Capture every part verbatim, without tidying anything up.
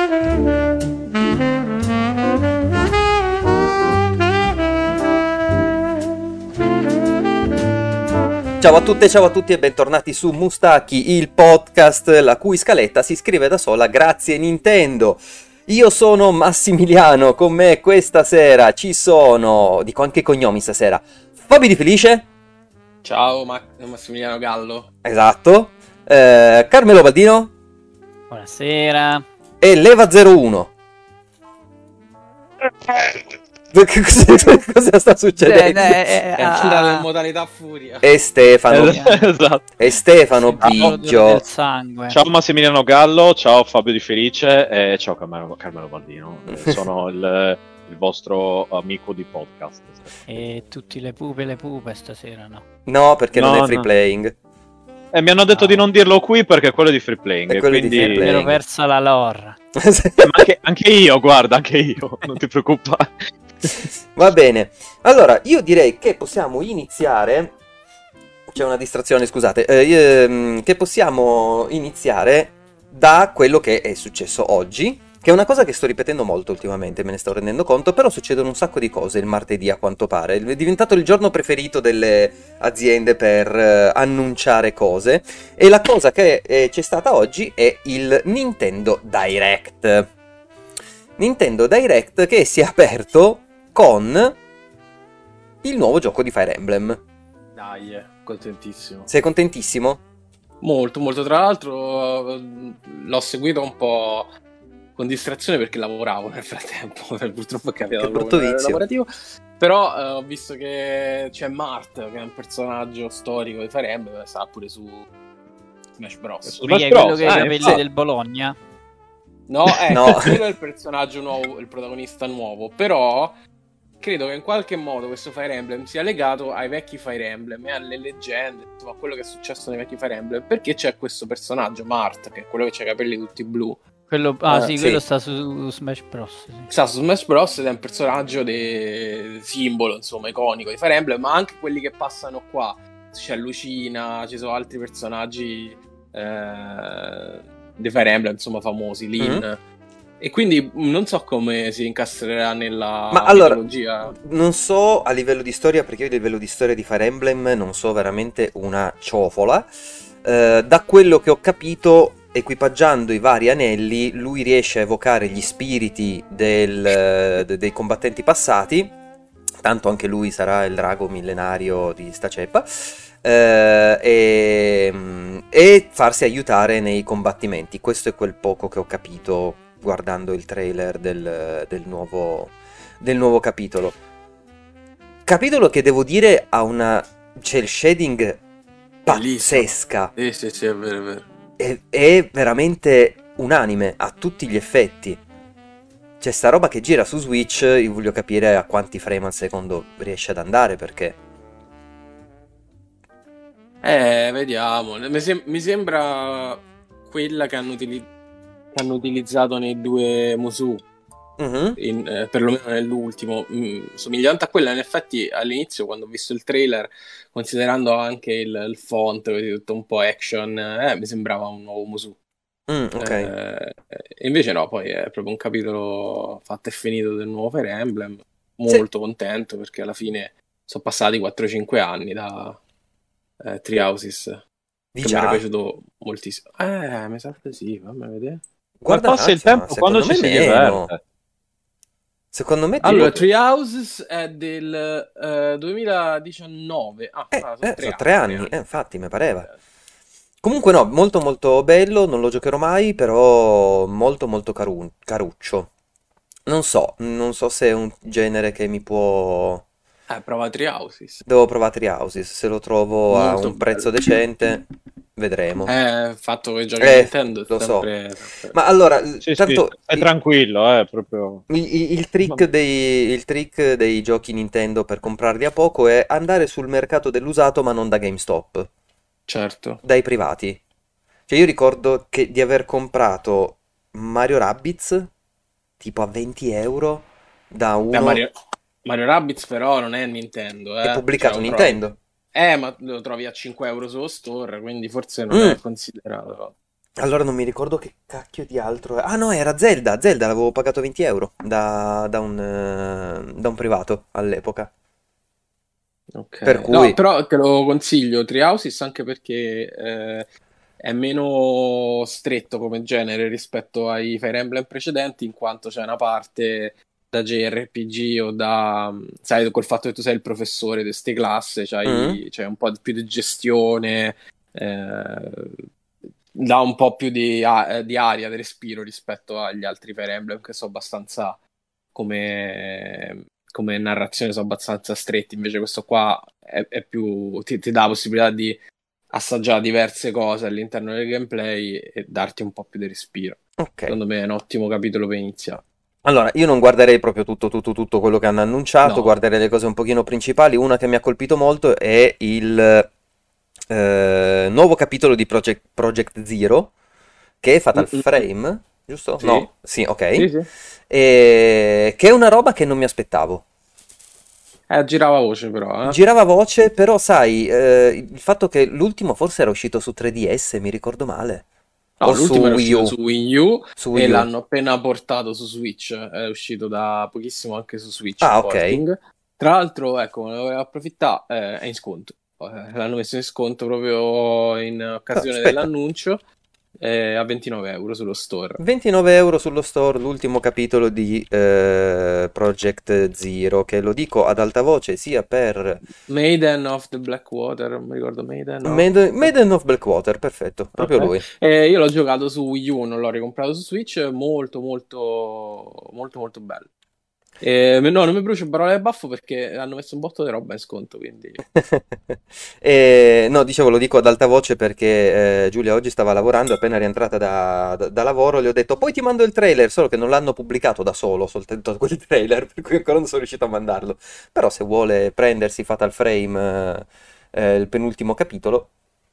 Ciao a tutte, ciao a tutti e bentornati su Mustachi, il podcast la cui scaletta si scrive da sola grazie Nintendo. Io sono Massimiliano, con me questa sera ci sono, dico anche i cognomi stasera, Fabio Di Felice. Ciao Ma- Massimiliano Gallo. Esatto. Eh, Carmelo Baldino. Buonasera. E Leva zero uno. Cosa, cosa sta succedendo? Eh, eh, È ah, entrato in modalità furia. E Stefano. Esatto. E Stefano il Biggio. del sangue. Ciao Massimiliano Gallo, ciao Fabio Di Felice e ciao Carmelo, Carmelo Baldino. Eh, sono il, il vostro amico di podcast. E tutti le pupe e le pupe stasera, no? No, perché No, non è free no. playing. E mi hanno detto No. di non dirlo qui perché è quello di free playing. È quello di quindi... free Mi playing. ero persa la lore. Ma anche, anche io, guarda, anche io, non ti preoccupare. Va bene. Allora, io direi che possiamo iniziare. C'è una distrazione, scusate. Eh, ehm, che possiamo iniziare da quello che è successo oggi. Che è una cosa che sto ripetendo molto ultimamente, me ne sto rendendo conto. Però succedono un sacco di cose il martedì, a quanto pare. È diventato il giorno preferito delle aziende per eh, annunciare cose. E la cosa che eh, c'è stata oggi è il Nintendo Direct. Nintendo Direct che si è aperto con il nuovo gioco di Fire Emblem. Dai, eh, contentissimo. Sei contentissimo? Molto, molto. Tra l'altro eh, l'ho seguito un po' con distrazione perché lavoravo nel frattempo. Purtroppo è capitato Che brutto proprio nel vizio. lavorativo. Però eh, ho visto che c'è Mart, che è un personaggio storico di Fire Emblem, sta pure su Smash Bros. Lui è Bros, quello che ha i eh, capelli infatti. del Bologna. No, eh, No. quello è il personaggio nuovo, il protagonista nuovo. Però credo che in qualche modo questo Fire Emblem sia legato ai vecchi Fire Emblem e alle leggende, insomma, a quello che è successo nei vecchi Fire Emblem. Perché c'è questo personaggio, Mart, che è quello che ha i capelli tutti blu. Quello, ah Eh, sì, sì. quello sta su Smash Bros. Sì. Sta su Smash Bros. Ed è un personaggio de... simbolo, insomma, iconico di Fire Emblem, ma anche quelli che passano qua. C'è Lucina, ci sono altri personaggi eh, di Fire Emblem, insomma, famosi, Lin. Mm. E quindi non so come si incastrerà nella Ma allora, mitologia. non so a livello di storia, perché io a livello di storia di Fire Emblem non so veramente una ciofola. Eh, da quello che ho capito, equipaggiando i vari anelli, lui riesce a evocare gli spiriti del- de- dei combattenti passati. Tanto anche lui sarà il drago millenario di sta ceppa. eh, e, e farsi aiutare nei combattimenti. Questo è quel poco che ho capito guardando il trailer del, del nuovo, del nuovo capitolo. Capitolo che devo dire ha una cel shading pazzesca. Sì, sì, sì, è vero, è vero. È, è veramente unanime a tutti gli effetti. C'è sta roba che gira su Switch, io voglio capire a quanti frame al secondo riesce ad andare, perché Eh, vediamo. Mi, sem- mi sembra quella che hanno, utili- che hanno utilizzato nei due Musou. Mhm. In, eh, perlomeno nell'ultimo, mm, somigliante a quella. In effetti all'inizio, quando ho visto il trailer, considerando anche il, il font, vedi, tutto un po' action, eh, mi sembrava un nuovo Musou. Mm, ok. Eh, e invece no, poi è proprio un capitolo fatto e finito del nuovo Fire Emblem. Sì. Molto contento perché alla fine sono passati quattro cinque anni da eh, Three Houses, Di che mi era già. piaciuto moltissimo. Eh, mi sa che sì, fammi vedere. Guarda Ma un passa il attimo, tempo secondo quando ci me si meno. diverte. Secondo me Allora, tipo- Three Houses è del eh, duemiladiciannove. Ah, Eh, ah, sono eh, tre sono anni, tre anni, eh, infatti, mi pareva. Comunque no, molto molto bello, non lo giocherò mai, però molto molto caru- caruccio. Non so, non so se è un genere che mi può... Eh, prova Three Houses. Devo provare Three Houses, se lo trovo a Molto un prezzo bello. decente, vedremo. Eh, il fatto che giochi Eh, Nintendo è lo so. sempre, sempre- Ma allora, Sì, tanto sì, è il, tranquillo, eh, proprio. il- il trick dei, il trick dei giochi Nintendo per comprarli a poco è andare sul mercato dell'usato ma non da GameStop, Certo. dai privati. Cioè io ricordo che di aver comprato Mario Rabbids tipo a venti euro da Beh, uno Mario, Mario Rabbids però non è Nintendo, che eh. è pubblicato Cioè, lo trovi- Nintendo. Eh, ma lo trovi a cinque euro sullo store, quindi forse non Mm. è considerato. Allora non mi ricordo che cacchio di altro. Ah no, era Zelda. Zelda l'avevo pagato venti euro da, da un, eh, da un privato all'epoca. Ok, Per no, cui. però te lo consiglio Triausis anche perché eh, è meno stretto come genere rispetto ai Fire Emblem precedenti, in quanto c'è una parte da J R P G o da, sai, col fatto che tu sei il professore di queste classi, Mm? c'hai, c'è un po' più di gestione, eh, dà un po' più di, a- di aria, di respiro rispetto agli altri Fire Emblem che sono abbastanza come, come narrazione sono abbastanza stretti, invece questo qua è, è più ti, ti dà la possibilità di assaggiare diverse cose all'interno del gameplay e darti un po' più di respiro. Ok. Secondo me è un ottimo capitolo per iniziare. Allora, io non guarderei proprio tutto, tutto, tutto quello che hanno annunciato, No. guarderei le cose un pochino principali. Una che mi ha colpito molto è il eh, nuovo capitolo di Project, Project Zero, che è Fatal Mm-mm. Frame, giusto? Sì, No? Sì, ok. sì, sì. E... Che è una roba che non mi aspettavo. Eh, girava voce però, eh. Girava voce, però sai, eh, il fatto che l'ultimo forse era uscito su tre D S, mi ricordo male. No, O su l'ultimo era Wii uscito U. su Wii U Su e Wii U. l'hanno appena portato su Switch, è uscito da pochissimo anche su Switch il Ah, ok. porting. Tra l'altro, ecco, ne volevo approfittare, eh, è in sconto. Eh, l'hanno messo in sconto proprio in Ah, occasione aspetta. dell'annuncio, eh, a ventinove euro sullo store. ventinove euro sullo store, l'ultimo capitolo di eh, Project Zero, che lo dico ad alta voce sia per Maiden of the Blackwater, non mi ricordo Maiden of Maiden, Black... Maiden of Blackwater, perfetto, proprio Ok. lui. Eh, io l'ho giocato su Wii U, non l'ho ricomprato su Switch, molto molto molto molto bello. Eh, no, non mi brucio parole al baffo perché hanno messo un botto di roba in sconto, quindi... E, no, dicevo, lo dico ad alta voce perché eh, Giulia oggi stava lavorando, appena rientrata da, da- da lavoro, le ho detto poi ti mando il trailer, solo che non l'hanno pubblicato da solo, soltanto quel trailer, per cui ancora non sono riuscito a mandarlo. Però se vuole prendersi Fatal Frame, eh, eh, il penultimo capitolo,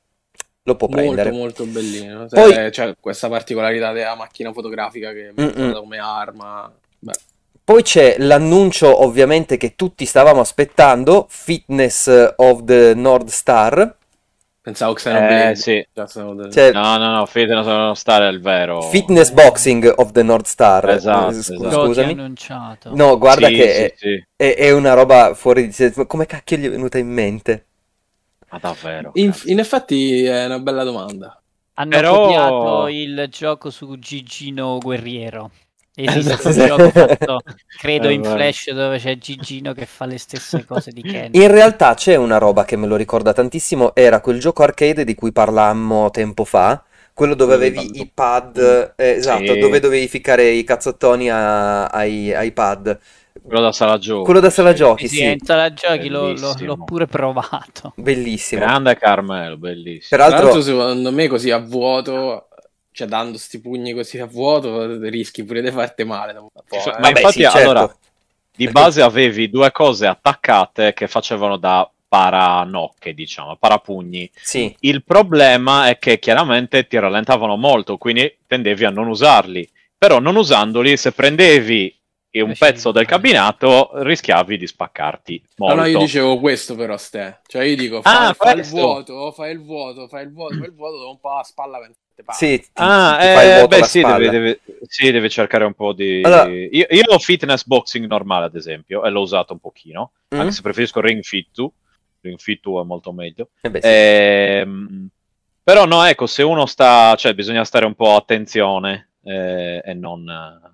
lo può Molto prendere. molto bellino. Poi, Se- C'è questa particolarità della macchina fotografica che mm, viene mm. usata come arma. Beh, Poi c'è l'annuncio ovviamente che tutti stavamo aspettando, Fitness of the North Star. pensavo Eh Xenoblade. sì. Già stavo de- C'è No, no, no, Fate non stare al vero. Fitness Boxing of the North Star. eh, Esatto, scu- esatto. Giochi scusami. annunciato. No, guarda Sì, che sì, è, sì. è- è una roba fuori di sé. Come cacchio gli è venuta in mente? Ma davvero, In, cazzo. in effetti è una bella domanda. Hanno copiato Però... il gioco su Gigino Guerriero. Esiste un gioco Esatto. fatto, credo, È in vero. Flash dove c'è Gigino che fa le stesse cose di Ken. In realtà c'è una roba che me lo ricorda tantissimo, era quel gioco arcade di cui parlammo tempo fa, quello dove Quello dei avevi i palloni. Mm. pad, eh, esatto, dove Sì, dovevi ficcare i cazzottoni a- ai, ai pad. quello da sala Quello da giochi, sala sì. Sì, giochi, sì, sì, in sala giochi l'ho, l'ho- l'ho Bellissimo. pure provato. bellissimo. Grande Carmelo, bellissimo. Tra l'altro, Peraltro, secondo me, così a vuoto, cioè dando sti pugni così a vuoto, rischi pure di farti male dopo un po', Ma eh. vabbè, infatti, sì, allora, certo, di perché base avevi due cose attaccate che facevano da paranocche, diciamo, parapugni. sì, Il problema è che chiaramente ti rallentavano molto, quindi tendevi a non usarli. Però non usandoli, se prendevi un Facevi pezzo del male. cabinato, rischiavi di spaccarti No, no, io molto. dicevo questo però, ste. Cioè io dico, fa, Ah, fa il questo! vuoto, fai il vuoto, fai il vuoto, fai il vuoto, dopo un po' la spalla penso che te passa. sì, ti, ti- Ah, ti fa il eh, vuoto beh, alla sì, deve, spalla. deve- sì, deve cercare un po' Allora, di... Io, io ho fitness boxing normale, ad esempio, e l'ho usato un pochino, anche mm? se preferisco Ring Fit due. Ring Fit due è molto meglio. Eh beh, sì. Ehm, però no, ecco, se uno sta... cioè, bisogna stare un po' attenzione eh, e non...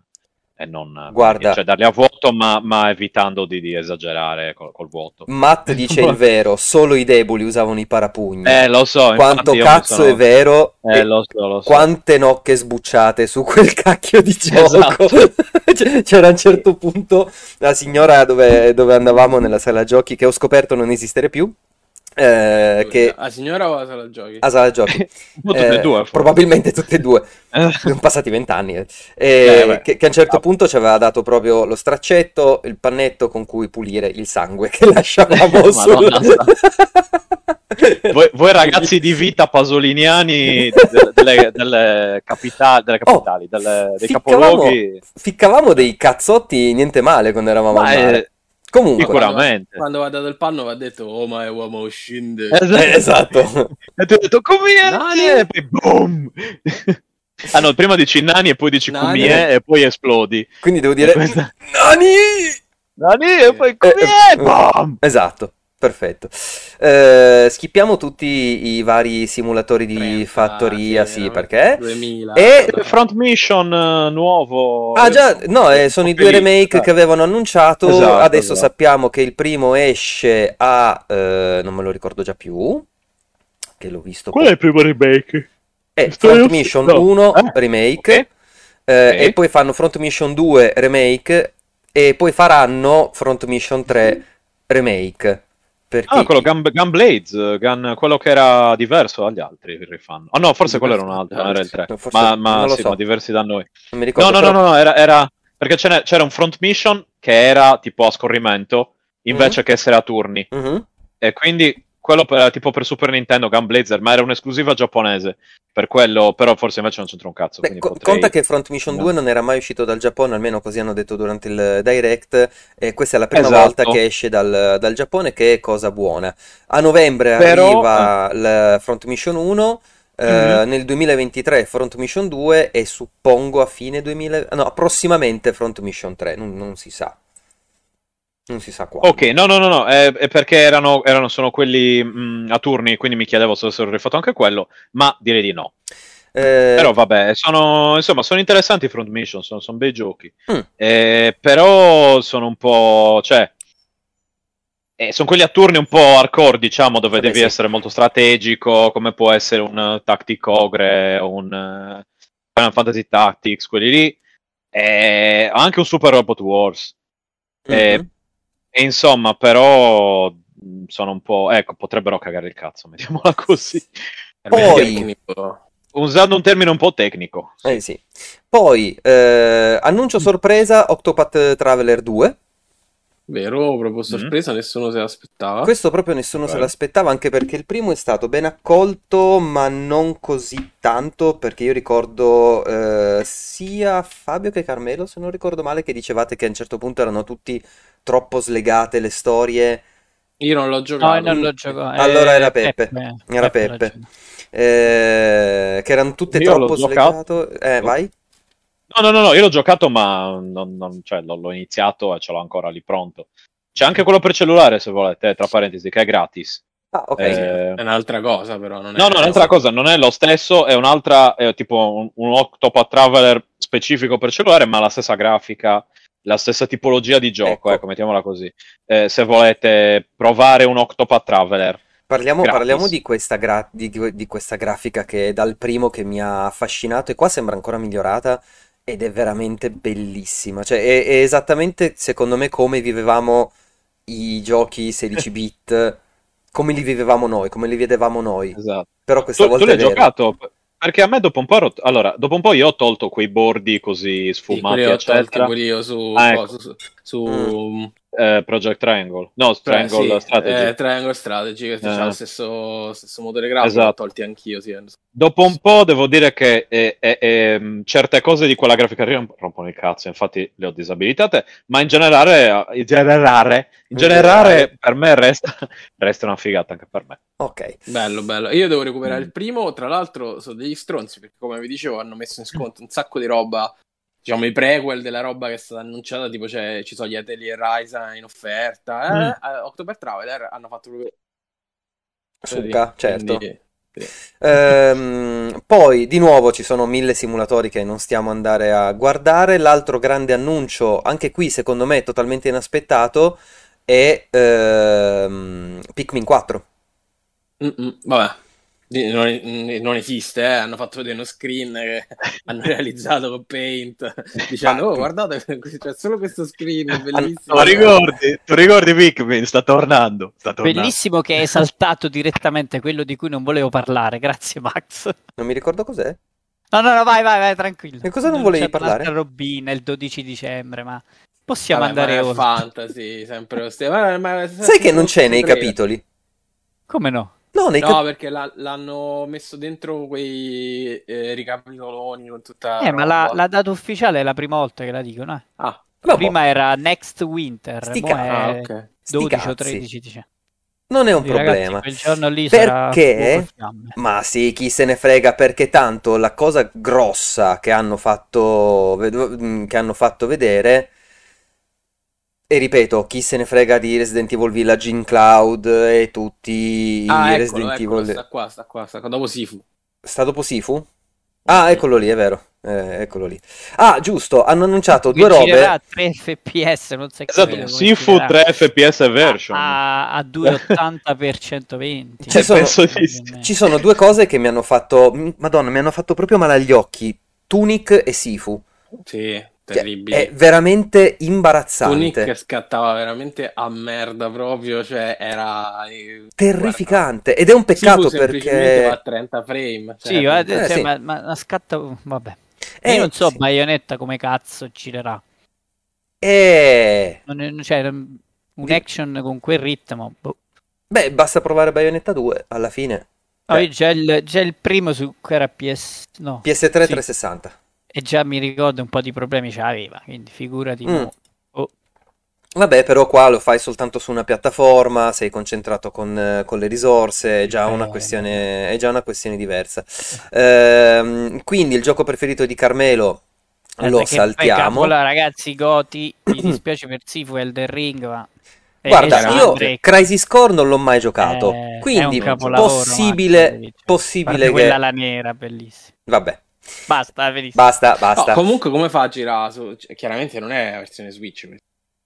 e non, come dire, Guarda, cioè darli a vuoto, ma, ma evitando di, di esagerare col, col vuoto. Matt dice il vero, solo i deboli usavano i parapugni. Eh, lo so, Quanto infatti io mi cazzo è sono... vero Eh, e lo so, lo so. quante nocche sbucciate su quel cacchio di gioco. Esatto. C- C'era a un certo punto la signora dove, dove andavamo nella sala giochi, che ho scoperto non esistere più, eh, che La signora o la sala giochi? a sala giochi. Un po' tutte e Eh, due, forse. probabilmente tutte e due. Eh, Sono passati vent'anni. eh. eh, E beh. che, che a un certo Ah, punto ci aveva dato proprio lo straccetto, il pannetto con cui pulire il sangue che lasciavamo sul... Madonna Voi, voi ragazzi di vita pasoliniani de- delle, delle capitali, delle Oh, capitali delle- dei ficcavamo, capoluoghi, ficcavamo dei cazzotti niente male quando eravamo al ma è, mare. Comunque, Quando, sicuramente. quando va dato il panno va detto, oh ma è uomo scende. eh, Esatto. esatto. E tu hai detto come Nani? è? E poi boom! Ah no, prima dici Nani e poi dici Nani. Kumie e poi esplodi. Quindi devo dire Questa- Nani! Nani e poi Eh, Kumie! eh, Bam! Esatto, perfetto. Eh, schippiamo tutti i vari simulatori di trenta, fattoria, sì, sì, veramente. perché? duemila. E- quando fa- Front Mission eh, nuovo. Ah io già, sono- no, eh, sono sono i due felice, remake dai. che avevano annunciato, Esatto, adesso esatto. sappiamo che il primo esce a, eh, non me lo ricordo già più, che l'ho visto Qual è poco. il primo remake? È Story Front of- Mission no. uno Eh, remake, ok. eh, Ok. e poi fanno Front Mission due remake, e poi faranno Front Mission tre remake, perché Ah, quello Gun, Gunblades, eh, Gun, quello che era diverso dagli altri rifanno. Ah no, forse quello era un altro, non era il tre. No, forse- Ma, ma non lo sì, so. ma diversi da noi. non mi No, ricordo, no, però- no, no, no, era, era- perché ce n'è- c'era un front mission che era tipo a scorrimento invece Mhm. che essere a turni. Mhm. E quindi quello per- tipo per Super Nintendo Gunblazer, ma era un'esclusiva giapponese. Per quello, però forse invece non c'entra un cazzo. Beh, Quindi co- potrei... conta che Front Mission due non era mai uscito dal Giappone, almeno così hanno detto durante il Direct, e questa è la prima Esatto. volta che esce dal, dal Giappone, che è cosa buona. A novembre Però- arriva il Front Mission uno, eh, Mhm. nel duemilaventitré Front Mission due e suppongo a fine duemila... no, prossimamente Front Mission tre, non, non si sa. Non si sa quando. Ok, no, no, no, no, è, è perché erano, erano sono quelli mh, a turni, quindi mi chiedevo se avessero rifatto anche quello, ma direi di no. Eh, Però vabbè, sono, insomma, sono interessanti i front mission, sono, sono bei giochi. mm, Eh, però sono un po', cioè, eh, sono quelli a turni un po' hardcore, diciamo, dove Vabbè, devi sì. essere molto strategico, come può essere un uh, Tactic Ogre o un uh, Final Fantasy Tactics, quelli lì. E anche un Super Robot Wars. E, mhm. e insomma, però mh, sono un po', ecco, potrebbero cagare il cazzo, mettiamola così. Poi- tecnico. Usando un termine un po' tecnico. Sì. Eh sì. Poi, eh, annuncio sorpresa, Octopath Traveler due. Vero, proprio Mm. sorpresa, nessuno se l'aspettava. Questo proprio nessuno Ok. se l'aspettava, anche perché il primo è stato ben accolto, ma non così tanto, perché io ricordo eh, sia Fabio che Carmelo, se non ricordo male, che dicevate che a un certo punto erano tutti troppo slegate le storie. Io non l'ho No, giocato. non Mm. lo gioco. Allora eh, era Peppe, era Peppe Peppe. ragiona. Eh, che erano tutte Io l'ho troppo giocato. slegato. Eh, vai? No, no, no, no, io l'ho giocato, ma non, non- cioè, l'ho, l'ho iniziato e ce l'ho ancora lì pronto. C'è anche quello per cellulare, se volete, tra parentesi, che è gratis. Ah, ok. Eh, È un'altra cosa, però. Non No, è... no, è un'altra cosa, non è lo stesso, è un'altra, è tipo un, un Octopath Traveler specifico per cellulare, ma la stessa grafica, la stessa tipologia di gioco, Ecco. ecco, mettiamola così. Eh, se volete provare un Octopath Traveler. Parliamo, Gratis. parliamo di questa, gra- di, di questa grafica che è dal primo che mi ha affascinato, e qua sembra ancora migliorata ed è veramente bellissima. Cioè, è, è esattamente, secondo me, come vivevamo i giochi sedici bit, come li vivevamo noi, come li vedevamo noi. Esatto. Però questa Tu, tu volta l'hai è vero. giocato? Perché a me dopo un po', rot- allora, dopo un po' io ho tolto quei bordi così Sì, sfumati, quelli ho tolti eccetera. pure io su, Ah, ecco. cosa, su, su Eh, Project Triangle. No, Tra- Triangle sì, Strategy. eh, Triangle Strategy, che Eh. c'ha lo stesso, stesso motore grafico, Esatto. l'ho tolti anch'io, sì. Dopo un po' devo dire che eh, eh, eh, certe cose di quella grafica lì rompono il cazzo, infatti le ho disabilitate, ma in generale, in generale, in In generale generale. per me resta, resta una figata anche per me. Ok. Bello, bello. Io devo recuperare Mm. il primo, tra l'altro sono degli stronzi, perché come vi dicevo hanno messo in sconto un sacco di roba, diciamo i prequel della roba che è stata annunciata, tipo c'è, ci sono gli Atelier Ryza in offerta, eh, Mm. eh, Octopath Traveler hanno fatto proprio... Suga, certo. Quindi, sì. Ehm, poi di nuovo ci sono mille simulatori che non stiamo a andare a guardare. L'altro grande annuncio, anche qui secondo me totalmente inaspettato, è ehm, Pikmin quattro. Mm-mm, vabbè, Di- non, non esiste, eh. Hanno fatto vedere uno screen che hanno realizzato con Paint dicendo: Ma- oh, guardate, c'è solo questo screen bellissimo. Ah, Tu ricordi, tu ricordi Pikmin? Sta tornando, sta tornando. Bellissimo che hai esaltato direttamente quello di cui non volevo parlare. Grazie, Max. Non mi ricordo cos'è. No, no, no, vai, vai, vai, tranquillo. Che cosa non volevi C'è parlare? un'altra robina il dodici dicembre, ma possiamo Vabbè, andare ma è oltre. fantasy, sempre lo stesso. Ma- ma- Sai che non c'è sempre nei trailer. capitoli? Come no? No, nei No, cap- perché l'ha- l'hanno messo dentro quei eh, ricapitoloni con tutta Eh, ma la, roba. la data ufficiale è la prima volta che la dicono, eh. Ah, Vabbè. Prima era Next Winter, Sti mo cazzi. ah, è ok. Sti dodici o cazzi. tredici dicembre. Non è un Sì, ragazzi, problema. quel giorno lì sarà fuoco e Perché? fiamme. Ma sì, chi se ne frega, perché tanto la cosa grossa che hanno fatto, ved- mm, che hanno fatto vedere, e ripeto, chi se ne frega di Resident Evil Village in Cloud e tutti i Ah, eccolo, Resident eccolo, Evil... sta qua, sta qua, sta qua, dopo Sifu. Sta dopo Sifu? Mm, Ah, mm, eccolo lì, mm. è vero. Eh, eccolo lì. Ah, giusto, hanno annunciato Che due girerà robe. a tre F P S, non si è Esatto, capito come Sifu girerà. tre F P S A, version. a, a duecentottanta per centoventi. Ci Eh, sono, penso di sì. ci sono due cose che mi hanno fatto... Madonna, mi hanno fatto proprio male agli occhi. Tunic e Sifu. Sì, Cioè, terribili. è veramente Tunic imbarazzante. scattava veramente a merda proprio, cioè era... eh, guarda, Terrificante. Ed è un Sifu peccato semplicemente va a perché... trenta frame, Sì, cioè... guarda, Eh cioè, sì. ma, ma ma scatta. Vabbè. Io Eh non so sì. Bayonetta come cazzo girerà. Eh... Non è- cioè, un di- action con quel ritmo. Boh. Beh, basta provare Bayonetta due, alla fine. No, io Cioè, già il, già il primo su che era P S. No, P S tre sì. trecentosessanta. E già mi ricordo un po' di problemi ce l'aveva. Quindi figurati Mm. mo. Oh, Vabbè, però qua lo fai soltanto su una piattaforma, sei concentrato con, eh, con le risorse, è che già una bello. questione, è già una questione diversa. Ehm, quindi il gioco preferito di Carmelo lo Guarda che poi saltiamo. capola, ragazzi, Goti. Mi dispiace per Sifu e Elden Ring, ma. E, e Guarda, Nathan io Veramente. Drake. Crisis Core non l'ho mai giocato, È, è un quindi Non gioco. capolavoro, Max, lo possibile, devi giocare. A parte possibile quella che... la nera, bellissima. Vabbè, Basta, benissimo. basta, No, basta. comunque come fa a girare su... cioè, chiaramente non è la versione Switch. questa.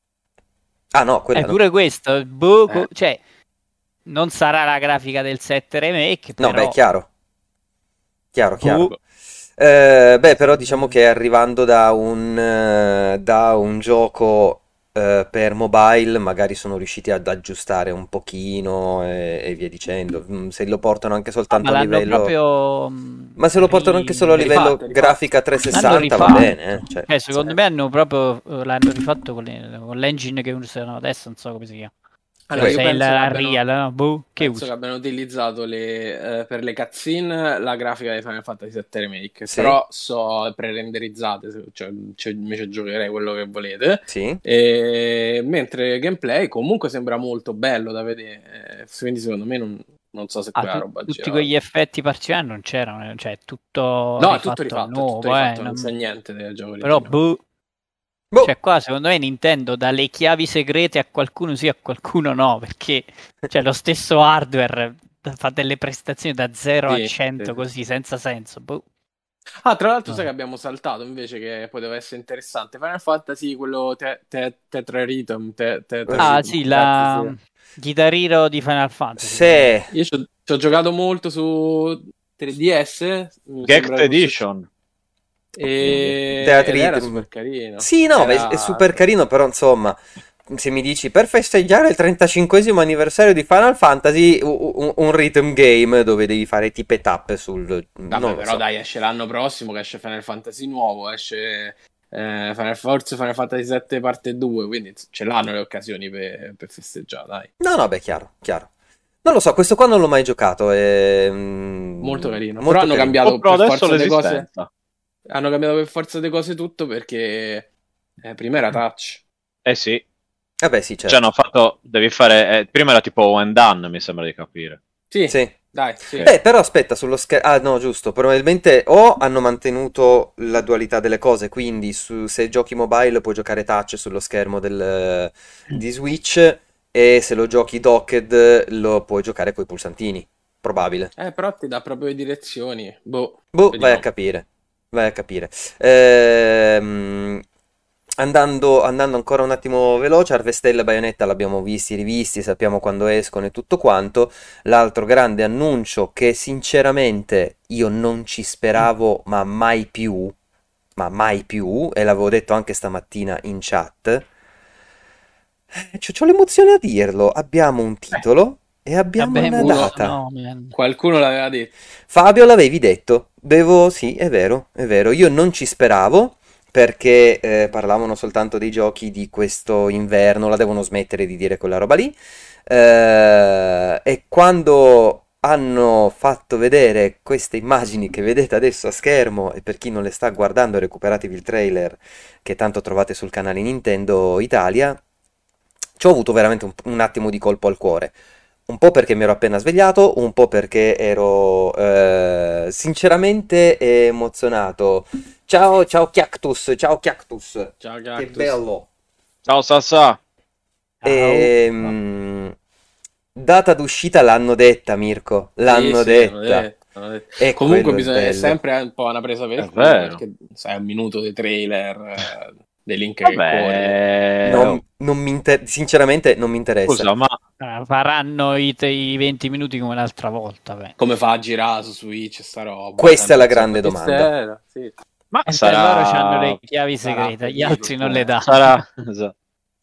Ah no, quella no. Eppure questo, boh, Eh. co- cioè, non sarà la grafica del sette Remake, No, beh, però, chiaro, chiaro, chiaro. boh, Eh, beh, però diciamo sarebbe. che arrivando da un, eh, da un gioco eh, per mobile, magari sono riusciti ad aggiustare un pochino e, e via dicendo. Mm, Se lo portano anche Ah, ma soltanto a l'hanno livello... proprio mh, Ma se lo portano anche solo a ri... livello Rifatto, rifatto. grafica l'hanno trecentosessanta va bene, eh, rifatto. cioè, Cioè, Sì. secondo me hanno proprio eh, l'hanno rifatto con, le- con l'engine che usano adesso, non so come si chiama. Allora, io Se è il penso che abbiano, Unreal, no? Boh, che penso che uso? abbiano utilizzato le, eh, per le cutscene la grafica di Final Fantasy sette Remake, sì, però so pre-renderizzate, se- cioè, cioè, invece giocherei quello che volete. sì. E, mentre gameplay comunque sembra molto bello da vedere, eh, quindi secondo me non, non so se Ah, quella tu- roba tutti girava. quegli effetti parziali non c'erano, eh, cioè è tutto No, è tutto rifatto rifatto, è tutto nuovo, eh. rifatto, non sa non- niente del gioco Però, originale. boh, Boh, cioè qua secondo me Nintendo dà le chiavi segrete a qualcuno sì, a qualcuno no, perché cioè, lo stesso hardware fa delle prestazioni da zero a Sì, sì, cento sì. così, senza senso. Boh. Ah, tra l'altro, sai No. che abbiamo saltato invece che poteva essere interessante. Final Fantasy, quello te, te, Tetra Rhythm, te, Tetra Ah Rhythm, sì, che cazzo la sia. Guitar di Final Fantasy. se... Io ci ho, ci ho giocato molto su tre D S, mi sembra Gacked che fosse. Edition. E... Ed Teatri... era super carino. Sì, no, è, è Era... super carino, però insomma, se mi dici per festeggiare il trentacinquesimo anniversario di Final Fantasy, u- u- un, rhythm game dove devi fare tip e tap sul... Vabbè, non lo però so. dai, esce l'anno prossimo che esce Final Fantasy nuovo, esce eh, Final Force, Final Fantasy sette parte due, quindi ce l'hanno le occasioni per, per festeggiare, dai. No, no, beh, chiaro, chiaro. Non lo so, questo qua non l'ho mai giocato, è mm, Molto carino. Però molto hanno carino. cambiato Scopro per adesso forza di cose. l'esistenza. Hanno cambiato per forza di cose tutto perché eh, prima era touch. Eh sì. Vabbè, sì, Cioè, certo. hanno fatto. Devi fare. eh, prima era tipo one done, mi sembra di capire. Sì, Sì. dai, sì. Beh, però aspetta, sullo schermo... Ah, no, giusto, probabilmente o hanno mantenuto la dualità delle cose, quindi su- se giochi mobile puoi giocare touch sullo schermo del, di Switch e se lo giochi docked lo puoi giocare coi pulsantini. Probabile. Eh, però ti dà proprio le direzioni. Boh, Boh, vai a vediamo. capire. Vai a capire. Ehm, andando, andando ancora un attimo veloce, Harvestella e Bayonetta l'abbiamo visti, rivisti, sappiamo quando escono e tutto quanto. L'altro grande annuncio che sinceramente io non ci speravo, ma mai più, ma mai più, e l'avevo detto anche stamattina in chat. eh, C'ho c'ho l'emozione a dirlo. Abbiamo un Eh, titolo e abbiamo Vabbè, una uno, molto data. no, man. qualcuno l'aveva detto. Fabio, l'avevi detto. Devo, sì, è vero, è vero. Io non ci speravo perché eh, parlavano soltanto dei giochi di questo inverno, la devono smettere di dire quella roba lì. Eh, e quando hanno fatto vedere queste immagini che vedete adesso a schermo, e per chi non le sta guardando, recuperatevi il trailer che tanto trovate sul canale Nintendo Italia, ci ho avuto veramente un, un attimo di colpo al cuore. un po' perché mi ero appena svegliato, un po' perché ero eh, sinceramente emozionato. Ciao, ciao Cactus, ciao Cactus. Ciao Che Cactus. bello. Ciao Sassa. Ehm, data d'uscita l'hanno detta, Mirko, Sì, l'hanno sì, l'hanno detta. detto, l'hanno detto. E Comunque quello è bisogna, è bello. sempre un po' una presa per È il culo vero. perché sai, un minuto di trailer eh, dei link che corre. Vabbè, Non, oh, non mi inter- sinceramente non mi interessa. scusa, ma Ah, faranno i, i venti minuti come l'altra volta. Beh. Come fa a girare su Switch sta roba? Questa è Sempre la un sacco grande di domanda. stella, sì. ma E per loro hanno sarà le chiavi Sarà segrete, gli figo, altri non le cioè. dà. sarà esatto.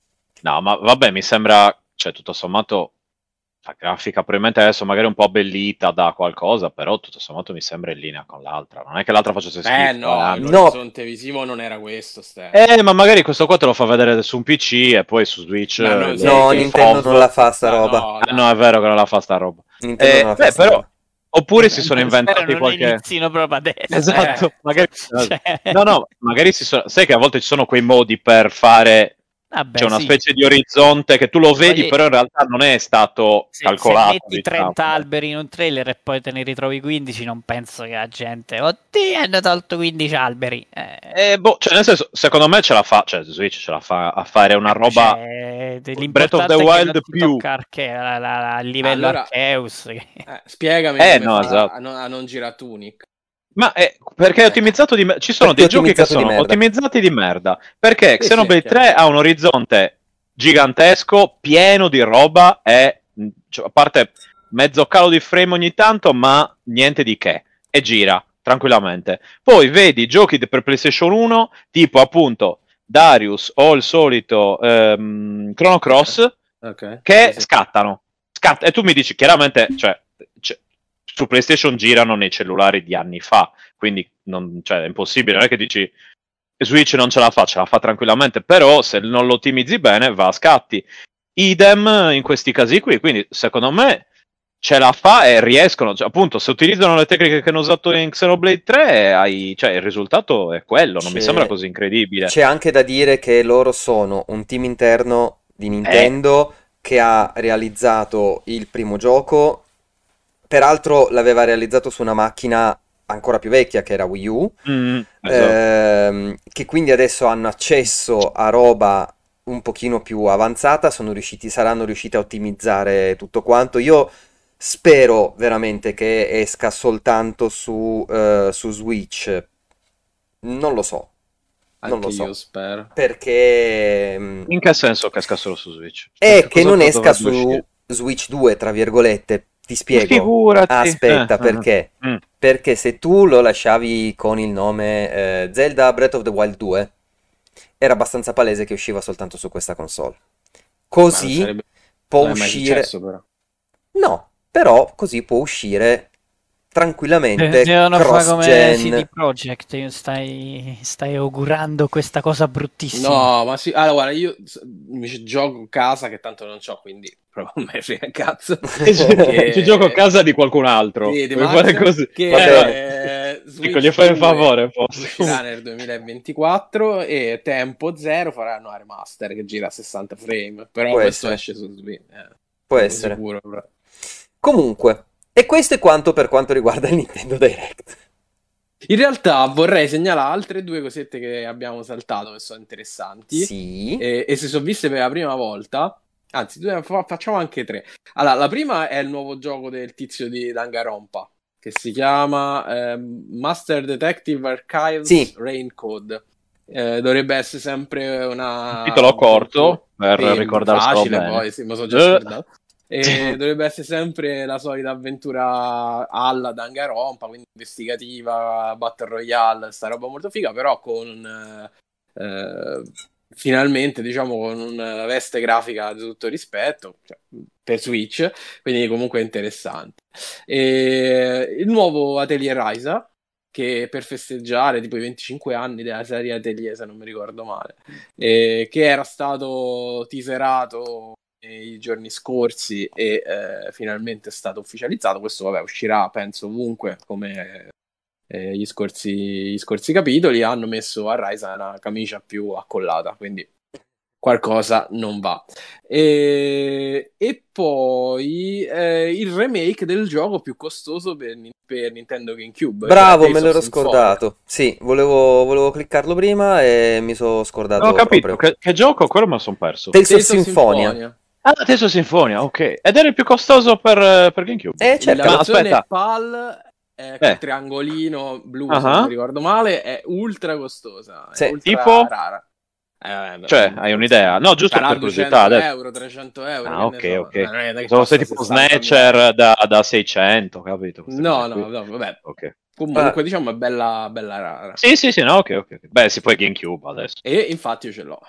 No, ma vabbè, mi sembra, cioè, tutto sommato, la grafica probabilmente adesso magari un po' abbellita da qualcosa, però tutto sommato mi sembra in linea con l'altra. Non è che l'altra facesse Beh, schifo, eh, no, anzi. No, l'orizzonte visivo non era questo, Ste. Eh, ma magari questo qua te lo fa vedere su un P C e poi su Switch Ma eh, no, il, sì, no, il che, Nintendo che- non la F O V. fa sta Ma roba. no, Ah, no, è dai. vero che non la fa sta roba. Nintendo non Eh, la fa beh, sta però, roba. oppure si sono Spero inventati non qualche... inizino proprio adesso. Esatto, Eh, magari... Cioè, No, no, magari si sono... Sai che a volte ci sono quei modi per fare... C'è vabbè, una sì. specie di orizzonte che tu lo vedi, Poi, però in realtà non è stato se, se calcolato, metti diciamo. trenta alberi in un trailer e poi te ne ritrovi quindici, non penso che la gente, oddio, hanno tolto quindici alberi. Eh, Eh, boh, cioè, nel senso, secondo me ce la fa, cioè Switch ce la fa a fare una eh, ma roba c'è- Breath of the l'importante è che non Wild ti più. tocca Arche- la- la- la- il livello allora, Arceus. che- eh, spiegami Eh, come no, fa esatto. a non, a non girare Tunic. Ma è perché è Eh, ottimizzato di me- ci sono Perché è dei giochi che ottimizzato di sono merda. ottimizzati di merda. Perché sì, sì, è Xenoblade chiaro. tre ha un orizzonte gigantesco, pieno di roba e mh, cioè, a parte mezzo calo di frame ogni tanto, ma niente di che. E gira tranquillamente. Poi vedi giochi de- per PlayStation uno, tipo appunto Darius o il solito ehm, Chrono Cross, Ok, che sì, sì. scattano. Scatt- e tu mi dici chiaramente, cioè, c- su PlayStation girano nei cellulari di anni fa, quindi non, cioè, è impossibile, non è che dici Switch non ce la fa, ce la fa tranquillamente, però se non lo ottimizzi bene va a scatti. Idem in questi casi qui, quindi secondo me ce la fa e riescono, cioè, appunto se utilizzano le tecniche che hanno usato in Xenoblade tre, hai, cioè, il risultato è quello, non mi sembra C'è così incredibile. c'è anche da dire che loro sono un team interno di Eh, Nintendo che ha realizzato il primo gioco, peraltro l'aveva realizzato su una macchina ancora più vecchia che era Wii U, mm, esatto. ehm, che quindi adesso hanno accesso a roba un pochino più avanzata, sono riusciti, saranno riusciti a ottimizzare tutto quanto. Io spero veramente che esca soltanto su, eh, su Switch. Non lo so, non lo Anche io so, spero. perché mm, In che senso che esca solo su Switch? è Che che cosa non esca dovrebbe su uscire? Switch due, tra virgolette. Ti Ma spiego. figurati. Eh, Aspetta, eh, perché? mm. Perché se tu lo lasciavi con il nome eh, Zelda Breath of the Wild due, era abbastanza palese che usciva soltanto su questa console. Ma non Così sarebbe può non è mai uscire... successo, però. No, però così può uscire De- tranquillamente Devono fare come C D cross-gen. Projekt, io stai, stai augurando questa cosa bruttissima. No, ma sì. Allora, guarda, io s- mi ci gioco a casa che tanto non c'ho, quindi proprio me ne frega un cazzo. ci, ci gioco a Che casa di qualcun altro. sì, di Vuoi fare Max, così? Va bene. che eh, Dico, gli Switch fai un due favore, forse. uscirà nel duemilaventiquattro e Tempo Zero faranno una remaster che gira a sessanta frame, però Può questo essere, esce su Switch, eh, può poco essere. sicuro, però. Comunque, e questo è quanto per quanto riguarda il Nintendo Direct. In realtà vorrei segnalare altre due cosette che abbiamo saltato che sono interessanti Sì, e, e si sono viste per la prima volta. Anzi, due- fa- facciamo anche tre. Allora, la prima è il nuovo gioco del tizio di Danganronpa che si chiama ehm, Master Detective Archives sì, Rain Code. Eh, dovrebbe essere sempre Un una titolo avventura corto, per sì, ricordarselo facile, bene. poi sì, me lo sono già Eh. scordato. E dovrebbe essere sempre la solita avventura alla Danganronpa, quindi investigativa, Battle Royale, sta roba molto figa, però con eh, finalmente, diciamo, con una veste grafica di tutto rispetto, cioè, per Switch, quindi comunque interessante. E il nuovo Atelier Ryza, che per festeggiare tipo i venticinque anni della serie Atelier, se non mi ricordo male, e che era stato teaserato nei giorni scorsi e eh, finalmente è stato ufficializzato. Questo vabbè uscirà penso ovunque come eh, gli scorsi, gli scorsi capitoli. Hanno messo a Ryza una camicia più accollata, quindi qualcosa non va. E, e poi eh, il remake del gioco più costoso per, per Nintendo GameCube. Bravo, cioè me Tales of l'ero Symphonia. scordato. Sì, volevo, volevo cliccarlo prima e mi sono Non ho scordato capito, proprio. che, che gioco? Quello me lo sono perso. Tales of Tales of Symphonia. Symphonia. Ah, adesso Sinfonia, ok. Ed era il più costoso per, eh, per GameCube. Eh, La certo. Ma versione aspetta, PAL eh, eh, col triangolino blu, se non mi ah, ricordo male, è ultra costosa, è Sì. ultra tipo? rara. Eh, beh, Cioè, non hai lo so. un'idea? No, giusto Sarà per curiosità duecento adesso. euro, trecento euro, Ah, che ne ok, so. ok. Eh, non è che Pensavo sei costa tipo sessantamila euro. Snatcher da, da seicento, capito? Queste No, cose no, qui. no, vabbè. Ok. Ah, Comunque, diciamo, è bella, bella rara. Sì, sì, sì, no, ok, ok. ok. Beh, si può GameCube adesso. E infatti io ce l'ho.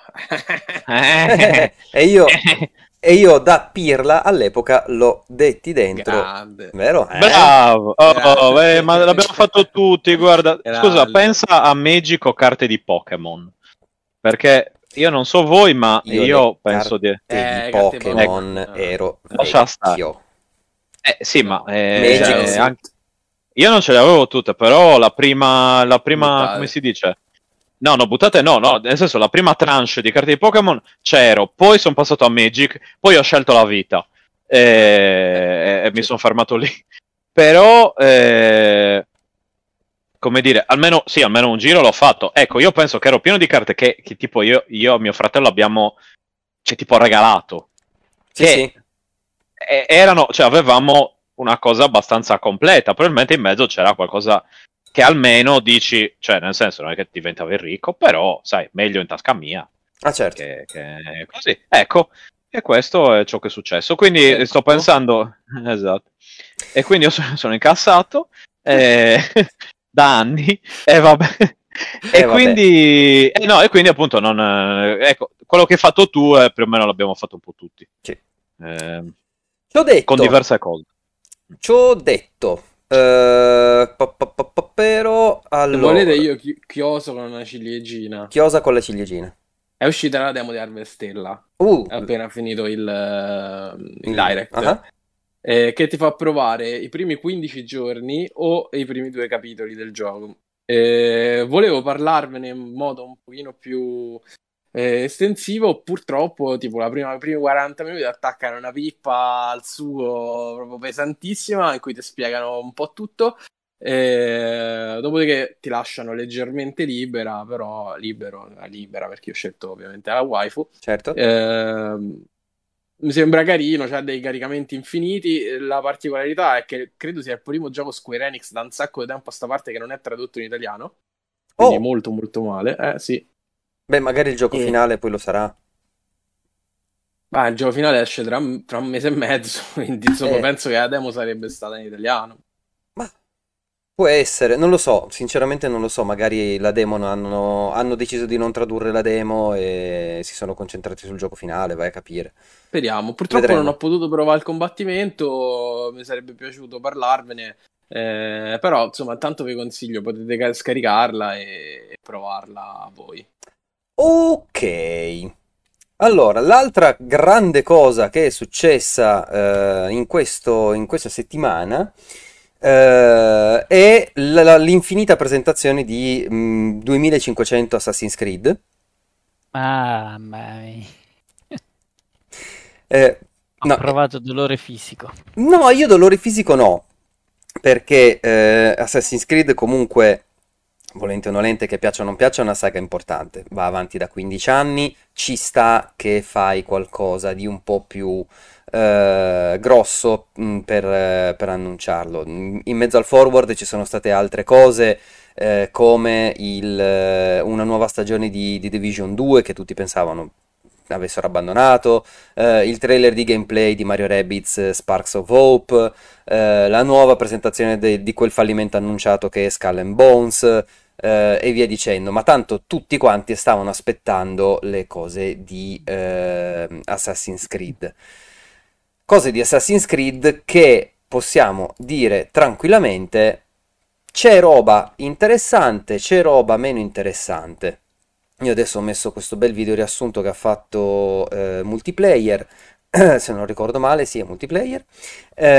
e io, e io da pirla all'epoca l'ho detti dentro, Grande. vero? Eh? Bravo, oh, Grande. eh, ma l'abbiamo fatto tutti, guarda. Scusa, Grande. pensa a Magic o carte di Pokémon. Perché io non so voi, ma Io le io penso di... carte di Eh, carte Pokémon Pokémon. ero Lascia stare. vecchio. Eh sì, No. ma eh, Magic Zero sì. anche- tutti. io non ce le avevo tutte, però la prima, la prima, come Buttate. si dice? No, no, buttate no, no, nel senso la prima tranche di carte di Pokémon c'ero, poi sono passato a Magic, poi ho scelto la vita e, e mi Sì. sono fermato lì. Però, eh, come dire, almeno, sì, almeno un giro l'ho fatto. Ecco, io penso che ero pieno di carte che, che tipo io, io e mio fratello abbiamo, cioè, tipo regalato. Sì, Che sì. e- erano, cioè avevamo una cosa abbastanza completa, probabilmente in mezzo c'era qualcosa che almeno dici, cioè nel senso non è che diventavi ricco, però sai, meglio in tasca mia Ah, certo. che, che così. Ecco, e questo è ciò che è successo. Quindi Ecco. sto pensando, esatto, e quindi io sono, sono incassato eh, da anni e vabbè. Eh, E vabbè. quindi, eh, no, e quindi appunto non, eh, ecco, quello che hai fatto tu eh, più o meno l'abbiamo fatto un po' tutti. Sì. Eh, Ci ho detto. con diverse cose. Ci ho detto. Eh, pa- pa- pa- pa- però Se volete allora. io chi- chioso con una ciliegina. Chiosa con le ciliegine. È uscita la demo di Harvestella. Uh, È appena finito il, eh, il il- direct. ah, eh, che ti fa provare i primi quindici giorni o i primi due capitoli del gioco. Eh, volevo parlarvene in modo un pochino più eh, estensivo, purtroppo tipo la prima, i primi quaranta minuti attaccano una pippa al suo proprio pesantissima in cui ti spiegano un po' tutto. Eh, dopodiché ti lasciano leggermente libera, però libero, libera perché io ho scelto ovviamente la waifu. certo. Eh, mi sembra carino, c'ha dei caricamenti infiniti. La particolarità è che credo sia il primo gioco Square Enix da un sacco di tempo a sta parte che non è tradotto in italiano. Quindi Oh, molto molto male. Eh sì. beh, magari il gioco E... finale poi lo sarà. Ma il gioco finale esce tra, tra un mese e mezzo, quindi insomma Eh, penso che la demo sarebbe stata in italiano. ma può essere, non lo so, sinceramente non lo so, magari la demo non hanno, hanno deciso di non tradurre la demo e si sono concentrati sul gioco finale, vai a capire. Speriamo. Purtroppo non ho Vedremo. potuto provare il combattimento, mi sarebbe piaciuto parlarvene. eh, però insomma tanto vi consiglio, potete ca- scaricarla e, e provarla voi. Ok. Allora, l'altra grande cosa che è successa eh, in questo, in questa settimana eh, è l- la- l'infinita presentazione di mh, duemilacinquecento Assassin's Creed. Mamma mia. Eh, Ho no, eh, provato dolore fisico. no, io dolore fisico no, perché eh, Assassin's Creed comunque, volente o nolente che piaccia o non piaccia, è una saga importante, va avanti da quindici anni, ci sta che fai qualcosa di un po' più eh, grosso mh, per, eh, per annunciarlo. In mezzo al forward ci sono state altre cose, eh, come il, eh, una nuova stagione di, di Division due che tutti pensavano avessero abbandonato, eh, il trailer di gameplay di Mario Rabbids eh, Sparks of Hope, eh, la nuova presentazione de- di quel fallimento annunciato che è Skull and Bones, eh, e via dicendo, ma tanto tutti quanti stavano aspettando le cose di eh, Assassin's Creed. Cose di Assassin's Creed che possiamo dire tranquillamente c'è roba interessante, c'è roba meno interessante. Io adesso ho messo questo bel video riassunto che ha fatto eh, Multiplayer, se non ricordo male, sì, è Multiplayer,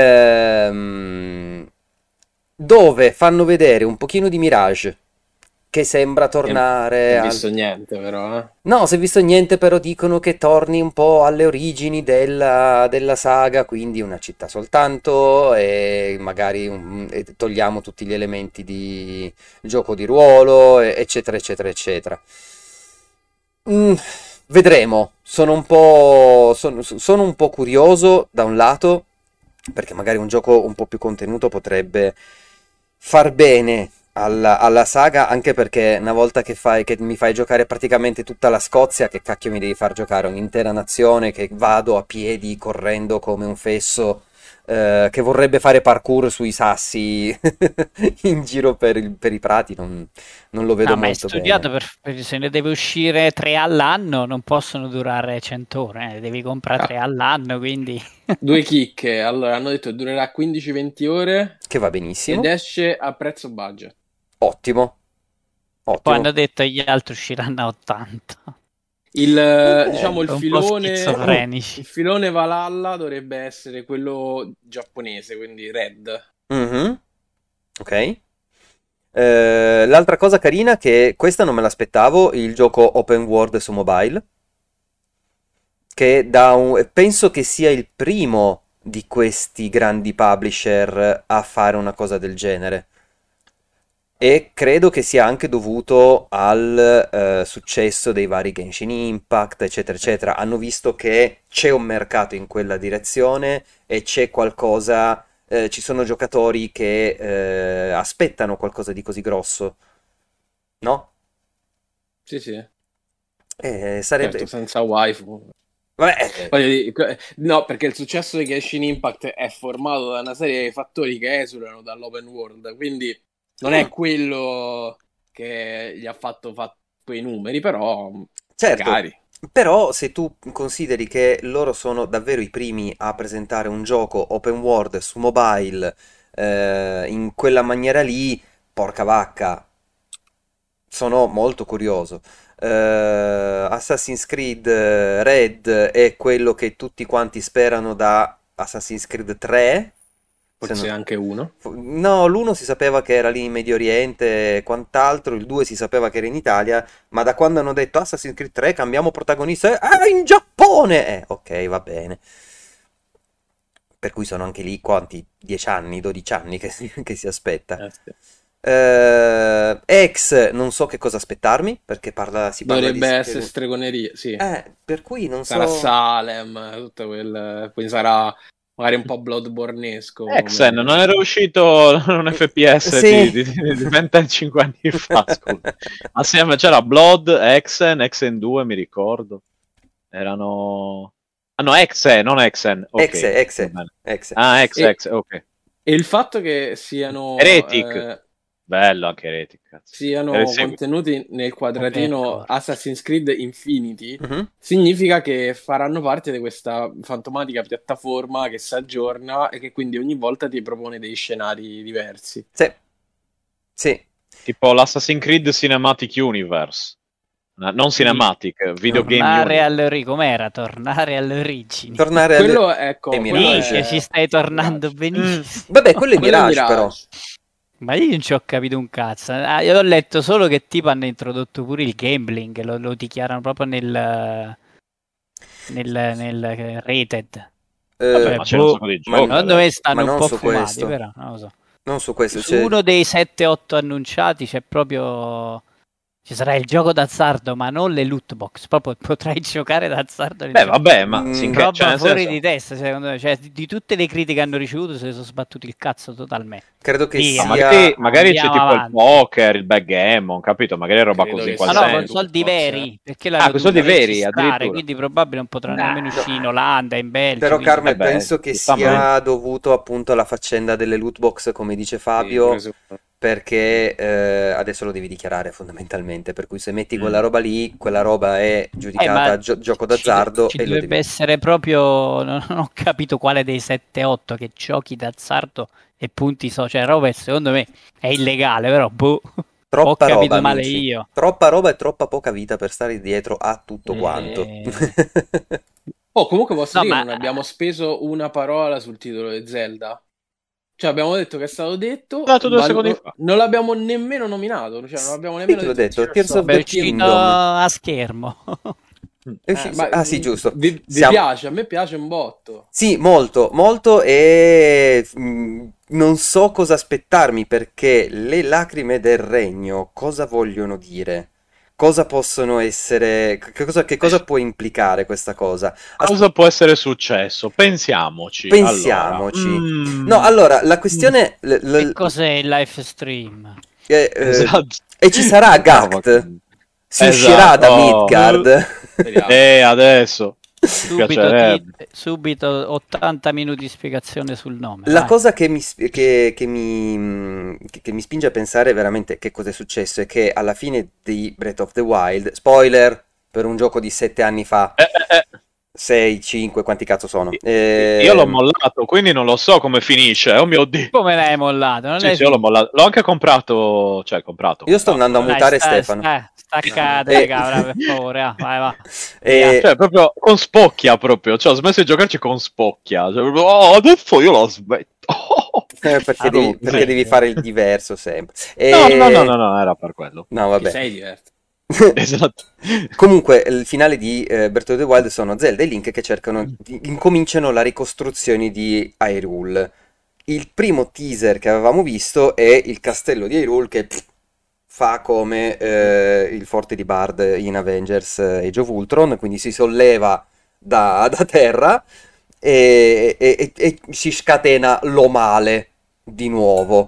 ehm, dove fanno vedere un pochino di Mirage, che sembra tornare Non ho al... visto niente, però. Eh. No, si è visto niente, però dicono che torni un po' alle origini della, della saga, quindi una città soltanto e magari un- e togliamo tutti gli elementi di gioco di ruolo, e- eccetera, eccetera, eccetera. Mm, vedremo, sono un po', sono, sono un po' curioso da un lato, perché magari un gioco un po' più contenuto potrebbe far bene alla, alla saga, anche perché una volta che fai, che mi fai giocare praticamente tutta la Scozia, che cacchio mi devi far giocare un'intera nazione che vado a piedi correndo come un fesso, eh, che vorrebbe fare parkour sui sassi in giro per, il- per i prati, non, non lo vedo No, ma è molto bene. studiato per, per- se ne deve uscire tre all'anno, non possono durare cento ore, eh, ne devi comprare Ah, tre all'anno, quindi due chicche. Allora, hanno detto che durerà quindici venti ore Che va ed benissimo, esce a prezzo budget. ottimo, e poi hanno ottimo. detto che gli altri usciranno a ottanta. Il, eh, Vabbè. diciamo, il Sono un po' filone, schizofrenici. il filone Valhalla dovrebbe essere quello giapponese, quindi Red. Mhm, ok. Eh, l'altra cosa carina che questa non me l'aspettavo, il gioco open world su mobile, che da un, penso che sia il primo di questi grandi publisher a fare una cosa del genere. E credo che sia anche dovuto al eh, successo dei vari Genshin Impact, eccetera, eccetera. Hanno visto che c'è un mercato in quella direzione e c'è qualcosa, eh, ci sono giocatori che eh, aspettano qualcosa di così grosso, no? Sì, sì, Eh, certo, sarebbe... senza waifu. Vabbè, eh, Voglio dire, no, perché il successo di Genshin Impact è formato da una serie di fattori che esulano dall'open world, quindi non è mm, quello che gli ha fatto fa- quei numeri, però certo, magari. però se tu consideri che loro sono davvero i primi a presentare un gioco open world su mobile eh, in quella maniera lì, porca vacca, sono molto curioso. Eh, Assassin's Creed eh, Red è quello che tutti quanti sperano da Assassin's Creed tre. Se Forse non- anche uno. fo- No, l'uno si sapeva che era lì in Medio Oriente e quant'altro, il due si sapeva che era in Italia, ma da quando hanno detto Assassin's Creed tre cambiamo protagonista, è in Giappone! Eh, ok, va bene. Per cui sono anche lì quanti? dieci anni, dodici anni che si, che si aspetta. Eh, sì. Eh, X non so che cosa aspettarmi, perché parla- si parla di... Dovrebbe essere stregoneria, sì. Eh, per cui non Sarà so... Salem, tutto quel... Quindi sarà magari un po' bloodbornesco Exen non come... era uscito un Eh, F P S di, sì. di, di venticinque anni fa, scusa. Assieme c'era Blood, Exen, Exen due, mi ricordo. Erano... Ah no, Exe, non Exen. Exe, Ok, va Exe, bene. Exe. Ah, Ex, E, Ex, ok. e il fatto che siano... Heretic. eh, Bello anche Heretic, cazzo. Era il siano seguito. contenuti nel Vabbè, quadratino ecco. Assassin's Creed Infinity, Mhm. significa che faranno parte di questa fantomatica piattaforma che si aggiorna e che quindi ogni volta ti propone dei scenari diversi. Sì, sì. Tipo l'Assassin's Creed Cinematic Universe. No, non Quindi Cinematic, Video Game tornare Universe. alle origini, com'era? Tornare alle origini. Tornare al... Quello, E ecco, quello Sì, che Mirage. ci è stai tornando Mirage. Mm. benissimo. Vabbè, quello è Quello è Mirage però. Mirage. Ma io non ci ho capito un cazzo. Ah, io ho letto solo che tipo hanno introdotto pure il gambling, lo, lo dichiarano proprio nel, nel, nel eh, rated. Eh, Vabbè, Vabbè, ma c'è un boh. sacco di ma, giochi Secondo me adesso. ma stanno un non po' su fumati, questo. però non lo so. Non su questo. Su C'è... uno dei sette otto annunciati c'è proprio... Ci sarà il gioco d'azzardo, ma non le loot box. Proprio potrai giocare d'azzardo nel Beh, gioco. vabbè, ma Mm, finché, cioè, Roba nel fuori senso, di testa, secondo me. Cioè, di, di tutte le critiche che hanno ricevuto, se ne sono sbattuti il cazzo totalmente. credo che ma Via, magari, sia... magari c'è andiamo tipo il avanti. poker, il backgammon, capito? Magari è roba Credo così in che quel Ma sia no, una con senso. loot soldi box, veri, eh. perché Ah, l'hanno con dovuto soldi veri, registrare, addirittura. quindi probabilmente non potranno nemmeno No. uscire in Olanda, in Belgio, Però quindi... Eh Carmen, beh, penso che giustamente. sia dovuto appunto alla faccenda delle loot box, come dice Sì, pure Fabio, secondo perché eh, adesso lo devi dichiarare fondamentalmente, per cui se metti quella Mm. roba lì, quella roba è Eh, ma giudicata gio- gioco ci, do- d'azzardo ci e lo dovrebbe devi... essere proprio... Non, non ho capito quale dei sette otto che giochi d'azzardo e punti so, cioè roba che secondo me è illegale, però boh, ho Troppa roba, capito male amici. io. Troppa roba e troppa poca vita per stare dietro a tutto quanto. E... Oh, comunque posso No, dire che ma non abbiamo speso una parola sul titolo di Zelda. Cioè, abbiamo detto che è stato detto, Dato due ma secondi no- fa. non l'abbiamo nemmeno nominato. Cioè, non abbiamo Sì, nemmeno te l'ho detto detto, Tears of Beh, è the uscito Kingdom. a schermo. È Eh, uscito... ma Ah sì, mm, giusto. vi, vi Siamo... piace? A me piace un botto. Sì, molto, molto e mm, non so cosa aspettarmi perché le lacrime del regno cosa vogliono dire? Cosa possono essere? Che cosa, che cosa può implicare questa cosa? As- Cosa può essere successo? Pensiamoci. Allora. pensiamoci. No, Mm, allora, la mm, questione... l- Che l- cos'è il live stream? eh, eh, esatto. e ci sarà Bravo. Gact. Si uscirà Esatto. da Oh. Midgard. Speriamo. E adesso mi Subito, ti- piacerebbe. subito ottanta minuti di spiegazione sul nome, La vai. cosa che mi, sp- che, che mi, mm, che- che mi spinge a pensare veramente che cosa è successo è che alla fine di Breath of the Wild, spoiler per un gioco di sette anni fa, Eh, eh, eh. sei, cinque, quanti cazzo sono? Io l'ho Ehm, mollato, quindi non lo so come finisce. Oh mio Dio. Come l'hai mollato? Non Sì, l'hai sì, io l'ho finito? mollato. L'ho anche comprato. Cioè, comprato, io sto comprato. andando a Eh. Dai, mutare sta, Stefano. sta, stacca E, telecamera per favore, ah, vai, va, via. e- Cioè, proprio con spocchia, proprio. Cioè, ho smesso di giocarci con spocchia. Cioè, proprio, oh, adesso io la smetto. eh, perché Ah, devi, Proprio perché così. devi meglio. fare il diverso sempre. No, no, no, no, E... no, era per quello. No, Che vabbè. sei diverso. Esatto. Comunque, il finale di eh, Breath of the Wild sono Zelda e Link che cercano, di- incominciano la ricostruzione di Hyrule. Il primo teaser che avevamo visto è il castello di Hyrule che pff, fa come eh, il forte di Bard in Avengers eh, Age of Ultron, quindi si solleva da, da terra e, e- e- e si scatena lo male di nuovo.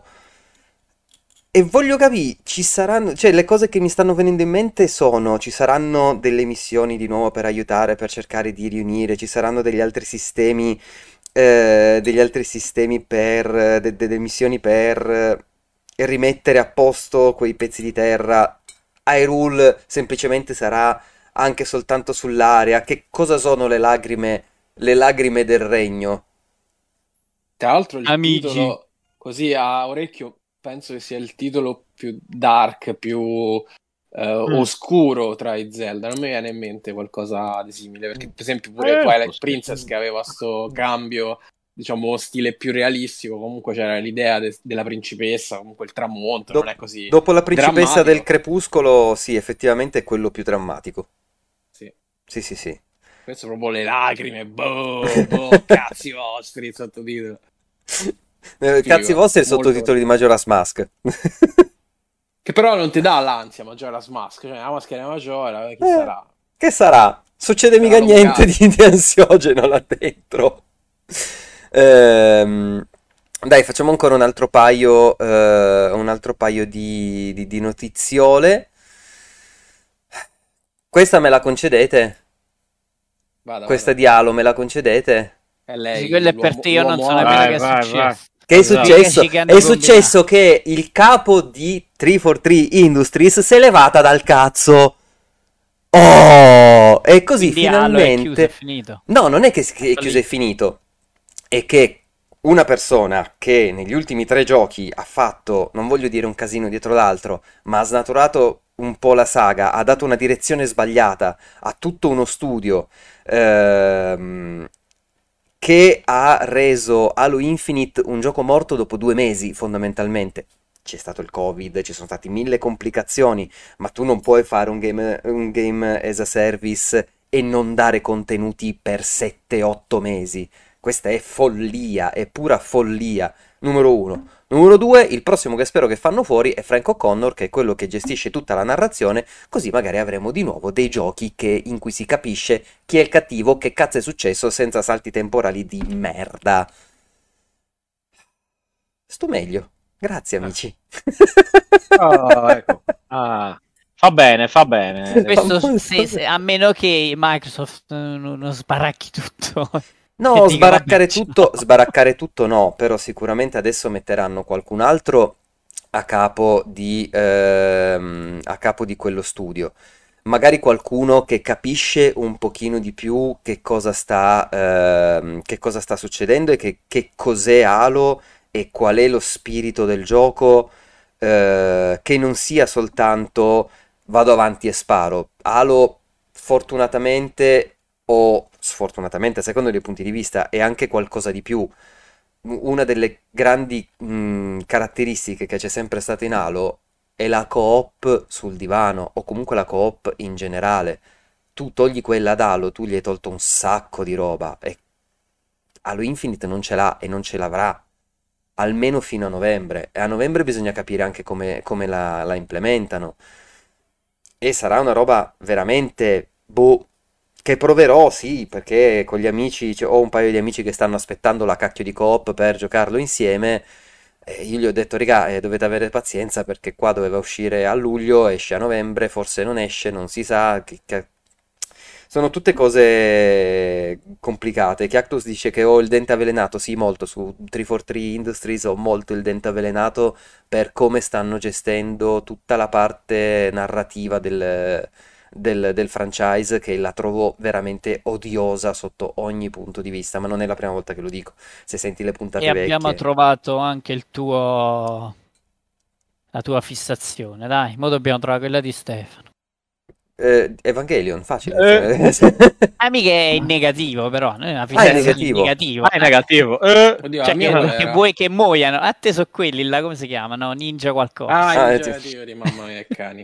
E voglio capire, ci saranno, cioè le cose che mi stanno venendo in mente sono, ci saranno delle missioni di nuovo per aiutare, per cercare di riunire, ci saranno degli altri sistemi, eh, degli altri sistemi per, eh, de- delle missioni per eh, rimettere a posto quei pezzi di terra. Hyrule semplicemente sarà anche soltanto sull'area. Che cosa sono le lacrime, le lacrime del regno? Tra l'altro il Amici. titolo, così a orecchio, penso che sia il titolo più dark, più eh, Mm. oscuro tra i Zelda. Non mi viene in mente qualcosa di simile, perché per esempio pure Eh, Twilight così. Princess che aveva sto cambio, diciamo, stile più realistico, comunque c'era l'idea de- della principessa, comunque il tramonto, non Dop- è così dopo la principessa del drammatico. crepuscolo, sì, effettivamente è quello più drammatico. Sì. Sì, sì, sì. Questo proprio le lacrime, boh, boh, cazzi vostri, sottotitolo. Eh, Cazzi Figo, vostri è il molto sottotitolo di particolare. Majora's Mask. Che però non ti dà l'ansia Majora's Mask, cioè la maschera di Majora, chi Eh, sarà? che sarà? Succede mica Saranno un niente cazzo. di, di ansiogeno là dentro. Ehm, dai, facciamo ancora un altro paio, eh, un altro paio di, di- di notiziole. Questa me la concedete? Vada, Questa vada. di Halo me la concedete? È Sì, lei, quello è per l'uomo, te, io non l'uomo so Halo. nemmeno Vai, che è vai, vai. successo. Che è Esatto. successo? Spiegaci che hanno È combinato. successo che il capo di trecentoquarantatré Industries si è levata dal cazzo. Oh! E così Quindi Halo è chiuso, è finalmente... finito. No, non è che si- che è Fatto chiuso e lì. finito. È che una persona che negli ultimi tre giochi ha fatto, non voglio dire un casino dietro l'altro, ma ha snaturato un po' la saga, ha dato una direzione sbagliata a tutto uno studio, ehm, che ha reso Halo Infinite un gioco morto dopo due mesi, fondamentalmente. C'è stato il Covid, ci sono stati mille complicazioni, ma tu non puoi fare un game, un game as a service e non dare contenuti per sette otto mesi. Questa è follia, è pura follia. Numero uno. Numero due, il prossimo che spero che fanno fuori è Frank O'Connor, che è quello che gestisce tutta la narrazione, così magari avremo di nuovo dei giochi che- in cui si capisce chi è il cattivo, che cazzo è successo, senza salti temporali di merda. Sto meglio. Grazie, amici. Oh, ecco. Ah, fa bene, fa bene. Questo Fa se- molto se- a meno che Microsoft non, non sbaracchi tutto e No, dica vabbè, sbaraccare ce tutto, l'ho. sbaraccare tutto no, però sicuramente adesso metteranno qualcun altro a capo di, ehm, a capo di quello studio. Magari qualcuno che capisce un pochino di più che cosa sta, ehm, che cosa sta succedendo e che, che cos'è Halo e qual è lo spirito del gioco, eh, che non sia soltanto vado avanti e sparo. Halo, fortunatamente o sfortunatamente, a seconda dei punti di vista, è anche qualcosa di più. una delle grandi mh, caratteristiche che c'è sempre stata in Halo è la co-op sul divano, o comunque la co-op in generale. Tu togli quella ad Halo, tu gli hai tolto un sacco di roba, e Halo Infinite non ce l'ha e non ce l'avrà, almeno fino a novembre, e a novembre bisogna capire anche come, come la, la implementano, e sarà una roba veramente, boh, che proverò, sì, perché con gli amici, cioè, ho un paio di amici che stanno aspettando la cacchio di coop per giocarlo insieme, e io gli ho detto, raga, eh, dovete avere pazienza perché qua doveva uscire a luglio, esce a novembre, forse non esce, non si sa, che, che- sono tutte cose complicate. Cactus dice che ho il dente avvelenato, sì, molto, su trecentoquarantatré Industries ho molto il dente avvelenato per come stanno gestendo tutta la parte narrativa del, del- del franchise, che la trovo veramente odiosa sotto ogni punto di vista, ma non è la prima volta che lo dico. Se senti le E puntate abbiamo vecchie. trovato anche il tuo la tua fissazione, dai, mo dobbiamo trovare quella di Stefano. Eh, Evangelion, facile. Eh. Cioè. Ah, mica è in negativo, però, non è una Ah, è fissazione in negativo. negativo. Ah, è negativo. Eh. Oddio, Cioè, la mia che, qual che era? vuoi che muoiano? A te sono quelli là, come si chiamano? Ninja qualcosa. Ah, Ah, i eh, ti- negativi, mamma mia, che cani.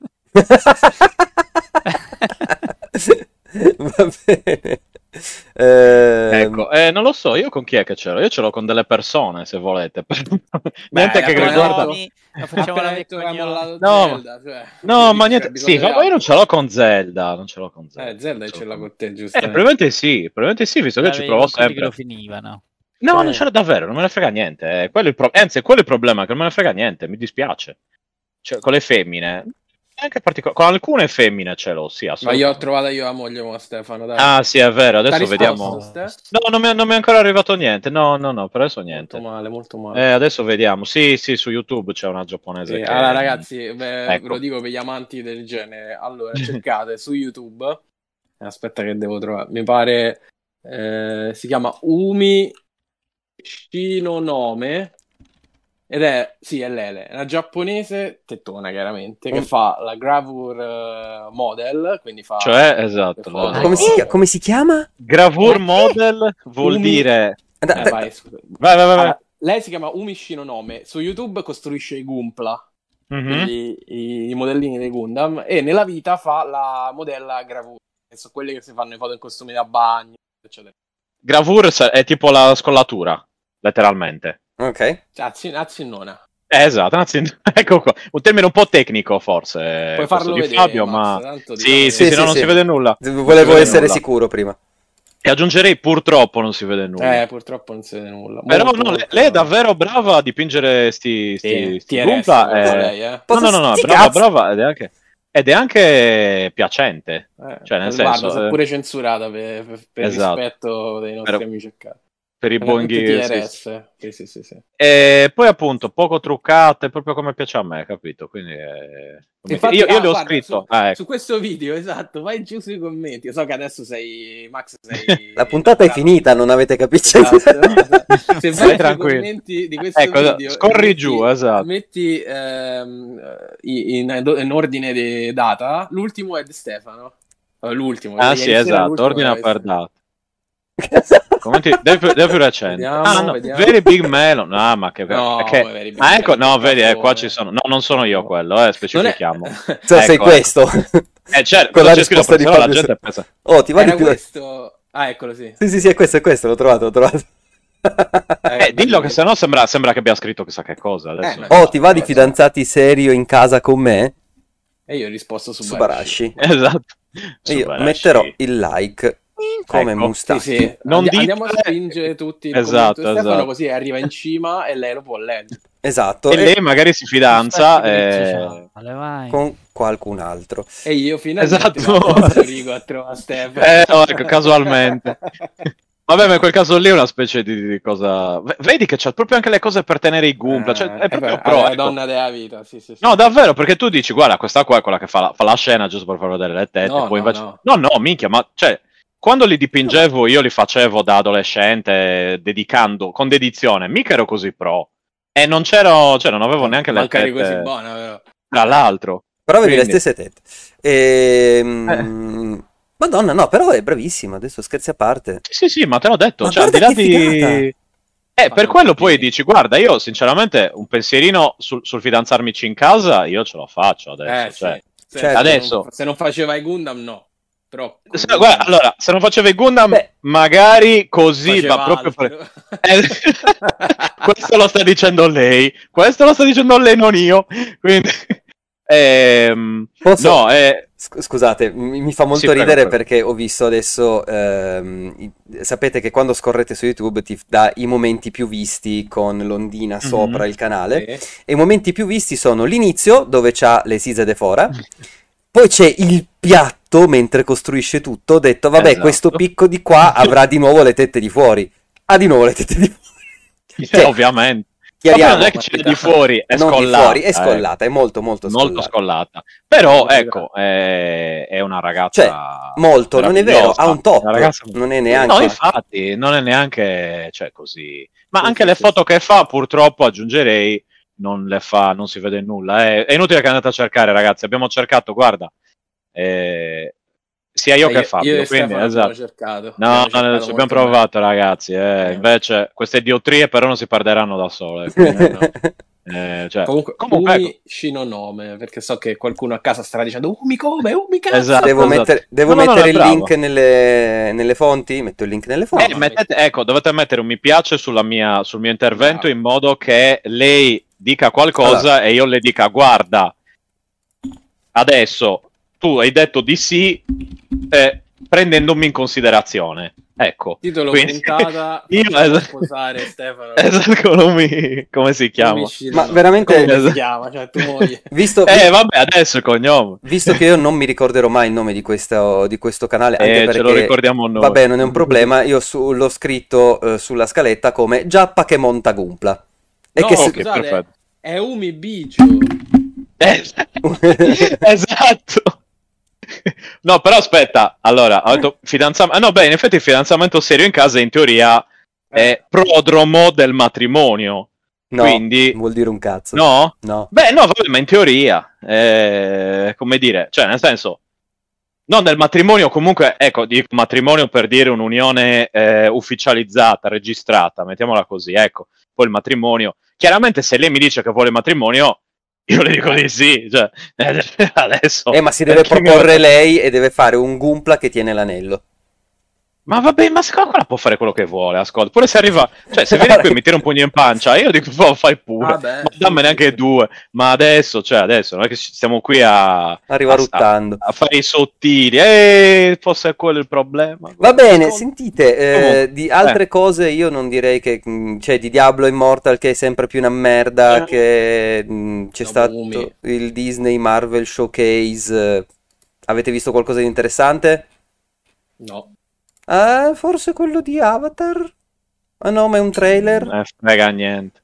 Va bene. Ehm, Ecco, eh, non lo so, io con chi è che ce l'ho? Io ce l'ho con delle persone, se volete. Niente Beh, che appena riguarda... Cognomi, lo facciamo Appena la detto che ha cognomi. mollato No, Zelda, cioè, no, io ma c'è niente... bisogno Sì, di ma io non altro. ce l'ho con Zelda, non ce l'ho con Zelda. Eh, Zelda non ce ce l'ho l'ha con- con te, Eh, giustamente. probabilmente sì, probabilmente sì, visto che ci L'avevi provo con quelli che lo sempre. finivano. No, Sì. non ce l'ho davvero, non me ne frega niente. eh. Quello è il pro- Anzi, è quello il problema, che non me ne frega niente, mi dispiace. Cioè, con le femmine, anche partico- con alcune femmine ce l'ho, sì, Ma io ho assolutamente. trovata io la moglie con Stefano, dai. Ah, sì, è vero, T'ha adesso risposto, vediamo. Ste? No, non mi, è- non mi è ancora arrivato niente. No, no, no, per adesso Molto niente. male, molto Eh, male. adesso vediamo. Sì, sì, su YouTube c'è una giapponese Sì, che... allora ragazzi, beh, ve lo Ecco. dico per gli amanti del genere. Allora, cercate su YouTube. Aspetta che devo trovare. Mi pare eh, si chiama Umi Shinonome. Ed è, sì, è Lele, è una giapponese tettona chiaramente, che Un- fa la gravure eh, model, quindi fa Cioè, le esatto. foto. la- Come si, chia- come si chiama? Gravure Eh? model vuol Umi- dire... Da- Eh, da- vai, scusa. Vai, vai, vai. vai. Allora, lei si chiama Umi Shinonome, su YouTube costruisce i Gunpla, Mhm. quindi i, i modellini dei Gundam, e nella vita fa la modella a gravure, che sono quelli che si fanno le foto in costumi da bagno, eccetera. Gravure sa- è tipo la scollatura, letteralmente. Ok. Azzi- Azzinnona. Eh, esatto, anzi, ecco qua. Un termine un po' tecnico forse, Puoi questo farlo di vedere, Fabio, Max, ma... tanto Sì, diciamo sì, che- sì, no, non si vede nulla. Non si Volevo vede essere nulla. sicuro prima. E aggiungerei purtroppo non si vede nulla. Eh, purtroppo non si vede nulla. Però Molto, no, lei, molto- lei è davvero brava a dipingere sti, sti, Sì, sti T R S Gunpla, proprio eh. lei, eh. No, Posso no, no, no, è sti brava, cazzi? brava ed è anche, ed è anche piacente. Eh, Cioè, nel guarda, senso, si è eh, pure censurata per, per- per esatto. rispetto dei nostri Per- amici a casa. per i buon Veramente ghi- sì, T R sì. S. Sì, sì, sì, sì. E poi appunto poco truccate, proprio come piace a me, capito? Quindi eh, come Infatti, dire- io, io ah, le ho guarda, scritto. su, Ah, ecco. su questo video, esatto, vai giù sui commenti. Io so che adesso sei, Max, sei... La puntata è bravo. finita, non avete capito? Esatto, no, esatto. Se Stai vai sui tranquillo. commenti di questo Ecco, video, scorri metti, giù, esatto. metti ehm, in, in ordine di data, l'ultimo è di Stefano. Eh, L'ultimo, Ah ieri sì, sera esatto, l'ultimo ordina era di per Stefano. data. Commenti del più, del più recente. Vediamo, Ah, no, vediamo. Very Big Melon. Ah, ma che... No, che- Very Big ah, ecco, Melon, no, vedi, eh, qua cappone. ci sono... No, non sono io Cappone. quello, eh, Non è... specifichiamo. Cioè, sei Ecco, ecco. questo. Eh, certo, Con la c'è scritto risposta di perché sennò la Fabio. gente pensa... Oh, ti va di Era più? questo... Ah, eccolo, sì. Sì, sì, sì, è questo, è questo, l'ho trovato, l'ho trovato. Eh, dillo che sennò sembra, sembra che abbia scritto chissà che cosa. Adesso. Eh, no. Oh, ti va di Però, fidanzati serio in casa con me? E io ho risposto su Su Barashi. Barashi. Esatto. E io Super, metterò sì. il like come Ecco. Sì, Mustacchi. sì. Non Andi- dite- andiamo a spingere tutti il Esatto, commento di Stefano, esatto. così arriva in cima e lei lo può leggere. Esatto, E e lei magari si fidanza. Mustacchi per il eh, sociale, vai. con qualcun altro. E io finalmente Esatto. vado a Rigo a trovare Stefano. Eh, no, ecco, casualmente. Vabbè, ma in quel caso lì è una specie di, di cosa. V- Vedi che c'ha proprio anche le cose per tenere i Gunpla. Cioè, è proprio pro. la ecco. donna della vita, sì, sì, sì. No, davvero, perché tu dici, guarda, questa qua è quella che fa la, fa la scena giusto per far vedere le tette. No, poi no, invece... no. no, no, minchia, ma cioè, quando li dipingevo, io li facevo da adolescente, dedicando, con dedizione. Mica ero così pro. E non c'ero, cioè, non avevo neanche le Manca di tette. così buona, però. Tra l'altro. Però avevi le Quindi- stesse tette. Ehm, Madonna, no, però è bravissima, adesso scherzi a parte. Sì, sì, ma te l'ho detto. Ma Cioè, al di guarda là che di. figata! Eh, per quello poi dici, guarda, io sinceramente un pensierino sul, sul fidanzarmici in casa, io ce lo faccio adesso. Eh, cioè, sì. Certo. adesso... Se non, se non faceva i Gundam, no. Però, se, guarda, allora, se non facevo i Gundam, Beh, magari così, faceva ma proprio... altro. Per... Eh, questo lo sta dicendo lei, questo lo sta dicendo lei, non io. Quindi... Ehm, Posso... No, eh... Scusate, mi, mi fa molto Sì, prego, ridere prego. perché ho visto adesso, ehm, i- sapete che quando scorrete su YouTube ti dà i momenti più visti con l'ondina sopra Mhm. il canale, Sì. e i momenti più visti sono l'inizio dove c'ha le sise de fora, poi c'è il piatto mentre costruisce tutto, ho detto vabbè Esatto. questo picco di qua avrà di nuovo le tette di fuori, ha di nuovo le tette di fuori. Cioè, ovviamente. Chiariamo, Ma poi non è che ce l'è di fuori, è non scollata. di fuori, è eh. scollata, è molto molto scollata. Molto scollata. Però, Eh, ecco, è, è una ragazza... Cioè, molto, non è vero, ha un top, Una ragazza... non è neanche... No, infatti, non è neanche cioè, così. Ma Sì, anche sì, le sì, foto sì. che fa, purtroppo, aggiungerei, non le fa, non si vede nulla. È, è inutile che andate a cercare, ragazzi. Abbiamo cercato, guarda, eh, sia io Eh, che io, Fabio. io e quindi, Stefano esatto. abbiamo cercato. No, abbiamo no, cercato ci abbiamo molto provato, ragazzi. Eh, Eh. invece, queste diottrie però non si perderanno da sole. Quindi, bene. eh, cioè, Comunque, comunque, ecco. Umi Shinonome, perché so che qualcuno a casa starà dicendo Umi come? Umi cazzo! Esatto. Devo mettere, devo No, no, no, mettere è il bravo. link nelle, nelle fonti? Metto il link nelle Eh, fonti. No, mettete- ecco, dovete mettere un mi piace sulla mia, sul mio intervento Bravo. in modo che lei dica qualcosa Allora. e io le dica guarda, adesso tu hai detto di sì eh, prendendomi in considerazione. Ecco. Titolo Quindi- puntata, io facciamo es- sposare Stefano. esatto, come, mi- come si chiama? Umi Shinonome. Ma veramente- Come si Esatto. chiama? Cioè, tu moglie. Visto, Eh vi- vabbè, adesso il cognome. visto che io non mi ricorderò mai il nome di questo, di questo canale, anche Eh, perché, ce lo ricordiamo noi. vabbè, non è un problema, io su- l'ho scritto eh, sulla scaletta come Giappa che monta Gumpla. E No, che si- Ok, scusate, perfetto. è Umi Biggio. Eh, esatto. No, però aspetta, allora, ho detto fidanzamento... Ah, no, beh, in effetti il fidanzamento serio in casa in teoria è prodromo del matrimonio. No, Quindi... vuol dire un cazzo. No? No. Beh, no, vabbè, ma in teoria, eh, come dire, cioè, nel senso, non del matrimonio, comunque, ecco, dico matrimonio per dire un'unione eh, ufficializzata, registrata, mettiamola così, ecco. Poi il matrimonio, chiaramente se lei mi dice che vuole matrimonio, io le dico di sì, cioè, adesso... Eh, ma si deve perché mi- proporre lei e deve fare un Gumpla che tiene l'anello. Ma vabbè, ma secondo me può fare quello che vuole, ascolta. Pure se arriva, cioè se viene qui e mi tira un pugno in pancia, io dico, "Oh, fai pure, Vabbè, ma sì, dammene sì, anche sì. due." Ma adesso, cioè adesso, non è che ci- stiamo qui a, Arriva a, ruttando. a fare i sottili, eh, fosse quello il problema. Va bene, Ascolta. sentite, eh, Comunque, di altre cose io non direi che, mh, cioè di Diablo Immortal che è sempre più una merda, Eh. che mh, c'è No, stato Umi. il Disney Marvel Showcase, eh, avete visto qualcosa di interessante? No. Ah, forse quello di Avatar? Ah no, ma è un trailer? Non frega niente.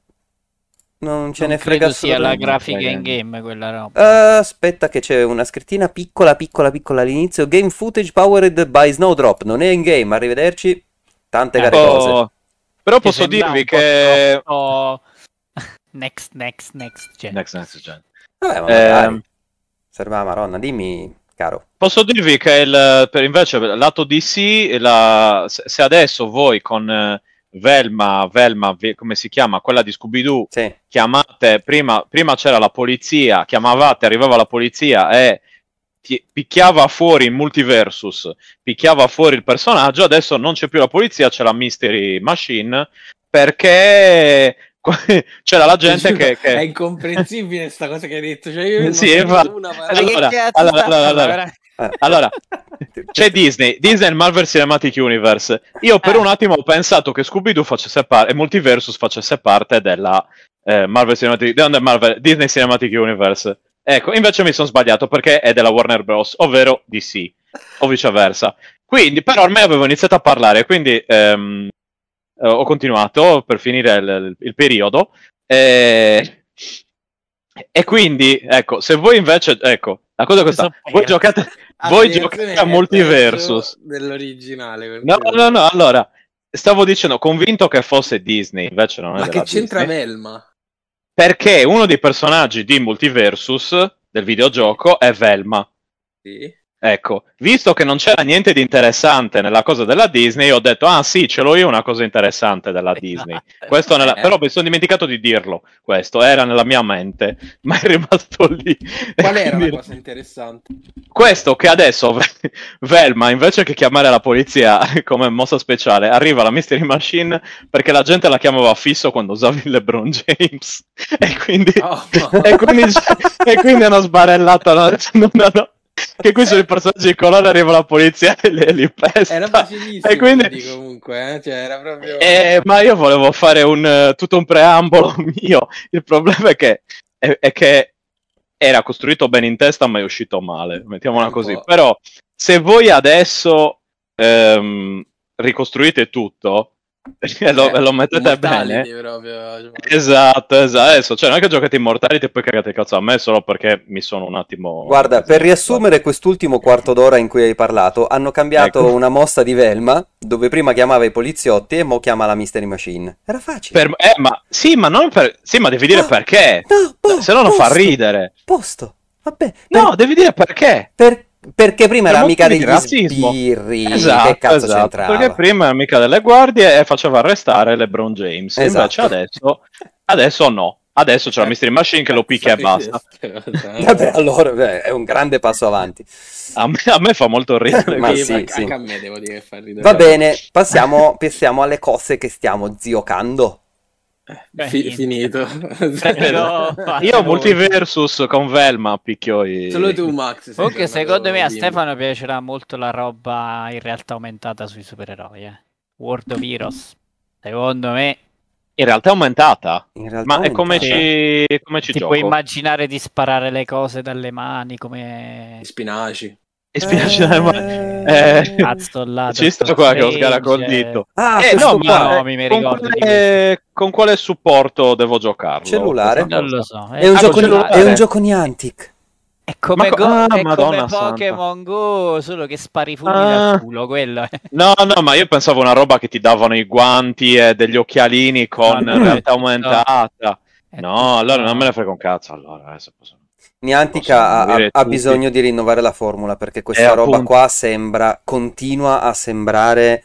Non ce Non ne frega credo sia la assolutamente. grafica frega in niente. game quella roba. Ah, aspetta che c'è una scrittina piccola, piccola, piccola all'inizio. Game footage powered by Snowdrop. Non è in game, arrivederci. Tante care cose. Oh, però Che posso sembra dirvi un po' che... troppo- next, next, next. Cioè. Next, next gen. Vabbè, ma Ehm, magari. Serve la Maronna, dimmi, caro. Posso dirvi che il, per invece lato D C, la, se se adesso voi con eh, Velma, Velma, ve- come si chiama, quella di Scooby-Doo, Sì. chiamate, prima, prima c'era la polizia, chiamavate, arrivava la polizia e ti- picchiava fuori in Multiversus, picchiava fuori il personaggio, adesso non c'è più la polizia, c'è la Mystery Machine, perché c'era la gente che... che... È incomprensibile sta cosa che hai detto. Cioè, io non Sì, ho capito infatti. una Ma parola. di Allora, che cazzo allora, sta allora, parlando, allora. veramente? Eh. Allora, c'è Disney, Disney è il Marvel Cinematic Universe. Io per Eh. un attimo ho pensato che Scooby-Doo facesse parte, e Multiversus facesse parte della eh, Marvel Cinematic, non del Marvel, Disney Cinematic Universe. Ecco, invece mi sono sbagliato perché è della Warner Bros., ovvero D C, o viceversa. Quindi, però ormai avevo iniziato a parlare, quindi ehm, eh, ho continuato per finire il, il periodo. E, e quindi, ecco, se voi invece, ecco, la cosa è questa, voi giocate, voi Attenzione, giocate a è Multiversus. peggio dell'originale. No, no, no, allora, stavo dicendo, convinto che fosse Disney, invece non è Ma della che c'entra Disney, Velma? perché uno dei personaggi di Multiversus, del videogioco, è Velma. Sì. Ecco, visto che non c'era niente di interessante nella cosa della Disney, ho detto, ah sì, ce l'ho io una cosa interessante della Disney. Questo nella... Però mi sono dimenticato di dirlo, questo era nella mia mente, ma è rimasto lì. Qual E era quindi... la cosa interessante? Questo che adesso Velma, invece che chiamare la polizia come mossa speciale, arriva la Mystery Machine perché la gente la chiamava fisso quando usavi il LeBron James. E quindi, Oh. e quindi, e quindi hanno sbarellato. No, no, no. Che qui sono i personaggi di colore, arriva la polizia e li, li pesta. Era facilissimo, e quindi... quindi, comunque, eh? Cioè, era proprio... Eh, ma io volevo fare un, tutto un preambolo mio. Il problema è che, è, è che era costruito bene in testa, ma è uscito male, mettiamola così. po'. Però, se voi adesso ehm, ricostruite tutto e lo, Eh, lo mettete bene, proprio. esatto, esatto. Adesso, cioè, non è che giocate Immortality e poi cagate il cazzo a me solo perché mi sono un attimo. Guarda, per riassumere quest'ultimo quarto d'ora in cui hai parlato, hanno cambiato Ecco. una mossa di Velma, dove prima chiamava i poliziotti e mo chiama la Mystery Machine. Era facile. Per, eh, ma sì, ma non per. Sì, ma devi dire No, perché. No, po- Se no non fa posto, ridere. Posto. Vabbè. No, per- devi dire perché. per- perché prima Per era amica motivi degli di razzismo. sbirri. Esatto, che cazzo esatto, c'entrava? perché prima era amica delle guardie e faceva arrestare LeBron James. Esatto. Invece adesso, adesso no. Adesso c'è la Mystery Machine che lo picchia e basta. Vabbè, allora beh, è un grande passo avanti. A me, a me fa molto ridere. Ma Anche- sì, anche sì. a me devo dire che fa ridere. Va bene, passiamo, passiamo alle cose che stiamo ziocando. Beh, Fi- niente. finito. Però- Io Multiversus con Velma picchio i... Solo tu, Max. sei Comunque, tornato secondo me a bimbo. Stefano piacerà molto la roba in realtà aumentata sui supereroi. Eh. World of Heroes. Secondo me In realtà è aumentata. In realtà Ma è come aumentata. ci, come ci ti gioco? puoi immaginare di sparare le cose dalle mani come Gli spinaci. E spinaci dalle mani. Eh, cazzo là. ci sto qua che ho sgara col dito. Ah, Eh, questo no, qua. ma no, mi con, ricordo di quale, con quale supporto devo giocarlo? Cellulare? Questa Non lo cosa? so. È un, Ah, gioco, col cellulare. è un gioco Niantic. È come, Ma co- Go- ah, è Madonna come santa. Pokémon Go, solo che spari fulmini Ah. al culo, quello è. No, no, ma io pensavo una roba che ti davano i guanti e degli occhialini con No, no, realtà è aumentata. È No, tutto- allora non me ne frega un cazzo. Allora, adesso posso... Niantic Possono ha, ha- morire ha tutti. bisogno di rinnovare la formula perché questa Eh, roba appunto. qua sembra, continua a sembrare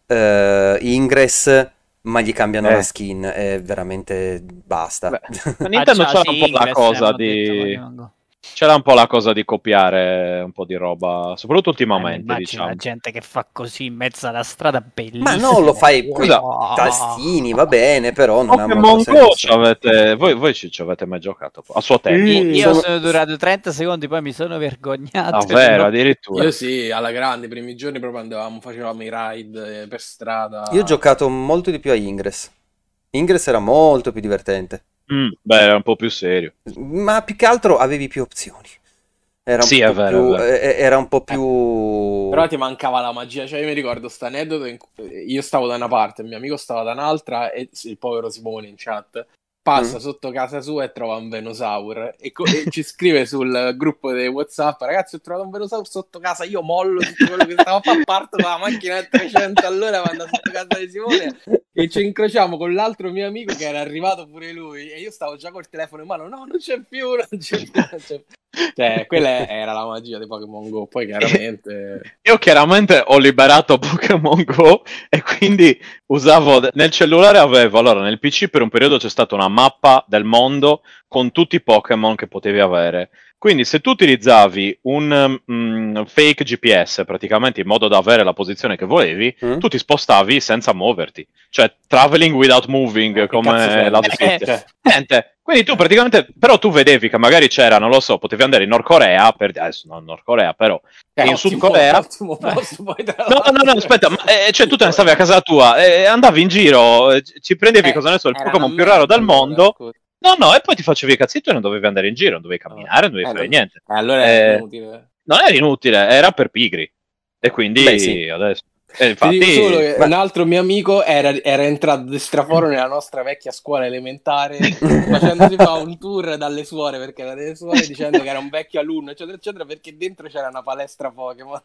eh, Ingress, ma gli cambiano Eh. la skin e veramente basta. Beh, ma Nintendo Ah, c'ha sì, un po' la Ingress, cosa hanno detto di... Pokémon Go. C'era un po' la cosa di copiare un po' di roba, soprattutto Eh, mi ultimamente, immagino diciamo. la gente che fa così in mezzo alla strada, bellissimo. Ma no, lo fai coi Wow. tastini, va bene, però non ha Pokémon molto Go senso. ci avete... Voi, voi ci, ci avete mai giocato? A suo tempo? Io, io Sono- sono... durato trenta secondi, poi mi sono vergognato. Davvero, No. addirittura. Io sì, alla grande, i primi giorni proprio andavamo, facevamo i ride eh, per strada. Io ho giocato molto di più a Ingress. Ingress era molto più divertente, Mm, beh, era un po' più serio. ma più che altro avevi più opzioni. Era un Sì, po' è vero, più, è vero. eh, era un po' più... Però ti mancava la magia, cioè io mi ricordo sta aneddoto in cui io stavo da una parte, il mio amico stava da un'altra e il povero Simone in chat passa Mm. sotto casa sua e trova un Venusaur e, co- e ci scrive sul gruppo di WhatsApp: ragazzi, ho trovato un Venusaur sotto casa, io mollo tutto quello che stavo a fare, parto con la macchina a trecento all'ora, vado sotto casa di Simone e ci incrociamo con l'altro mio amico che era arrivato pure lui e io stavo già col telefono in mano, no, non c'è più, non c'è più, non c'è più. Cioè, quella era la magia di Pokémon Go. Poi chiaramente Io chiaramente ho liberato Pokémon Go e quindi usavo nel cellulare avevo, allora nel P C per un periodo c'è stata una mappa del mondo con tutti i Pokémon che potevi avere. Quindi se tu utilizzavi un mm, fake G P S praticamente in modo da avere la posizione che volevi, Mm. tu ti spostavi senza muoverti. Cioè traveling without moving, Eh, che cazzo come c'è? la Eh, notizia. cioè. Niente. Quindi tu praticamente, però tu vedevi che magari c'era, non lo so, potevi andare in Nord Corea, per, adesso non Nord Corea, però è in ottimo, Sud Corea. ottimo posto, poi tra No, no, no, l'altro. aspetta, ma, eh, cioè tu te ne stavi a casa tua, eh, andavi in giro, eh, ci prendevi Eh, cosa ne so, il era Pokémon una più raro merda, del allora, mondo. scusa. No, no, e poi ti facevi i cazzi tu e non dovevi andare in giro, non dovevi camminare, non dovevi Eh, fare no. niente. Eh, allora Eh, è inutile. Non era inutile, era per pigri. E quindi Beh, sì. adesso... eh, Ti infatti... dico solo che Ma- un altro mio amico era, era entrato di straforo nella nostra vecchia scuola elementare facendosi fare un tour dalle suore, perché era delle suore, dicendo che era un vecchio alunno, eccetera, eccetera, perché dentro c'era una palestra Pokémon.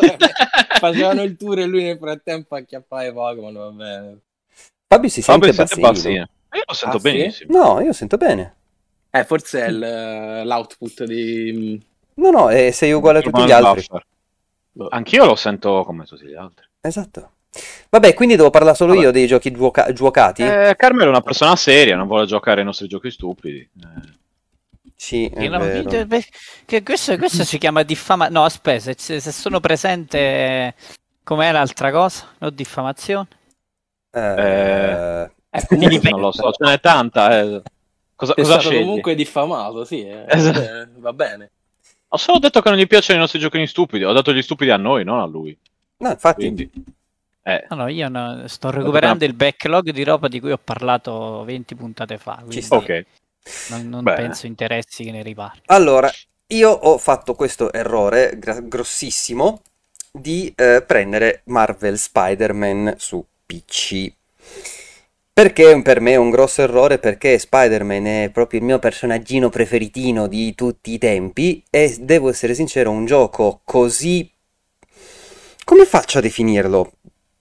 Facevano il tour e lui nel frattempo acchiappava i Pokémon, va bene. Fabio si Fabio, sente siete bassino. bassi, eh? Io lo sento Ah, sì? benissimo. No, io sento bene. Eh, forse è il- l'output di... No, no, eh, sei uguale a tutti Come gli il altri. buffer. Anch'io lo sento come tutti gli altri. Esatto. Vabbè, quindi devo parlare solo Vabbè. io dei giochi giuoca- giocati? Eh, Carmelo è una persona seria, non vuole giocare ai nostri giochi stupidi. Eh. Sì, è Che no, vero. che questo, questo si chiama diffama. No, aspetta, se, se sono presente, com'è l'altra cosa? No, diffamazione. Eh, Eh... Eh, quindi dipende. non lo so, ce n'è tanta. Eh. Cosa, Sei cosa stato scegli? comunque diffamato, sì, eh, Esatto. beh, va bene. Ho solo detto che non gli piacciono i nostri giochi stupidi. Ho dato gli stupidi a noi, non a lui. No, infatti. Quindi, eh, No, no, io no, sto detto recuperando che- il backlog di roba di cui ho parlato venti puntate fa, Ci quindi sta. ok. non, non Bene. penso interessi che ne riparli. Allora, io ho fatto questo errore gra- grossissimo di eh, prendere Marvel Spider-Man su P C. Perché per me è un grosso errore? Perché Spider-Man è proprio il mio personaggino preferitino di tutti i tempi e devo essere sincero, un gioco così... Come faccio a definirlo?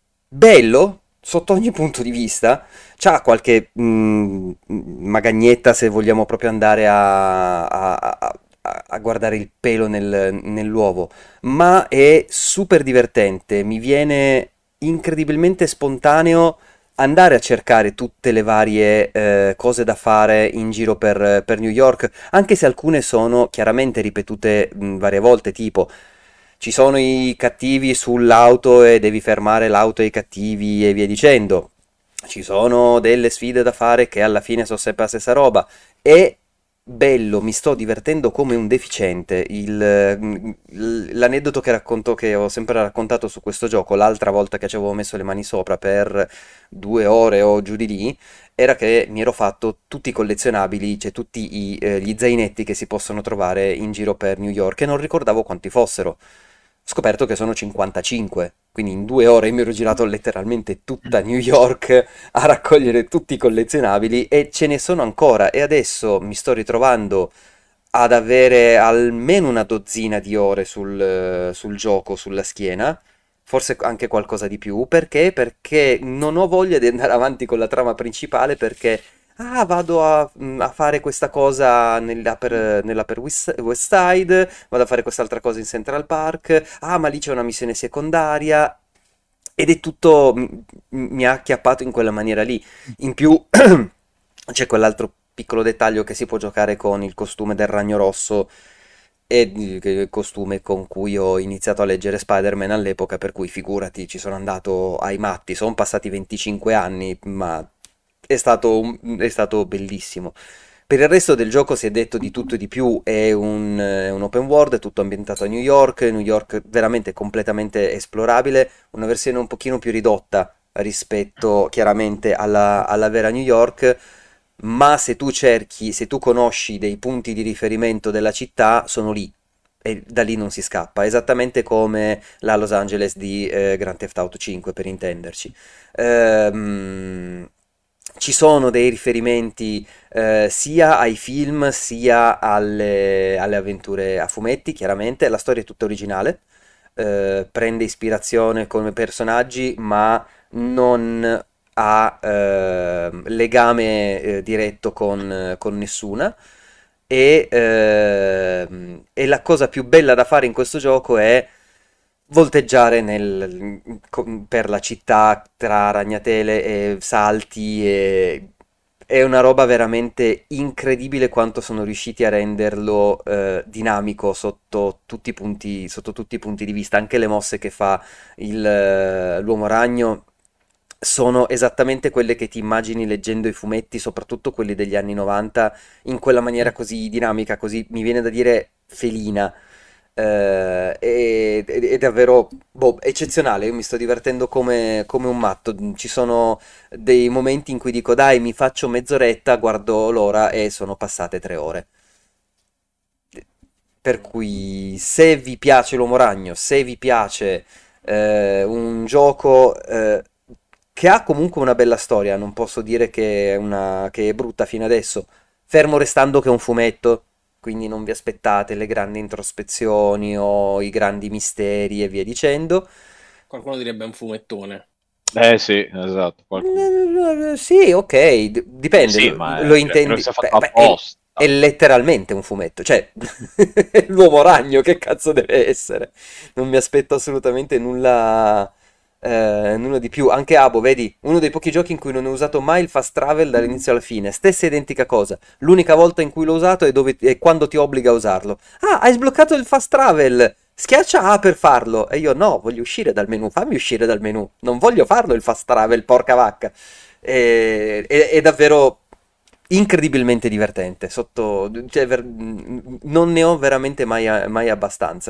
Bello sotto ogni punto di vista. C'ha qualche mm, magagnetta se vogliamo proprio andare a, a- a- a- a guardare il pelo nel- nell'uovo, ma è super divertente, mi viene incredibilmente spontaneo andare a cercare tutte le varie eh, cose da fare in giro per, per New York, anche se alcune sono chiaramente ripetute mh, varie volte, tipo ci sono i cattivi sull'auto e devi fermare l'auto e i cattivi e via dicendo. Ci sono delle sfide da fare che alla fine sono sempre la stessa roba. È bello, mi sto divertendo come un deficiente. Il- mm, l'aneddoto che racconto, che ho sempre raccontato su questo gioco, l'altra volta che ci avevo messo le mani sopra per due ore o giù di lì, era che mi ero fatto tutti i collezionabili, cioè tutti i, eh, gli zainetti che si possono trovare in giro per New York e non ricordavo quanti fossero. Ho scoperto che sono cinquantacinque, quindi in due ore mi ero girato letteralmente tutta New York a raccogliere tutti i collezionabili e ce ne sono ancora e adesso mi sto ritrovando ad avere almeno una dozzina di ore sul, sul gioco, sulla schiena, forse anche qualcosa di più, perché? Perché non ho voglia di andare avanti con la trama principale perché ah, vado a, mm, a fare questa cosa nell'Upper, nell'Upper West, West Side, vado a fare quest'altra cosa in Central Park, ah, ma lì c'è una missione secondaria, ed è tutto, m- m- mi ha acchiappato in quella maniera lì. In più c'è quell'altro piccolo dettaglio che si può giocare con il costume del Ragno Rosso, e il costume con cui ho iniziato a leggere Spider-Man all'epoca, per cui figurati, ci sono andato ai matti, sono passati venticinque anni, ma è stato, un- è stato bellissimo. Per il resto del gioco si è detto di tutto e di più, è un, è un open world, è tutto ambientato a New York, New York veramente completamente esplorabile, una versione un pochino più ridotta rispetto chiaramente alla, alla vera New York, ma se tu cerchi, se tu conosci dei punti di riferimento della città, sono lì e da lì non si scappa, esattamente come la Los Angeles di eh, Grand Theft Auto cinque per intenderci. Ehm, Ci sono dei riferimenti eh, sia ai film sia alle, alle avventure a fumetti, chiaramente, la storia è tutta originale, eh, prende ispirazione come personaggi, ma non ha eh, legame eh, diretto con, con nessuna. E, ehm, e la cosa più bella da fare in questo gioco è volteggiare nel- co- per la città tra ragnatele e salti e è una roba veramente incredibile quanto sono riusciti a renderlo eh, dinamico sotto tutti i punti, sotto tutti i punti di vista. Anche le mosse che fa il, eh, l'uomo ragno sono esattamente quelle che ti immagini leggendo i fumetti, soprattutto quelli degli anni novanta, in quella maniera così dinamica, così mi viene da dire felina. Eh, e- ed è davvero boh, eccezionale. Io mi sto divertendo come, come un matto. Ci sono dei momenti in cui dico, dai, mi faccio mezz'oretta, guardo l'ora e sono passate tre ore. Per cui, se vi piace l'Uomo Ragno, se vi piace eh, un gioco eh, che ha comunque una bella storia, non posso dire che è, una, che è brutta fino adesso, fermo restando che è un fumetto, quindi non vi aspettate le grandi introspezioni o i grandi misteri e via dicendo. Qualcuno direbbe un fumettone. Eh sì, esatto. Qualcuno. Eh, Sì, ok, d- Eh dipende, sì, lo, ma lo è, credo che intendi... sia Beh, fatto beh, è, apposta. è letteralmente un fumetto, cioè l'uomo ragno che cazzo deve essere? Non mi aspetto assolutamente nulla, eh, nulla di più. Anche Abo, vedi, uno dei pochi giochi in cui non ho usato mai il fast travel dall'inizio alla fine, stessa identica cosa. L'unica volta in cui l'ho usato è, dove, è quando ti obbliga a usarlo. Ah, hai sbloccato il fast travel! Schiaccia A per farlo. E io no, voglio uscire dal menu, fammi uscire dal menu. Non voglio farlo il fast travel, porca vacca. E- è, è davvero incredibilmente divertente. Sotto, cioè, ver- non ne ho veramente mai, mai abbastanza.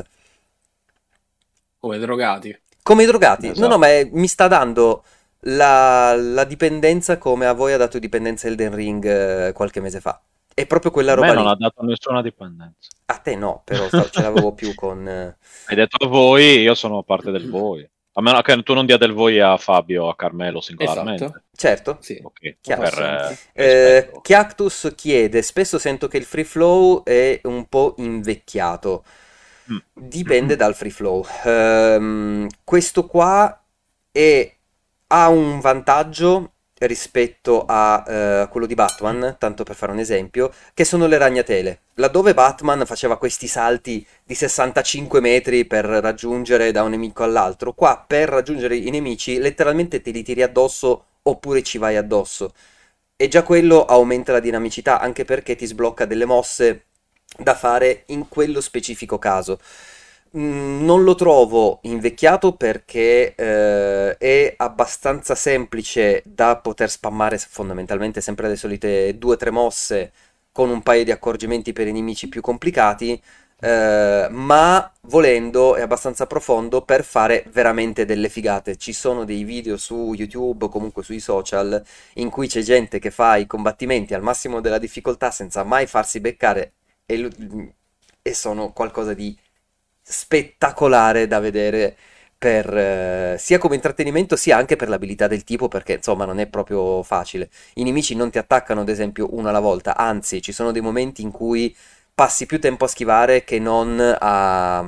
Come drogati. Come i drogati. No, no, Esatto. ma è- mi sta dando la, la dipendenza come a voi ha dato dipendenza Elden Ring eh, qualche mese fa. È proprio quella A me roba non lì. ha dato nessuna dipendenza. A te no, però sta- ce l'avevo più con... eh, Hai detto a voi, io sono parte del voi. A meno che tu non dia del voi a Fabio, a Carmelo Esatto. singolarmente. Certo, Sì, Ok, lo fa chiaro. per eh, sempre. Eh, rispetto. Chiactus chiede, spesso sento che il free flow è un po' invecchiato. Mm. Dipende dal free flow. Ehm, questo qua è- ha un vantaggio rispetto a eh, quello di Batman, tanto per fare un esempio, che sono le ragnatele. Laddove Batman faceva questi salti di sessantacinque metri per raggiungere da un nemico all'altro, qua per raggiungere i nemici letteralmente te li tiri addosso oppure ci vai addosso. E già quello aumenta la dinamicità, anche perché ti sblocca delle mosse da fare in quello specifico caso. Mm, non lo trovo invecchiato perché eh, è abbastanza semplice da poter spammare fondamentalmente sempre le solite due o tre mosse con un paio di accorgimenti per i nemici più complicati, eh, ma volendo è abbastanza profondo per fare veramente delle figate. Ci sono dei video su YouTube o comunque sui social in cui c'è gente che fa i combattimenti al massimo della difficoltà senza mai farsi beccare e, lu- e sono qualcosa di spettacolare da vedere per, eh, sia come intrattenimento sia anche per l'abilità del tipo perché insomma non è proprio facile. I nemici non ti attaccano ad esempio uno alla volta, anzi ci sono dei momenti in cui passi più tempo a schivare che non a,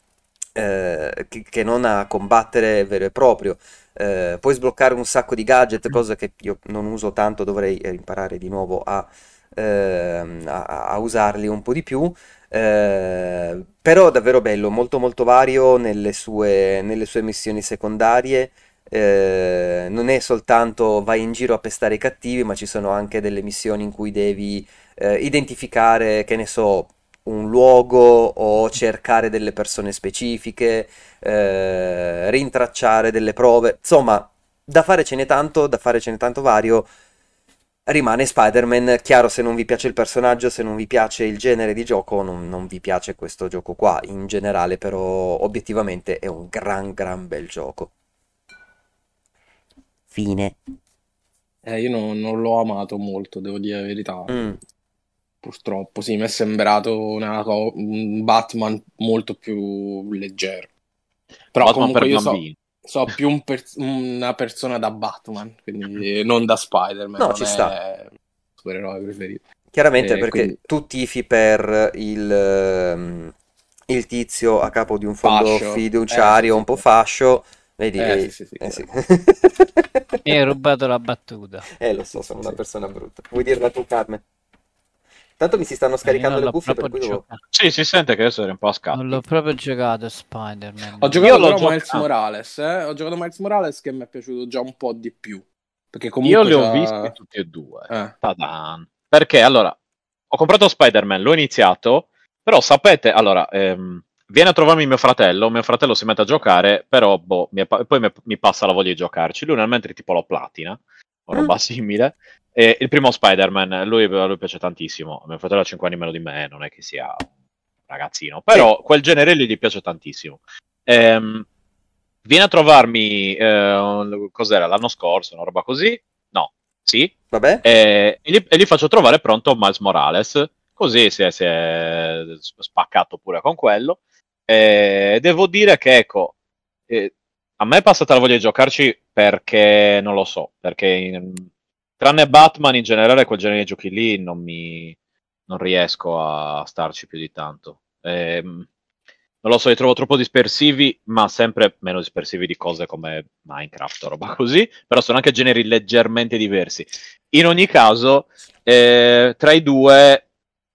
eh, che, che non a combattere vero e proprio. Eh, puoi sbloccare un sacco di gadget, cosa che io non uso tanto, dovrei eh, imparare di nuovo a, ehm, a- a usarli un po' di più. Eh, però davvero bello, molto molto vario nelle sue, nelle sue missioni secondarie. Eh, non è soltanto vai in giro a pestare i cattivi, ma ci sono anche delle missioni in cui devi eh, identificare, che ne so, un luogo o cercare delle persone specifiche, eh, rintracciare delle prove. Insomma, da fare ce n'è tanto, da fare ce n'è tanto vario. Rimane Spider-Man, chiaro se non vi piace il personaggio, se non vi piace il genere di gioco, non, non vi piace questo gioco qua. In generale, però, obiettivamente è un gran gran bel gioco. Fine. Eh, io non, non l'ho amato molto, devo dire la verità. Mm. Purtroppo, sì, mi è sembrato una co- un Batman molto più leggero. Però Batman per comunque io so, bambini. so più un per- una persona da Batman, quindi non da Spider-Man, No, non ci sta. è il supereroe preferito. Chiaramente E perché quindi tu tifi per il, ehm, il tizio a capo di un fondo fascio. Eh sì, fiduciario un sì, po' sì. fascio, vedi, Eh sì, e, sì, sì, eh sì. chiaro. Mi hai rubato la battuta. Eh, lo so, Sì, sono sì, una sì. persona brutta. Vuoi dirla tu, Carmen? Tanto mi si stanno Ma io scaricando non le l'ho cuffie, per proprio cui devo... giocato. Sì, si sente che adesso eri un po' a Non l'ho scatti. proprio giocato Spider-Man. Ho non- Io giocato l'ho però Miles giocato. Morales, eh? Ho giocato Miles Morales che mi è piaciuto già un po' di più. Perché Io comunque li ho visti c'ha... tutti e due. Eh. Tadan. Perché allora, ho comprato Spider-Man, l'ho iniziato, però sapete, allora, ehm, viene a trovarmi mio fratello, mio fratello si mette a giocare, però boh, mi è pa- poi mi, mi passa la voglia di giocarci. Lui nel mentre tipo lo platina, o Mm. roba simile. E il primo Spider-Man, lui, a lui piace tantissimo. Mio fratello ha cinque anni meno di me, non è che sia un ragazzino, Sì, però quel genere lì gli piace tantissimo. Ehm, Viene a trovarmi, eh, cos'era, l'anno scorso, una roba così? No, sì. vabbè. E, e gli, e gli faccio trovare pronto Miles Morales, così si è, si è spaccato pure con quello. E devo dire che, ecco, eh, a me è passata la voglia di giocarci perché, non lo so, perché in- tranne Batman in generale quel genere di giochi lì non mi non riesco a starci più di tanto. Ehm, non lo so, li trovo troppo dispersivi, ma sempre meno dispersivi di cose come Minecraft o roba così, però sono anche generi leggermente diversi. In ogni caso, eh, tra i due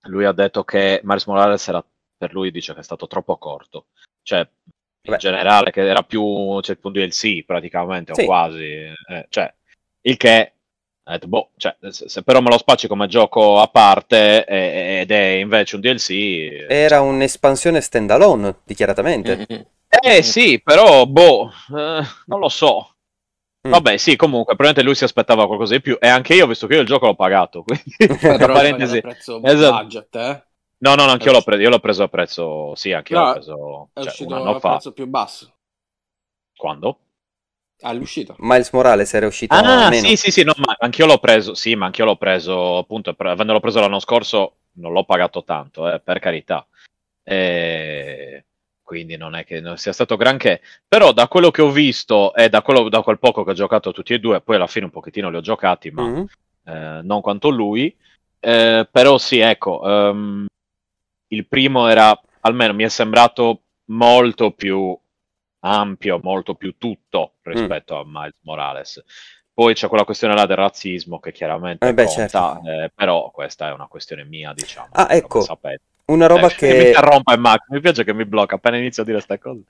lui ha detto che Miles Morales era, per lui dice che è stato troppo corto, cioè in Beh, generale che era più cioè, un D L C praticamente o sì, quasi, eh, cioè il che ha detto, boh, cioè, se, se però me lo spacci come gioco a parte eh, ed è invece un D L C, eh, era insomma. un'espansione standalone, dichiaratamente. Mm-mm. Eh sì, però boh, eh, non lo so. Mm. Vabbè, sì, comunque, probabilmente lui si aspettava qualcosa di più. E anche io, visto che io il gioco l'ho pagato, quindi, Poi tra però l'hai pagato a parentesi. prezzo Esatto. budget, eh? No, no, no, È anch'io l'ho usci- preso, io l'ho preso a prezzo, sì, anch'io l'ho Però preso, è cioè, un uscito anno a fa. prezzo più basso Quando? all'uscita. Miles Morales era uscito a Ah, sì, meno. sì, sì, no, ma anch'io l'ho preso, sì, ma anch'io l'ho preso, appunto, pre- avendolo preso l'anno scorso, non l'ho pagato tanto, eh, per carità. E quindi non è che non sia stato granché, però da quello che ho visto e da, quello, da quel poco che ho giocato a tutti e due, poi alla fine un pochettino li ho giocati, ma Mm. eh, non quanto lui, eh, però sì, ecco, ehm, il primo era, almeno mi è sembrato molto più ampio, molto più tutto Mm. rispetto a Miles Morales. Poi c'è quella questione là del razzismo che Eh chiaramente beh, certo. conta, eh, però questa è una questione mia, diciamo, Ah, eh, come ecco, sapete. una Eh, roba mi che... interrompe Max, mi piace che mi blocca appena inizio a dire queste cose.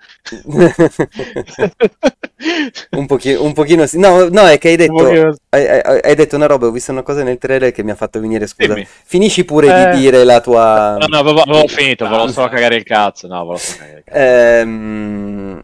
Un pochino, un pochino sì. No, no, è che hai Un detto, pochino- hai, hai- hai detto una roba, ho visto una cosa nel trailer che mi ha fatto venire, scusa. Dimmi. Finisci pure di Eh, dire la tua... no, no, avevo, avevo finito, volevo solo Basta. cagare il cazzo. No, volevo solo cagare il cazzo. Ehm,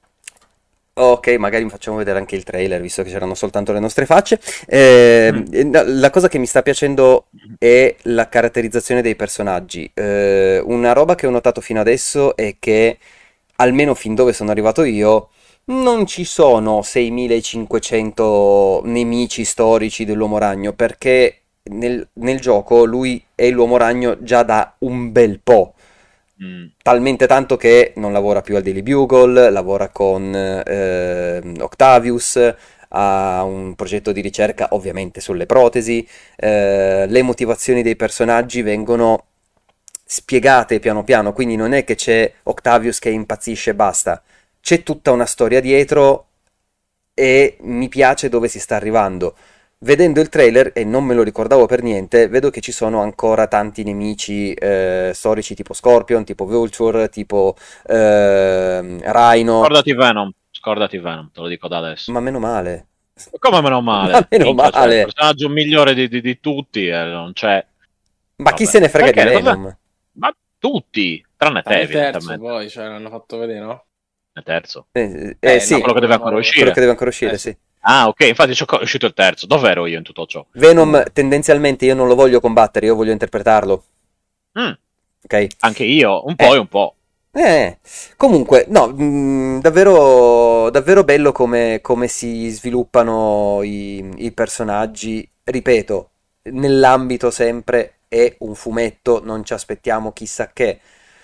Ok, magari facciamo vedere anche il trailer, visto che c'erano soltanto le nostre facce. Mm. Ehm, la la cosa che mi sta piacendo è la caratterizzazione dei personaggi. Eh, una roba che ho notato fino adesso è che, almeno fin dove sono arrivato io, non ci sono seimilacinquecento nemici storici dell'Uomo Ragno, perché nel, nel gioco lui è l'Uomo Ragno già da un bel po'. Mm. Talmente tanto che non lavora più al Daily Bugle, lavora con eh, Octavius, ha un progetto di ricerca ovviamente sulle protesi, eh, le motivazioni dei personaggi vengono spiegate piano piano, quindi non è che c'è Octavius che impazzisce e basta, c'è tutta una storia dietro e mi piace dove si sta arrivando. Vedendo il trailer, e non me lo ricordavo per niente, vedo che ci sono ancora tanti nemici eh, storici tipo Scorpion, tipo Vulture, tipo ehm, Rhino, Scordati Venom, scordati Venom, te lo dico da adesso. ma meno male. Come meno Ma male? meno Minchia, cioè, il male. personaggio migliore di, di- di tutti e non c'è. Ma chi Vabbè. se ne frega di Perché? Dov'è? Venom? Ma tutti, tranne Sta te, nel terzo evidentemente. poi, cioè l'hanno fatto vedere, no? Nel terzo. Eh, eh, Eh, No, sì, sì, quello che quello deve ancora nuovo. quello che uscire. deve ancora Eh uscire, sì. sì. Ah, ok, infatti c'ho- è uscito il terzo. Dov'ero io in tutto ciò? Venom tendenzialmente io non lo voglio combattere, io voglio interpretarlo, Mm, ok? anche io, un po' e Eh, un po'. Eh, comunque, no, mh, davvero, davvero bello come, come si sviluppano i, i personaggi. Ripeto, nell'ambito sempre è un fumetto, non ci aspettiamo chissà che,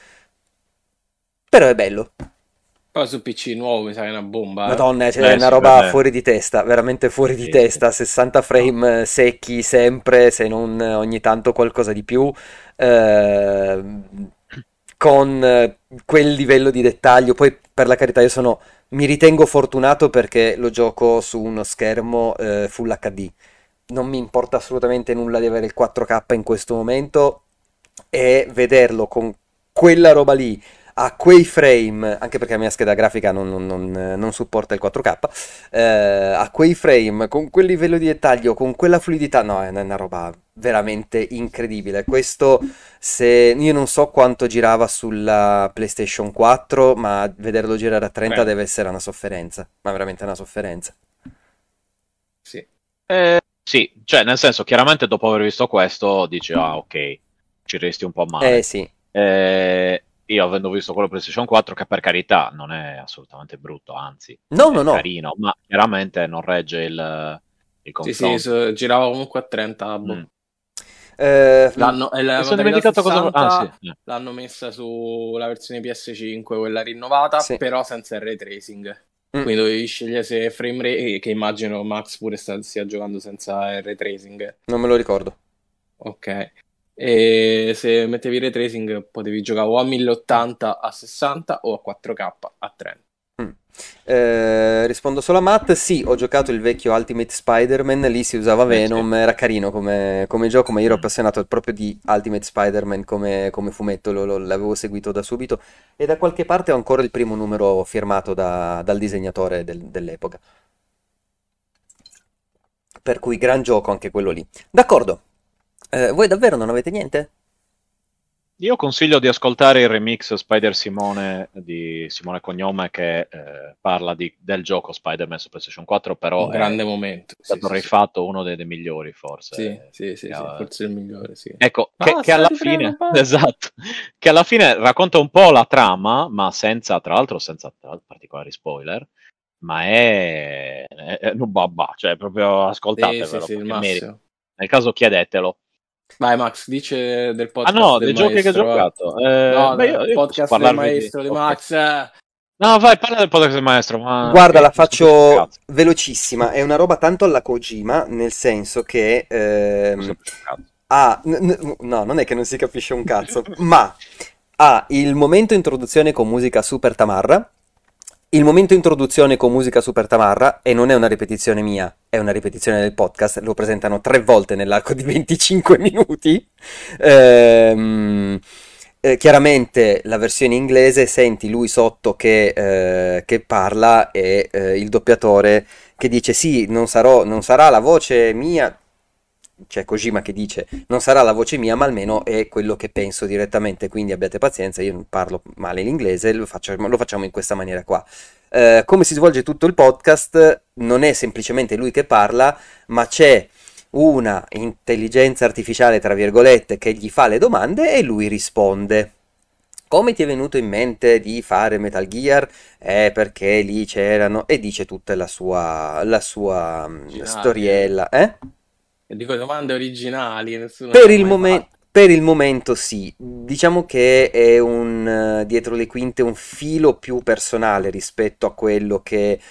però è bello. Poi su P C nuovo mi sa che è una bomba, eh? Madonna, c'è Beh, una si roba vede. fuori di testa, veramente fuori di Sì, sì. testa, sessanta No. frame secchi sempre, se non ogni tanto qualcosa di più, ehm, con eh, quel livello di dettaglio. Poi, per la carità, io sono, mi ritengo fortunato perché lo gioco su uno schermo eh, Full H D. Non mi importa assolutamente nulla di avere il quattro K in questo momento e vederlo con quella roba lì a quei frame, anche perché la mia scheda grafica non, non- non- non supporta il quattro K, eh, a quei frame, con quel livello di dettaglio, con quella fluidità, no, è una roba veramente incredibile. Questo, se io non so quanto girava sulla PlayStation quattro, ma vederlo girare a trenta trenta, deve essere una sofferenza, ma veramente una sofferenza. sì. Eh, sì, cioè, nel senso, chiaramente dopo aver visto questo, dici, ah, ok, ci resti un po' Eh male. sì, Eh, io avendo visto quello PlayStation quattro, che per carità non è assolutamente brutto, anzi, no, no, è no. carino, ma chiaramente non regge il, il Sì, sì, confronto. so- girava comunque a trenta, boh. Mm. Eh, L'hanno, e Mi la sono modalità dimenticato cosa... Ah, sì. sessanta l'hanno messa sulla versione P S cinque, quella rinnovata, sì. però senza il ray tracing. Mm, Quindi dovevi scegliere se frame rate, che immagino Max pure sta- stia giocando senza il ray tracing. non me lo ricordo. Ok. E se mettevi il ray tracing potevi giocare o a mille ottanta a sessanta o a quattro K a trenta. Mm. Eh, eh, rispondo solo a Matt. Sì, ho giocato il vecchio Ultimate Spider-Man, lì si usava Venom, era carino come, come gioco, ma io ero appassionato proprio di Ultimate Spider-Man come, come fumetto, lo- lo- l'avevo seguito da subito e da qualche parte ho ancora il primo numero firmato da- dal disegnatore del- dell'epoca. Per cui gran gioco anche quello lì. D'accordo. Eh, voi davvero non avete niente? Io consiglio di ascoltare il remix Spider Simone di Simone Cognome che eh, parla di- del gioco Spider-Man su PlayStation quattro, però Un è grande momento. Sì, stato sì, sì. rifatto uno dei, dei migliori forse. Sì, sì, sì, Che sì, ha- forse il migliore, sì. Ecco, che, che Basta, alla ti prego, fine, basta. esatto, che alla fine racconta un po' la trama, ma senza, tra l'altro, senza tra l'altro, particolari spoiler, ma è, è, è un babà, cioè proprio Sì, sì, ascoltatevelo, sì, il perché merita. massimo. Nel caso chiedetelo. Vai Max, dice del Ah podcast no, del dei giochi che hai maestro. va. giocato. Eh, No, beh, io, del io posso podcast del parlarvi di... maestro di ok. Max. eh. No, vai, parla del podcast del maestro, ma Guarda, ok, la non capisco un faccio cazzo. velocissima, è una roba tanto alla Kojima, nel senso che Non ehm, capisco un cazzo. ha... n- n- no, non è che non si capisce un cazzo, ma ha il momento introduzione con musica super tamarra, il momento introduzione con musica super tamarra, e non è una ripetizione mia, è una ripetizione del podcast, lo presentano tre volte nell'arco di venticinque minuti. Ehm, eh, chiaramente la versione inglese senti lui sotto che, eh, che parla e eh, il doppiatore che dice sì, non sarò, non sarà la voce mia, c'è Kojima che dice non sarà la voce mia, ma almeno è quello che penso direttamente, quindi abbiate pazienza, io non parlo male l'inglese, lo, faccio- lo facciamo in questa maniera qua. Eh, come si svolge tutto il podcast? Non è semplicemente lui che parla, ma c'è una intelligenza artificiale, tra virgolette, che gli fa le domande e lui risponde. Come ti è venuto in mente di fare Metal Gear? Eh, perché lì c'erano... E dice tutta la sua, la sua mm, Originali, eh. storiella, eh? E dico domande originali, nessuno le Per ha il mai momen- fatte. per il momento sì, diciamo che è un, eh, dietro le quinte un filo più personale rispetto a quello che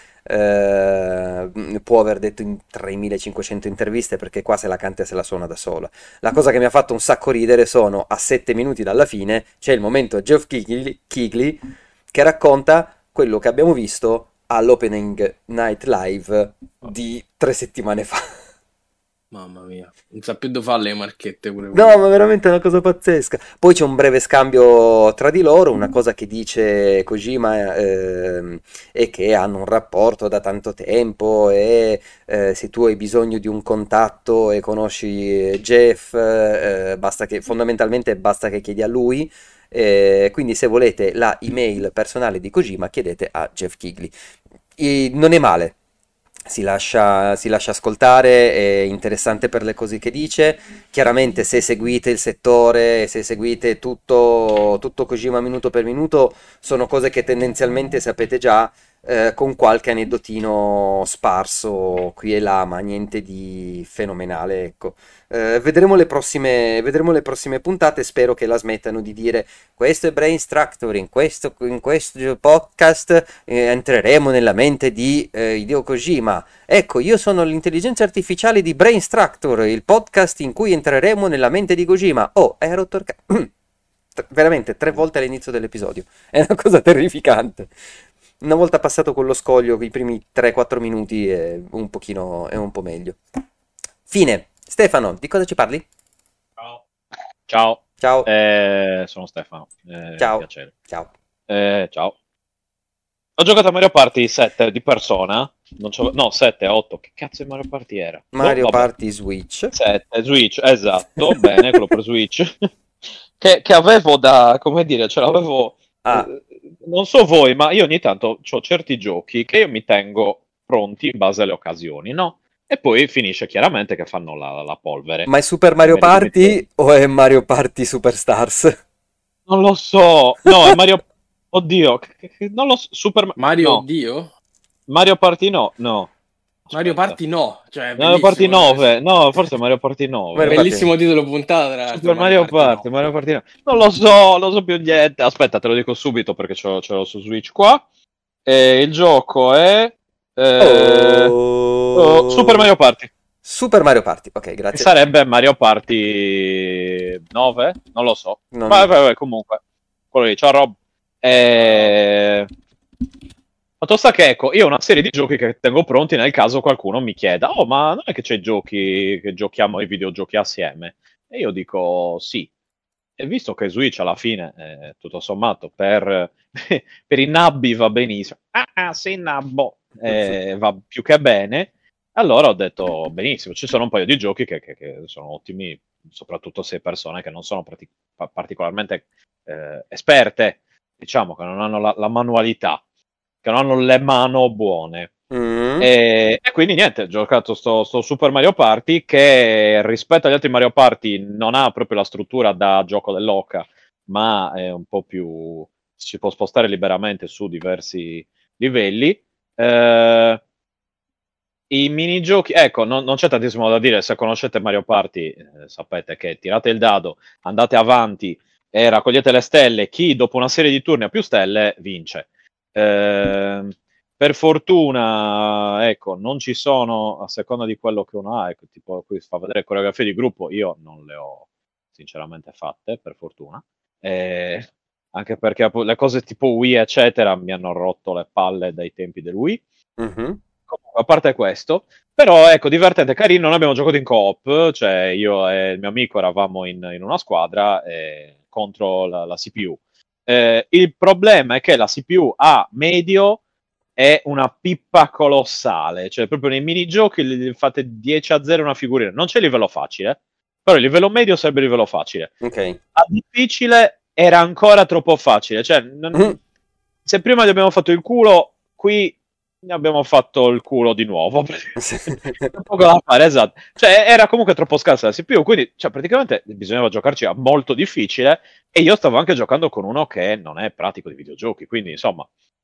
eh, può aver detto in tremilacinquecento interviste, perché qua se la canta e se la suona da sola. La cosa che mi ha fatto un sacco ridere sono a sette minuti dalla fine c'è il momento Geoff Keighley, Keighley che racconta quello che abbiamo visto all'Opening Night Live di tre settimane fa. Mamma mia, non sa più dove fare le marchette pure No, quello. ma veramente è una cosa pazzesca. Poi c'è un breve scambio tra di loro, una cosa che dice Kojima ehm, è che hanno un rapporto da tanto tempo e eh, se tu hai bisogno di un contatto e conosci Jeff, eh, basta che, fondamentalmente basta che chiedi a lui. Eh, quindi se volete la email personale di Kojima chiedete a Jeff Keighley. E non è male, si lascia, si lascia ascoltare, è interessante per le cose che dice. Chiaramente se seguite il settore, se seguite tutto, tutto Kojima minuto per minuto, sono cose che tendenzialmente sapete già, eh, con qualche aneddotino sparso qui e là, ma niente di fenomenale, ecco. Eh, vedremo le prossime, vedremo le prossime puntate, spero che la smettano di dire questo è Brain Structure, in questo, in questo podcast eh, entreremo nella mente di eh, Hideo Kojima. Ecco, io sono l'intelligenza artificiale di Brain Structure, il podcast in cui entreremo nella mente di Kojima. Oh, hai rotto il cazzo. Veramente, tre volte all'inizio dell'episodio. È una cosa terrificante. Una volta passato quello scoglio, i primi tre quattro minuti è un pochino, è un po' meglio. Fine. Stefano, di cosa ci parli? Ciao. Ciao, Ciao. Eh, sono Stefano, eh, Ciao. piacere. Ciao. Eh, ciao. Ho giocato a Mario Party sette di persona, non c'avevo- no, sette, otto, che cazzo di Mario Party era? Boh, Mario vabbè, Party Switch. sette, Switch, esatto, bene, quello per Switch. Che, che avevo da, come dire, ce l'avevo, Ah, eh, non so voi, ma io ogni tanto ho certi giochi che io mi tengo pronti in base alle occasioni, no? E poi finisce chiaramente che fanno la, la polvere. ma è Super E Mario me li dimentico. Party o è Mario Party Superstars? Non lo so, no, è Mario, oddio, che- che- non lo so, Super, Mario no, Dio? Mario Party no, no, Mario aspetta. Party no, cioè è Mario Party bellissimo. nove, no, forse Mario Party Mario nove. Party. Bellissimo titolo puntata, tra l'altro, Super Mario Mario Party Party, no. Mario Party no. Non lo so, non so più niente. Aspetta, te lo dico subito perché ce l'ho, ce l'ho su Switch qua. E il gioco è eh, oh, Super Oh. Mario Party. Super Mario Party. Ok, Che grazie. sarebbe Mario Party nove? Non lo so. Non- Vai, vai, vai, comunque. Quello lì, ciao Rob. E... Fatto sta che, ecco, io ho una serie di giochi che tengo pronti nel caso qualcuno mi chieda: oh, ma non è che c'è giochi che giochiamo ai videogiochi assieme? E io dico sì. E visto che Switch alla fine, eh, tutto sommato, per, per i nabbi va benissimo. Ah, ah sei nabbo! Eh, va più che bene. Allora ho detto benissimo, ci sono un paio di giochi che, che- che sono ottimi, soprattutto se persone che non sono prati- pa- particolarmente eh, esperte, diciamo, che non hanno la, la manualità, che non hanno le mano buone. Mm. E, e quindi niente, ho giocato sto, sto Super Mario Party che rispetto agli altri Mario Party non ha proprio la struttura da gioco dell'oca, ma è un po' più... si può spostare liberamente su diversi livelli. Eh, I minigiochi, ecco, non, non c'è tantissimo da dire. Se conoscete Mario Party, eh, sapete che tirate il dado, andate avanti e raccogliete le stelle. Chi dopo una serie di turni ha più stelle vince. Eh, per fortuna, ecco, non ci sono, a seconda di quello che uno ha, ecco, tipo qui fa vedere coreografie di gruppo, io non le ho sinceramente fatte, per fortuna. Eh, anche perché appunto, le cose tipo Wii, eccetera, mi hanno rotto le palle dai tempi del Wii. Mhm. Comunque, a parte questo, però ecco, divertente, carino, noi abbiamo giocato in co-op, cioè io e il mio amico eravamo in, in una squadra eh, contro la, la C P U. Eh, il problema è che la C P U a medio è una pippa colossale, cioè proprio nei minigiochi li fate dieci a zero una figurina, non c'è livello facile, però il livello medio sarebbe il livello facile. Ok. A difficile era ancora troppo facile, cioè Mhm. non- se prima gli abbiamo fatto il culo, qui ne abbiamo fatto il culo di nuovo. C'è poco da fare, esatto. Cioè, era comunque troppo scarsa la C P U, quindi cioè, praticamente bisognava giocarci a molto difficile. E io stavo anche giocando con uno che non è pratico di videogiochi, quindi insomma,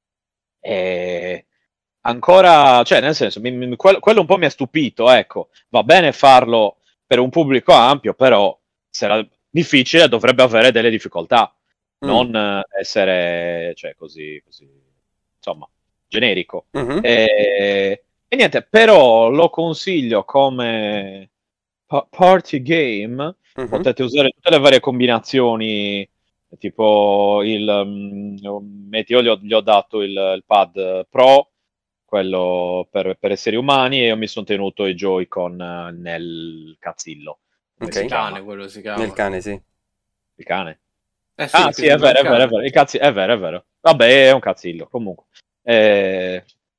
eh, ancora, cioè, nel senso, mi- mi- quel- quello un po' mi ha stupito. Ecco, va bene farlo per un pubblico ampio, però se era difficile dovrebbe avere delle difficoltà, Mm. non eh, essere, cioè, così, così, insomma, generico. Mhm. E, e niente, però lo consiglio come pa- party game. Mhm. Potete usare tutte le varie combinazioni, tipo il um, Meteo gli ho, gli ho dato il, il pad Pro, quello per, per esseri umani, e io mi sono tenuto i Joy-Con eh, nel cazzillo, come Ok. si Il chiama? cane, quello si Nel chiama. cane, sì. Il cane? Eh sì, Ah, perché sì, è sembra un vero, è vero, è cane. vero. Il cazzi- è vero, è vero. Vabbè, è un cazzillo, comunque. Eh,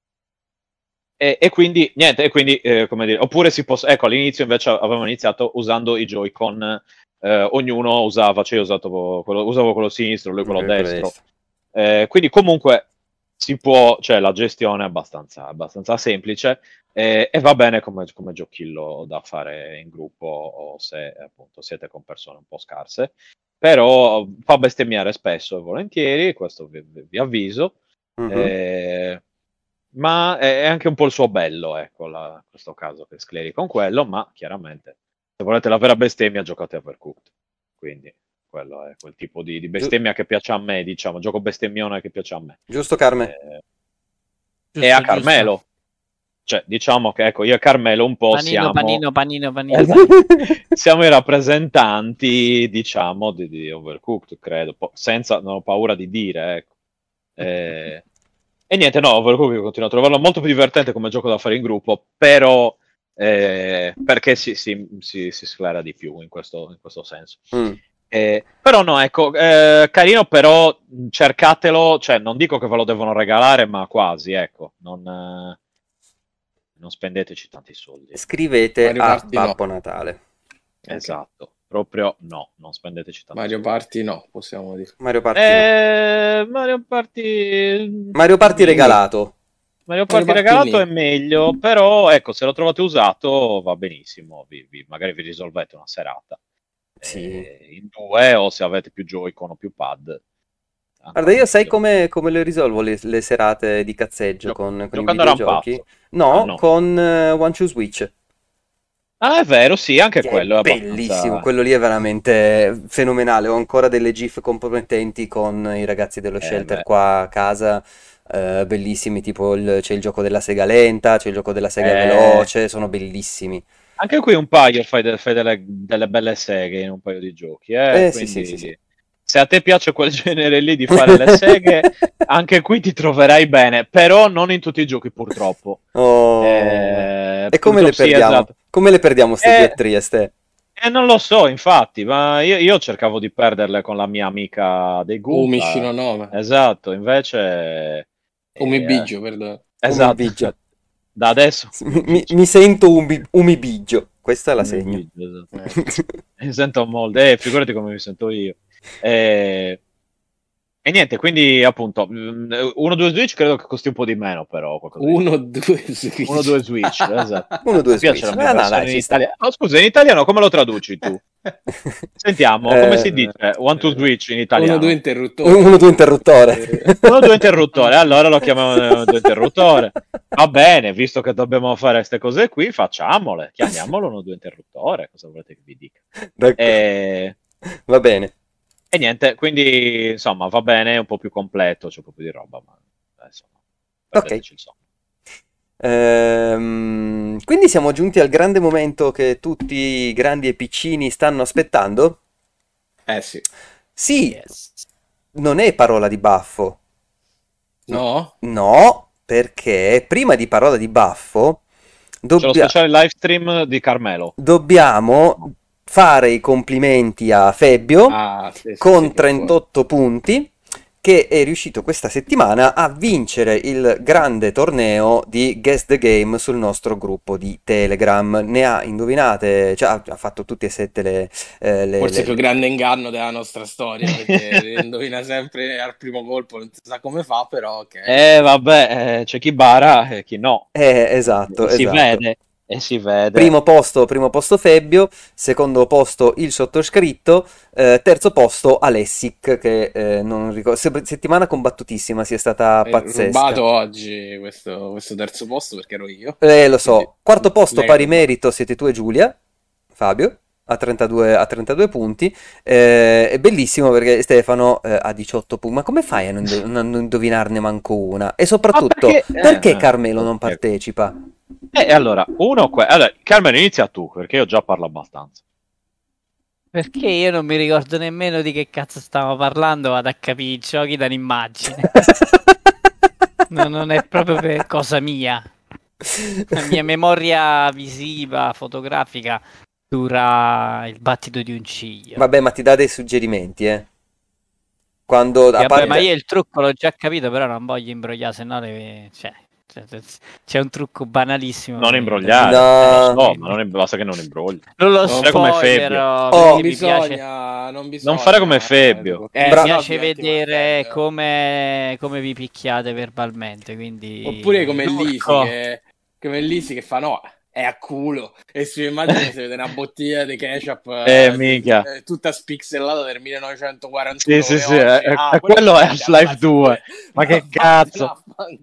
E, e quindi, niente, e quindi, eh, come dire, oppure si può, ecco, all'inizio invece avevamo iniziato usando i Joy-Con, eh, ognuno usava, cioè io ho usato quello, usavo quello sinistro, lui quello Ok, quello destro. destro. Eh, quindi comunque si può, cioè la gestione è abbastanza, abbastanza semplice eh, e va bene come, come giochillo da fare in gruppo o se appunto siete con persone un po' scarse, però fa bestemmiare spesso e volentieri, questo vi, vi avviso. Mhm. Eh, ma è è anche un po' il suo bello, ecco, la- in questo caso che scleri con quello, ma chiaramente se volete la vera bestemmia giocate a Overcooked, quindi quello è quel tipo di, di Giu- bestemmia che piace a me, diciamo, gioco bestemmione che piace a me. giusto, Carme? Eh, e a Giusto, giusto. Carmelo, cioè diciamo che ecco, io e Carmelo un po' Panino, siamo, panino, panino, panino, panino. siamo i rappresentanti, diciamo, di, di Overcooked, credo, po- senza, non ho paura di dire, ecco. Eh, e niente, no, Overcooked continuo a trovarlo molto più divertente come gioco da fare in gruppo, però eh, perché si, si, si, si sclera di più in questo, in questo senso. Mm. Eh, però no, ecco, eh, carino, però mh, cercatelo, cioè non dico che ve lo devono regalare, ma quasi, ecco, non, eh, non spendeteci tanti soldi, ecco. Scrivete Mario a Party no. Babbo Natale. Ok. Esatto, proprio no, non spendeteci tanti Mario soldi. Party no, possiamo dire. Mario Party no. Eh, Mario Party Mario Party Nì. regalato. Mario Mario Party Party regalato è nì. meglio, però ecco, se lo trovate usato va benissimo, vi- vi- magari vi risolvete una serata Sì. eh, in due o se avete più Joy-Con o più pad, Guarda, ancora io sai meglio. come, come le risolvo le, le serate di cazzeggio Gio- con, con i giocando a videogiochi? rampazzo. Ah No, no. con eh, One Two Switch. Ah, è vero, sì, anche Che è quello è bellissimo, abbastanza... quello lì è veramente fenomenale. Ho ancora delle GIF compromettenti con i ragazzi dello Eh, shelter beh, qua a casa, eh, bellissimi, tipo il- c'è il gioco della sega lenta, c'è il gioco della sega eh, veloce, sono bellissimi. anche qui un paio fai, de- fai delle, delle belle seghe in un paio di giochi, eh, Eh sì, sì, sì, sì. quindi se a te piace quel genere lì di fare le seghe, anche qui ti troverai bene, però non in tutti i giochi purtroppo. Oh. Eh, e come le purtroppo sì, perdiamo? esatto. Come le perdiamo queste Eh, due a Trieste? Eh, non lo so, infatti, ma io, io cercavo di perderle con la mia amica dei Umi Gunta. Shinonome. Esatto, invece... Umi eh, Bigio, perdono. esatto, Umibigio. da adesso... Mi, mi- mi sento umbi- umibigio. Questa la segno. Umibigio, esatto. Mi sento molto, eh, figurati come mi sento io. Eh, E niente, quindi appunto, uno due Switch credo che costi un po' di meno, però. uno due Switch. uno due Switch, esatto. uno due Mi piace Switch. la mia Ah, no, versione dai, in ci sta. italiano. Oh, scusa, in italiano come lo traduci tu? Sentiamo, come Eh, si dice One to Switch in italiano? uno due interruttore. Uno due interruttore. Uno due interruttore, allora lo chiamiamo uno due interruttore. Va bene, visto che dobbiamo fare queste cose qui, facciamole. Chiamiamolo uno due interruttore, cosa volete che vi dica? E... Va bene. E niente, quindi insomma va bene, è un po' più completo, c'è un po' più di roba, ma insomma, ok. Ehm, quindi siamo giunti al grande momento che tutti i grandi e piccini stanno aspettando? Eh sì. Sì, Yes. non è parola di baffo. No? No, perché prima di parola di baffo c'è lo dobbia- speciale live stream di Carmelo. dobbiamo fare i complimenti a Febbio Ah, sì, sì, con sì, che trentotto punti, che è riuscito questa settimana a vincere il grande torneo di Guess the Game sul nostro gruppo di Telegram. Ne ha indovinate, cioè ha ha fatto tutte e sette le... eh, le- Forse le- il più grande inganno della nostra storia, perché indovina sempre al primo colpo, non si sa come fa, però ok. Eh vabbè, eh, c'è chi bara e chi no. Eh, esatto, E si esatto. vede, e si vede. Primo posto, primo posto Febbio, secondo posto il sottoscritto, eh, terzo posto Alessic, che eh, non ricordo, se- settimana combattutissima, sia stata Hai pazzesca. rubato oggi questo, questo terzo posto perché ero io. Eh, lo so. Quindi, Quarto posto mega pari rubato. merito siete tu e Giulia, Fabio, a trentadue, a trentadue punti. Eh, è bellissimo perché Stefano eh, ha diciotto punti. Ma come fai a non, indo- non indovinarne manco una? E soprattutto, Ma perché- perché, eh, Carmelo non perché? partecipa? E allora, uno, que- allora, Carmelo, inizia tu, perché io già parlo abbastanza. Perché io non mi ricordo nemmeno di che cazzo stavamo parlando, vado a capire i giochi da un'immagine. No, non è proprio per cosa mia. La mia memoria visiva, fotografica, dura il battito di un ciglio. Vabbè, ma ti dà dei suggerimenti, eh. Quando, a Vabbè, parte... ma io il trucco l'ho già capito, però non voglio imbrogliare, se no le... cioè, c'è un trucco banalissimo. Non che- imbrogliare, No. eh, lo so, ma non, basta che non imbrogli. Non lo Non so, fare come Febbio. Oh, perché non mi piace, bisogna, non bisogna. Non fare come Febbio. Eh, mi Bra- se no piace diventi come vedere Febbio. come, come vi picchiate verbalmente, quindi... Oppure come Lurco. Lisi che, come Lisi che fa no, è a culo. E su immagine si vede una bottiglia di ketchup Eh, eh, minchia. eh, tutta spixellata del millenovecentoquarantuno. Sì, sì, e sì, oggi. eh, Ah, eh, quello è Half-Life due. Ma che cazzo?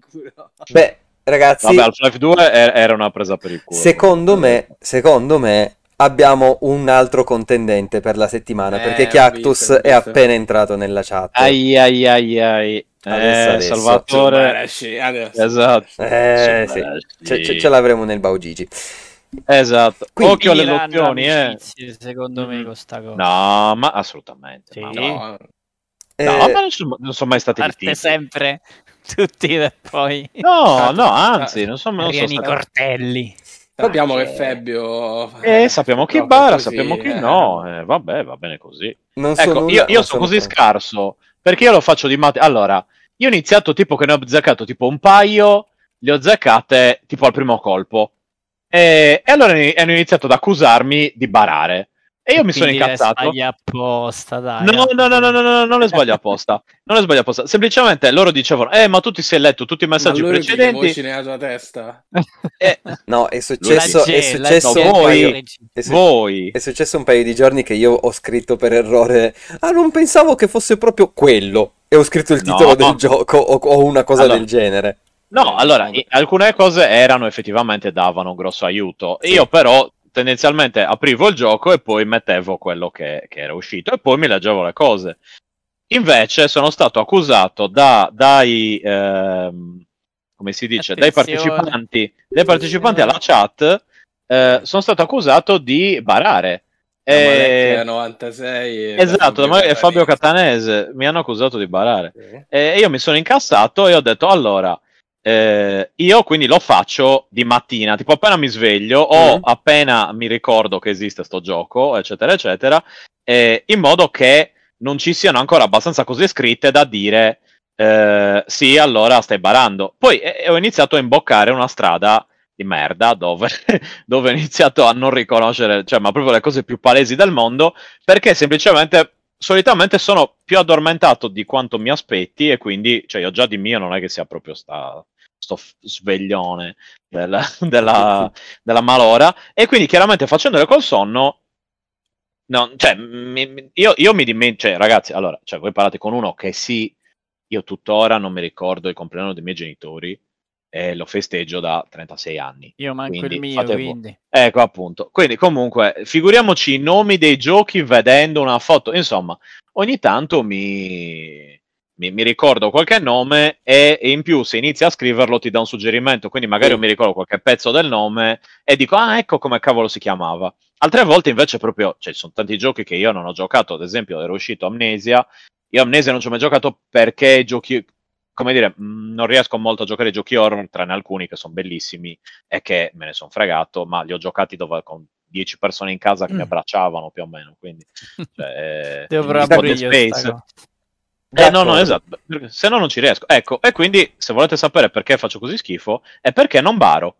Beh, ragazzi, Vabbè, Half-Life due er- era una presa per il culo. secondo me, secondo me abbiamo un altro contendente per la settimana, Eh, perché ho Chiactus visto, ho è visto. appena entrato nella chat. Ai ai ai ai. Adesso, Eh, adesso. Salvatore. Esatto. Eh, sì. Subarashi. Ce, ce- ce l'avremo nel Baugigi. Esatto. Quindi Occhio alle Finiranno lozioni, eh. amicizie, secondo me, Mm. con sta cosa. No, ma assolutamente. Sì. ma- No, Eh, No, ma non sono, non sono mai stati Parte litigi. sempre tutti e poi... No, no, anzi, non sono, non sono Ariani stati... Cortelli. sappiamo Ma che che- Febbio. Eh, sappiamo chi no, bara, così, sappiamo chi eh. no. Eh, vabbè, va bene così. non so Ecco, nulla, io, io ma sono così pronto. scarso perché io lo faccio di mate. Allora, io ho iniziato tipo che ne ho azzeccato tipo un paio, le ho azzeccate tipo al primo colpo. E, e allora ni- hanno iniziato ad accusarmi di barare. E io mi sono Quindi le incazzato. sbagli apposta, dai. No, eh. no, no, no, no, no, non le sbaglio apposta. Non le sbaglio apposta. Semplicemente loro dicevano: Eh, ma tu ti sei letto tutti i Ma messaggi lui che precedenti. voci nella tua testa? E No, è successo, La è G, la successo G, un voi- paio... È, su- voi. è successo un paio di giorni che io ho scritto per errore. Ah, non pensavo che fosse proprio quello. E ho scritto il No. titolo del gioco o, o una cosa Allora. del genere. No, Eh, allora, vabbè. i- alcune cose erano effettivamente davano un grosso aiuto. Sì. Io però tendenzialmente aprivo il gioco e poi mettevo quello che, che era uscito e poi mi leggevo le cose. Invece sono stato accusato da, dai, ehm, come si dice, dai Attenzione. partecipanti, dai partecipanti alla chat, eh, sono stato accusato di barare. E... novantasei esatto, ma è Fabio Catanese, mi hanno accusato di barare. Sì. E io mi sono incazzato e ho detto, allora, eh, io quindi lo faccio di mattina, tipo appena mi sveglio o mm. appena mi ricordo che esiste sto gioco, eccetera, eccetera, eh, in modo che non ci siano ancora abbastanza cose scritte da dire, eh, sì, allora stai barando. Poi eh, ho iniziato a imboccare una strada di merda dove, dove ho iniziato a non riconoscere, cioè, ma proprio le cose più palesi del mondo, perché semplicemente solitamente sono più addormentato di quanto mi aspetti e quindi, cioè, io già di mio non è che sia proprio sta, sto sveglione della, della, della malora, e quindi chiaramente facendole col sonno no, cioè, mi, io, io mi dimentico, cioè, ragazzi, allora, cioè, voi parlate con uno che sì, io tuttora non mi ricordo il compleanno dei miei genitori, e lo festeggio da trentasei anni. Io manco quindi il mio, quindi. Vo- ecco, appunto. Quindi, comunque, figuriamoci i nomi dei giochi vedendo una foto. Insomma, ogni tanto mi, mi, mi ricordo qualche nome e, e in più, se inizi a scriverlo, ti dà un suggerimento. Quindi, magari io mi ricordo qualche pezzo del nome e dico, ah, ecco come cavolo si chiamava. Altre volte, invece, proprio, cioè, ci sono tanti giochi che io non ho giocato. Ad esempio, era uscito Amnesia. Io Amnesia non ci ho mai giocato perché giochi... come dire, non riesco molto a giocare giochi horror, tranne alcuni che sono bellissimi e che me ne sono fregato, ma li ho giocati dove, con dieci persone in casa che mm. mi abbracciavano più o meno, quindi cioè, devo provare io Space. Eh no, no, esatto, se no non ci riesco. Ecco, e quindi se volete sapere perché faccio così schifo è perché non baro.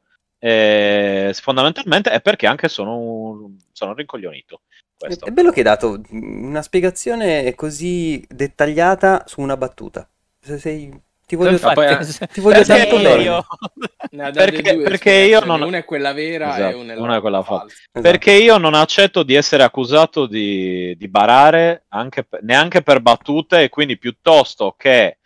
Eh, fondamentalmente è perché anche sono, sono rincoglionito. Questo. È bello che hai dato una spiegazione così dettagliata su una battuta. Se sei... Ti voglio, Infatti, te, ti voglio tanto bene. Perché, perché io non... una è quella vera esatto, e una è, una è quella falsa. Esatto. Perché io non accetto di essere accusato di, di barare anche per, neanche per battute, e quindi piuttosto che,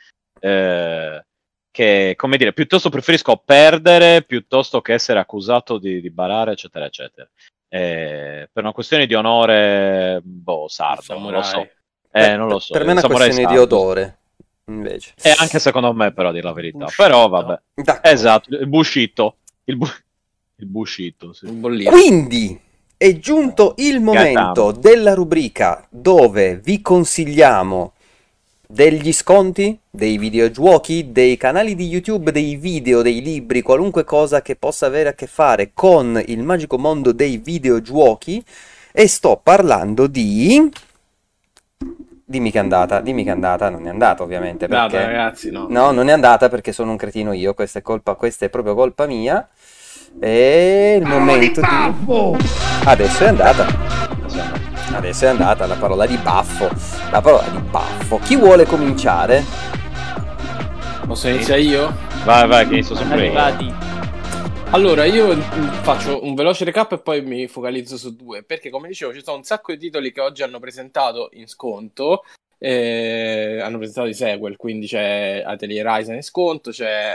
eh, che, come dire, piuttosto preferisco perdere piuttosto che essere accusato di, di barare, eccetera, eccetera. Eh, per una questione di onore, boh, sardo, non lo so. Eh, non lo so. Per me è una Samurai questione sardo. di odore. Invece. E anche secondo me, però, a dire la verità. Buscito. Però vabbè. D'accordo. Esatto, il buscito. Il, bu... il buscito, sì. Quindi è giunto il momento Gaetano. della rubrica dove vi consigliamo degli sconti, dei videogiochi, dei canali di YouTube, dei video, dei libri, qualunque cosa che possa avere a che fare con il magico mondo dei videogiochi. E sto parlando di... Dimmi che è andata, dimmi che è andata, non è andata ovviamente perché... Nada, ragazzi, no. No, non è andata perché sono un cretino io, questa è colpa, questa è proprio colpa mia. E il momento di... Adesso è andata. Adesso è andata la parola di baffo. La parola di baffo. Chi vuole cominciare? Posso iniziare io? Vai, vai, che inizio sempre io. Allora, io faccio un veloce recap e poi mi focalizzo su due, perché come dicevo ci sono un sacco di titoli che oggi hanno presentato in sconto, eh, hanno presentato i sequel, quindi c'è Atelier Ryzen in sconto, c'è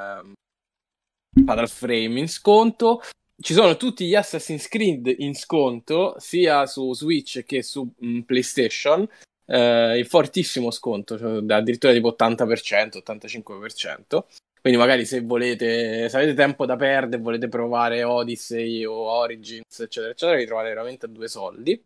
eh, Fatal Frame in sconto, ci sono tutti gli Assassin's Creed in sconto, sia su Switch che su mh, PlayStation, eh, in fortissimo sconto, cioè addirittura tipo ottanta per cento, ottantacinque per cento. Quindi magari se volete, se avete tempo da perdere, volete provare Odyssey o Origins, eccetera, eccetera, li trovate veramente a due soldi.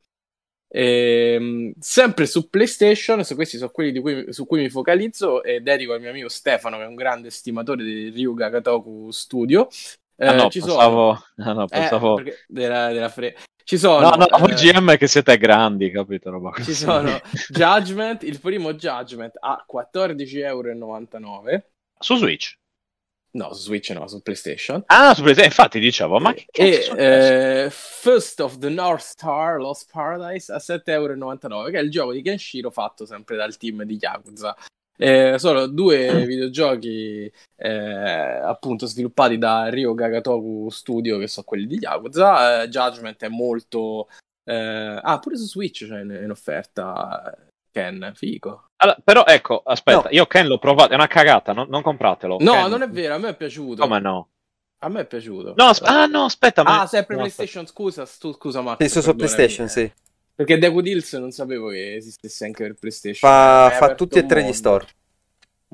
E, sempre su PlayStation, su questi sono quelli di cui, su cui mi focalizzo e dedico al mio amico Stefano, che è un grande stimatore di Ryuga Katoku Studio. Eh, ah no, ci pensavo... Sono... Ah, no, pensavo... Eh, della, della fre... Ci sono... No, no, eh... O G M che siete grandi, capito? Roba così. Ci sono Judgment, il primo Judgment a quattordici virgola novantanove euro. Su Switch? No, su Switch no, su PlayStation. Ah, su PlayStation, infatti dicevo, ma che cazzo E eh, First of the North Star, Lost Paradise a sette virgola novantanove euro, che è il gioco di Kenshiro fatto sempre dal team di Yakuza. Eh, sono due videogiochi eh, appunto sviluppati da Ryuga Katoku Studio, che sono quelli di Yakuza. Eh, Judgment è molto... Eh... Ah, pure su Switch c'è in, in offerta Ken, figo. Allora, però ecco, aspetta, No. io Ken l'ho provato, è una cagata, non, non compratelo. No, Ken... non è vero, a me è piaciuto. Come no? A me è piaciuto. No, asp- ah no, aspetta. Ah, ma... sempre no, PlayStation, scusa, stu- scusa Max. Sì, su, su PlayStation, sì. Perché Dead Hills non sapevo che esistesse anche per PlayStation. Fa, eh, fa tutti e tre gli store.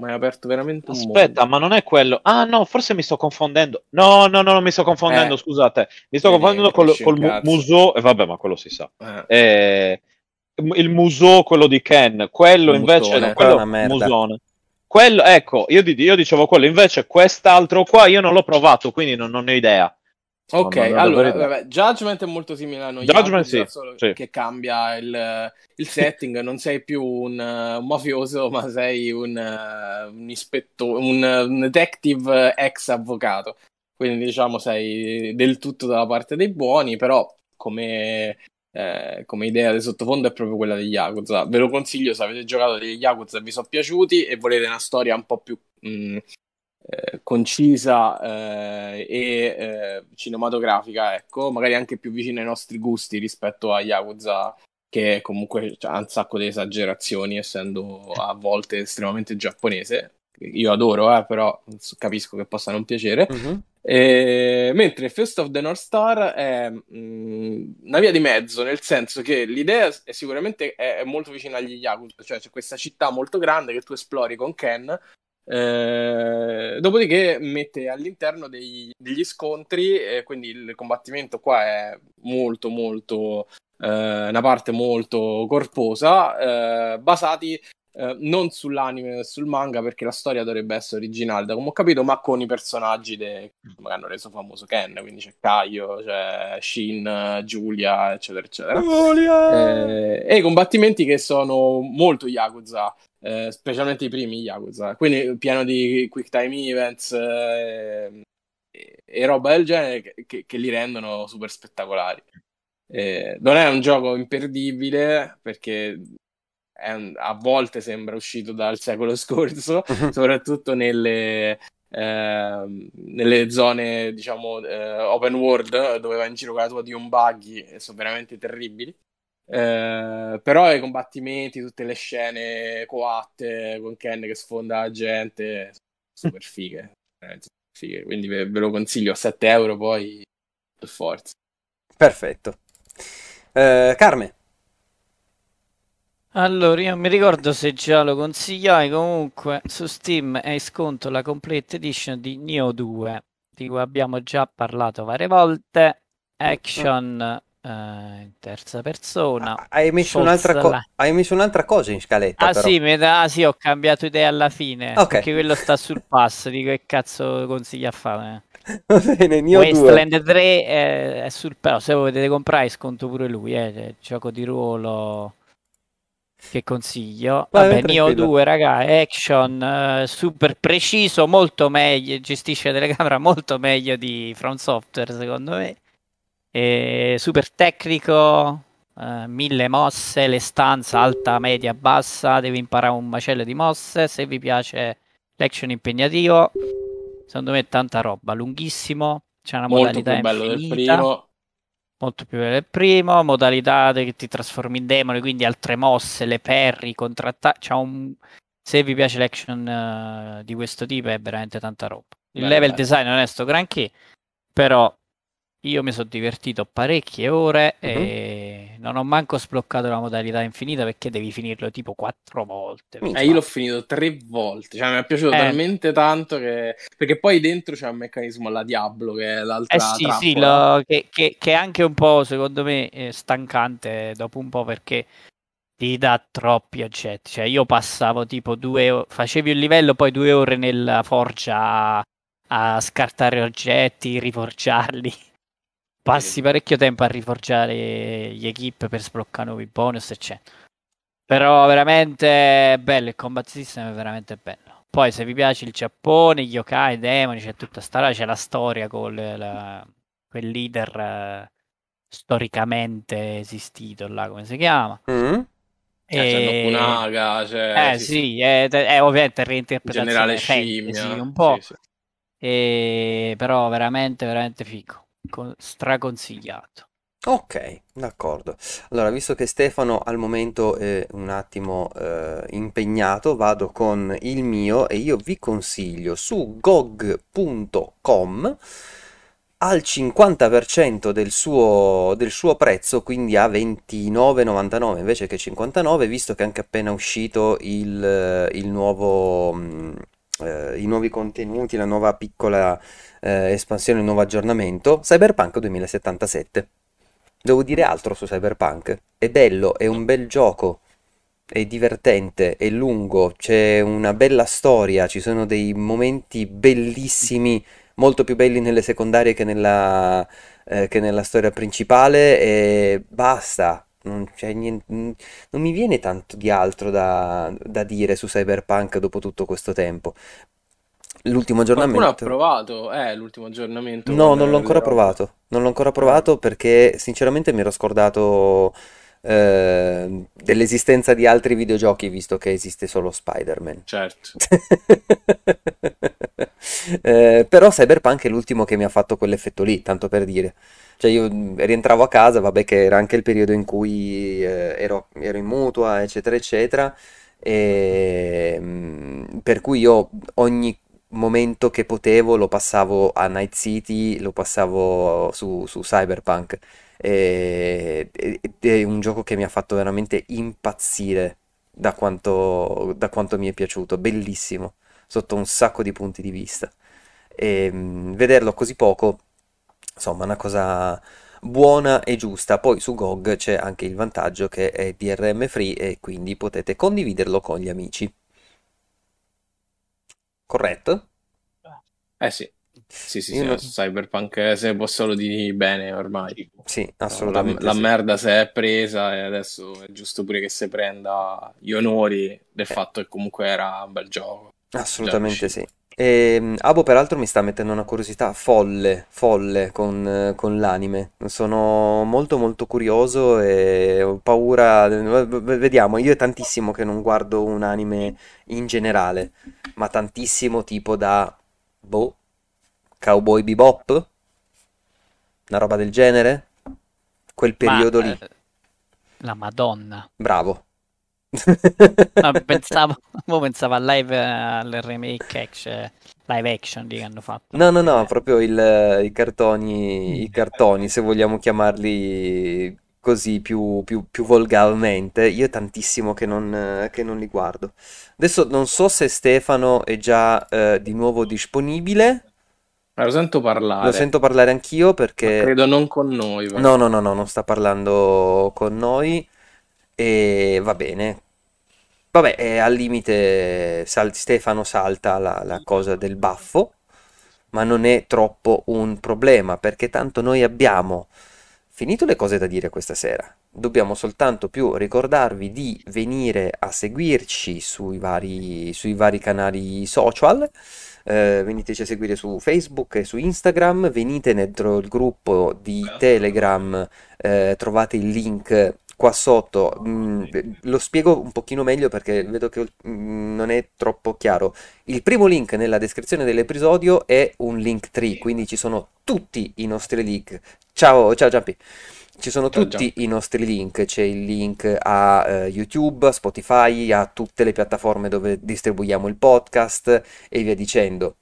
Ma hai aperto veramente un Aspetta, mondo. ma non è quello. Ah, no, forse mi sto confondendo. No, no, no, non mi sto confondendo, Eh, scusate. Mi sto vedi, confondendo col, capisci un col mu- cazzo. Musou. E vabbè, ma quello si sa. Eh, Eh, il Musou, quello di Ken. Quello il invece, no, musone. Quella è una quello merda. Musone. Quello, ecco, io, di- io dicevo quello, invece quest'altro qua io non l'ho provato, quindi non, non ne ho idea. Non, Ok, non ne ho davvero allora, idea. vabbè, Judgment è molto simile a No Judgment Yakuza, sì, solo sì. che cambia il, il setting, non sei più un, eh, un mafioso, ma sei un, eh, un ispettore, un, un detective ex avvocato. Quindi diciamo sei del tutto dalla parte dei buoni, però come, eh, come idea di sottofondo è proprio quella degli Yakuza. Ve lo consiglio se avete giocato degli Yakuza e vi sono piaciuti e volete una storia un po' più... mh, eh, concisa eh, e eh, cinematografica, ecco, magari anche più vicina ai nostri gusti rispetto a Yakuza, che comunque ha un sacco di esagerazioni, essendo a volte estremamente giapponese. Io adoro, eh, però capisco che possa non piacere. Mhm. E... Mentre First of the North Star è mh, una via di mezzo, nel senso che l'idea è sicuramente è, è molto vicina agli Yakuza, cioè c'è questa città molto grande che tu esplori con Ken. Eh, dopodiché mette all'interno dei- degli scontri, e quindi il combattimento qua è molto molto eh, una parte molto corposa, eh, basati eh, non sull'anime e sul manga, perché la storia dovrebbe essere originale, da come ho capito, ma con i personaggi de- che hanno reso famoso Ken, quindi c'è Kaio, c'è Shin, Giulia, eccetera eccetera. Giulia! Eh, e i combattimenti che sono molto Yakuza, eh, specialmente i primi Yakuza, quindi pieno di quick time events eh, e, e roba del genere che, che- che li rendono super spettacolari. Eh, non è un gioco imperdibile perché è un- a volte sembra uscito dal secolo scorso, Mhm. soprattutto nelle, ehm, nelle zone, diciamo, eh, open world dove va in giro con la tua di un buggy e sono veramente terribili. Eh, però i combattimenti, tutte le scene coatte con Ken che sfonda la gente, sono super fighe. veramente super fighe. Quindi ve, ve lo consiglio a sette euro poi per forza. Perfetto. Eh, Carme. Allora, io non mi ricordo se già lo consigliai, comunque su Steam è in sconto la Complete Edition di Nioh due, di cui abbiamo già parlato varie volte, action eh, in terza persona, Ah, Hai messo un'altra co- Souls-like. hai messo un'altra cosa in scaletta, Ah però. sì, mi da- ah, sì, ho cambiato idea alla fine, Ok. perché quello sta sul pass, di che cazzo consigli a fare? Va bene, Nioh due. Wasteland tre è, è sul però se lo volete comprare sconto pure lui, eh, è gioco di ruolo che consiglio. Vai, vai Vabbè, Nioh tranquillo. due, raga, action eh, super preciso, molto meglio, gestisce la telecamera molto meglio di From Software, secondo me. E super tecnico, eh, mille mosse, le stanze alta, media, bassa, devi imparare un macello di mosse, se vi piace l'action impegnativo, secondo me è tanta roba, lunghissimo, c'è una Molto modalità più bello del infinita. primo. Molto più bello del primo, modalità che ti trasformi in demone, quindi altre mosse, le parry, contrattacchi. C'ha un... Se vi piace l'action eh, di questo tipo è veramente tanta roba. Il Bello, level bello. design non è sto granché, però io mi sono divertito parecchie ore Mhm. e non ho manco sbloccato la modalità infinita perché devi finirlo tipo quattro volte per Eh, io l'ho Minchia. farlo. finito tre volte, cioè mi è piaciuto Eh, talmente tanto che... Perché poi dentro c'è un meccanismo alla Diablo, che è eh l'altra sì, sì, trappola. lo- che, che- che è anche un po', secondo me, eh, stancante dopo un po' perché ti dà troppi oggetti. Cioè, io passavo tipo due ore, facevi un livello, poi due ore nella forgia a, a scartare oggetti, riforgiarli. Passi Sì. parecchio tempo a riforgiare gli equip per sbloccare nuovi bonus, eccetera. Però veramente bello, il combat system è veramente bello. Poi se vi piace il Giappone, gli yokai, i demoni, c'è tutta sta roba, c'è la storia con le- la- quel leader eh, storicamente esistito là, come si chiama? Mm? Eh, c'è E... Nobunaga, c'è Eh sì, sì. sì, è, è ovviamente Generale reinterpretazione fantasy Scimmia. un Sì, po', sì. e... però veramente, veramente figo. Con- straconsigliato. Ok, d'accordo. Allora, visto che Stefano al momento è un attimo eh, impegnato, vado con il mio e io vi consiglio su G O G punto com al cinquanta per cento del suo, del suo prezzo, quindi a ventinove e novantanove invece che cinquantanove, visto che è anche appena uscito il, il nuovo, mh, eh, i nuovi contenuti, la nuova piccola eh, espansione, il nuovo aggiornamento, Cyberpunk duemilasettantasette. Devo dire altro su Cyberpunk? È bello, è un bel gioco, è divertente, è lungo, c'è una bella storia, ci sono dei momenti bellissimi, molto più belli nelle secondarie che nella, eh, che nella storia principale e basta. Non c'è niente, non mi viene tanto di altro da, da dire su Cyberpunk dopo tutto questo tempo. L'ultimo Qualcuno ha aggiornamento. provato, eh, l'ultimo aggiornamento No, con non l'ho eh, le ancora robe. provato. Non l'ho ancora Ah, provato perché sinceramente mi ero scordato eh, dell'esistenza di altri videogiochi, visto che esiste solo Spider-Man. certo. Eh, però Cyberpunk è l'ultimo che mi ha fatto quell'effetto lì, tanto per dire. Cioè io mh, rientravo a casa, vabbè che era anche il periodo in cui eh, ero, ero in mutua, eccetera, eccetera, e mh, per cui io ogni momento che potevo lo passavo a Night City, lo passavo su, su Cyberpunk. E- ed è un gioco che mi ha fatto veramente impazzire da quanto, da quanto mi è piaciuto, bellissimo, sotto un sacco di punti di vista. E mh, vederlo così poco, insomma, è una cosa buona e giusta. Poi su G O G c'è anche il vantaggio che è D R M free e quindi potete condividerlo con gli amici. Corretto? Eh sì, sì, sì, Io sì, non- adesso Cyberpunk eh, se può solo di bene ormai. Sì, No, la, assolutamente la sì. merda se è presa e adesso è giusto pure che si prenda gli onori del Eh, fatto che comunque era un bel gioco, già Assolutamente uscito. sì. E, Abo peraltro mi sta mettendo una curiosità folle, folle con, eh, con l'anime. Sono molto molto curioso e ho paura. v- v- Vediamo, io è tantissimo che non guardo un anime in generale, ma tantissimo tipo da, boh, Cowboy Bebop, una roba del genere, quel Ma periodo lì. eh, la Madonna. Bravo. No, pensavo, mo pensavo al live, eh, al remake action, live action lì che hanno fatto, No, no? no, no, Quelle- proprio il- i cartoni, i cartoni, se vogliamo chiamarli così più, più- più volgarmente. Io è tantissimo che non, che non li guardo. Adesso non so se Stefano è già eh, di nuovo disponibile. Me lo sento Lo parlare, sento parlare anch'io ma perché... credo non con noi No, però. no, no, no, non sta parlando con noi e va bene. Vabbè, eh, al limite sal- Stefano salta la, la cosa del baffo, ma non è troppo un problema, perché tanto noi abbiamo finito le cose da dire questa sera. Dobbiamo soltanto più ricordarvi di venire a seguirci sui vari, sui vari canali social. Eh, veniteci a seguire su Facebook e su Instagram, venite dentro il gruppo di Telegram, eh, trovate il link qua sotto. Mm, lo spiego un pochino meglio perché vedo che mm, non è troppo chiaro. Il primo link nella descrizione dell'episodio è un link tree, quindi ci sono tutti i nostri link. Ciao, ciao Giampi. Ci sono Ciao tutti i nostri link, c'è il link a eh, YouTube, a Spotify, a tutte le piattaforme dove distribuiamo il podcast e via dicendo.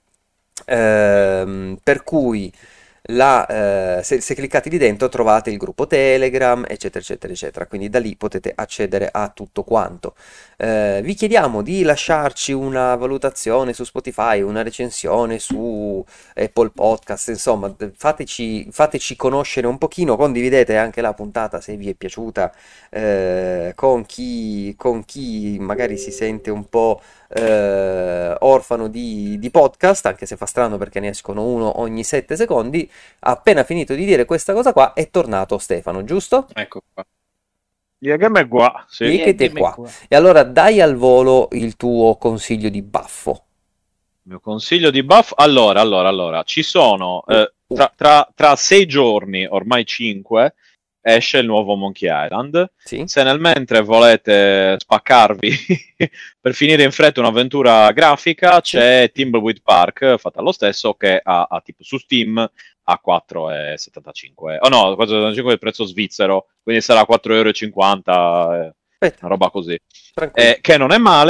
Ehm, per cui la, eh, se, se cliccate lì dentro trovate il gruppo Telegram, eccetera, eccetera, eccetera. Quindi da lì potete accedere a tutto quanto. Eh, vi chiediamo di lasciarci una valutazione su Spotify, una recensione su Apple Podcast, insomma, d- fateci, fateci conoscere un pochino, condividete anche la puntata se vi è piaciuta eh, con chi, con chi magari si sente un po' eh, orfano di, di podcast, anche se fa strano perché ne escono uno ogni sette secondi. Appena finito di dire questa cosa qua è tornato Stefano, giusto? Ecco qua. Diegame qua, sì. E E che te dimmi qua. qua. E allora dai al volo il tuo consiglio di baffo. Il mio consiglio di buff. Allora, allora, allora, ci sono Uh, eh, uh, tra, tra- tra sei giorni, ormai cinque, esce il nuovo Monkey Island. sì? Se nel mentre volete spaccarvi per finire in fretta un'avventura grafica, Sì? c'è Thimbleweed Park, fatta lo stesso, che ha, ha tipo su Steam a quattro e settantacinque. Oh no, quattro e settantacinque è il prezzo svizzero, quindi sarà quattro e cinquanta euro, eh, Aspetta, una roba così. tranquillo. Eh, che non è male.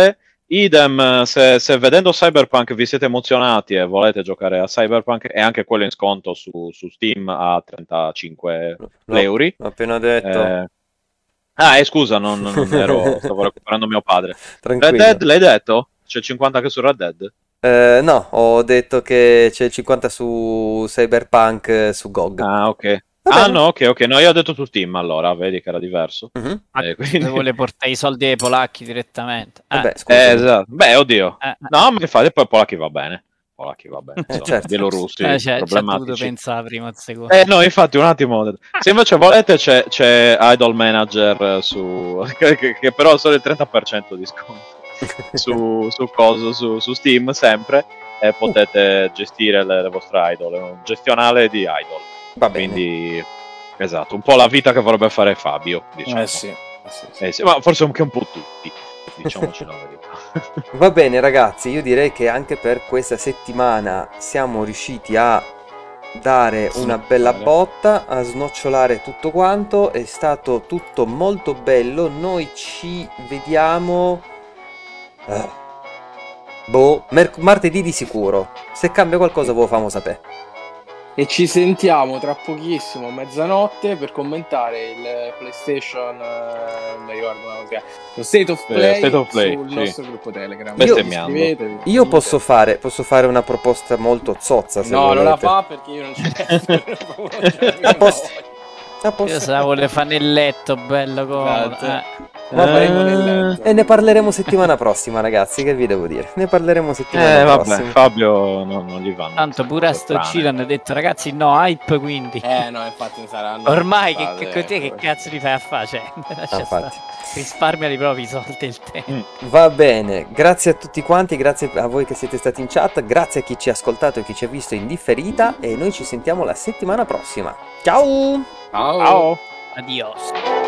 idem, se, se vedendo Cyberpunk vi siete emozionati e volete giocare a Cyberpunk, è anche quello in sconto su, su Steam a trentacinque L'ho- euro. L'ho appena detto. Eh, ah, eh, scusa, non, non ero, stavo recuperando mio padre. Red Tranquillo. Dead, l'hai detto? C'è il cinquanta anche su Red Dead? Eh, no, ho detto che c'è il cinquanta su Cyberpunk eh, su G O G. Ah, ok. Va Ah, bene. no, ok, ok. No, io ho detto su Steam, allora, vedi che era diverso. Mhm. Ah, Eh, quindi- vuole portare i soldi ai polacchi direttamente. Eh, Vabbè, scusa. Eh, esatto. Beh, oddio. eh, eh. No, ma infatti poi Polacchi va bene. Polacchi va bene. Eh, Insomma, certo. bielorussi, Eh, cioè, ci ha dovuto problematici. pensare prima o secondo. Eh, no, infatti, un attimo. Se invece volete, c'è, c'è Idol Manager su. Che, che- che però ha solo il trenta per cento di sconto su, su, coso, su, su Steam, sempre. E potete gestire le, le vostre idol. È un gestionale di idol. Va bene. Quindi, esatto, un po' la vita che vorrebbe fare Fabio, diciamo. Eh sì, eh sì, sì. Eh sì, ma forse anche un po' tutti, diciamoci la verità. Va bene ragazzi, io direi che anche per questa settimana siamo riusciti a dare una bella Snocciolare. botta, a snocciolare tutto quanto, è stato tutto molto bello, noi ci vediamo eh, boh, merc- martedì di sicuro, se cambia qualcosa ve lo famo sapere. E ci sentiamo tra pochissimo, a mezzanotte, per commentare il PlayStation, eh, non mi ricordo come si chiama, lo State of Eh, Play, State of Play, sul sì. nostro gruppo Telegram. Bestemmiando. Iscrivetevi, Io dite. posso fare, posso fare una proposta molto zozza se No, non la volete. fa perché io non ci resto. non c'è A posto. A Io posto. se la vuole fare nel letto, bello comodo. Esatto. eh. La faremo nel letto. E ne parleremo settimana prossima, ragazzi. Che vi devo dire? Ne parleremo settimana Eh, vabbè, prossima. Fabio no, non gli vanno. Tanto pure a sto strane. giro hanno detto ragazzi no hype quindi. Eh no, infatti saranno. Ormai che, state, che, con te che ecco. cazzo li fai a fare? Cioè, lascia Ah, infatti. stare. Risparmiali proprio i soldi e il tempo. Mm. Va bene, grazie a tutti quanti, grazie a voi che siete stati in chat, grazie a chi ci ha ascoltato e chi ci ha visto in differita e noi ci sentiamo la settimana prossima. Ciao! Ciao. Ciao. Adios.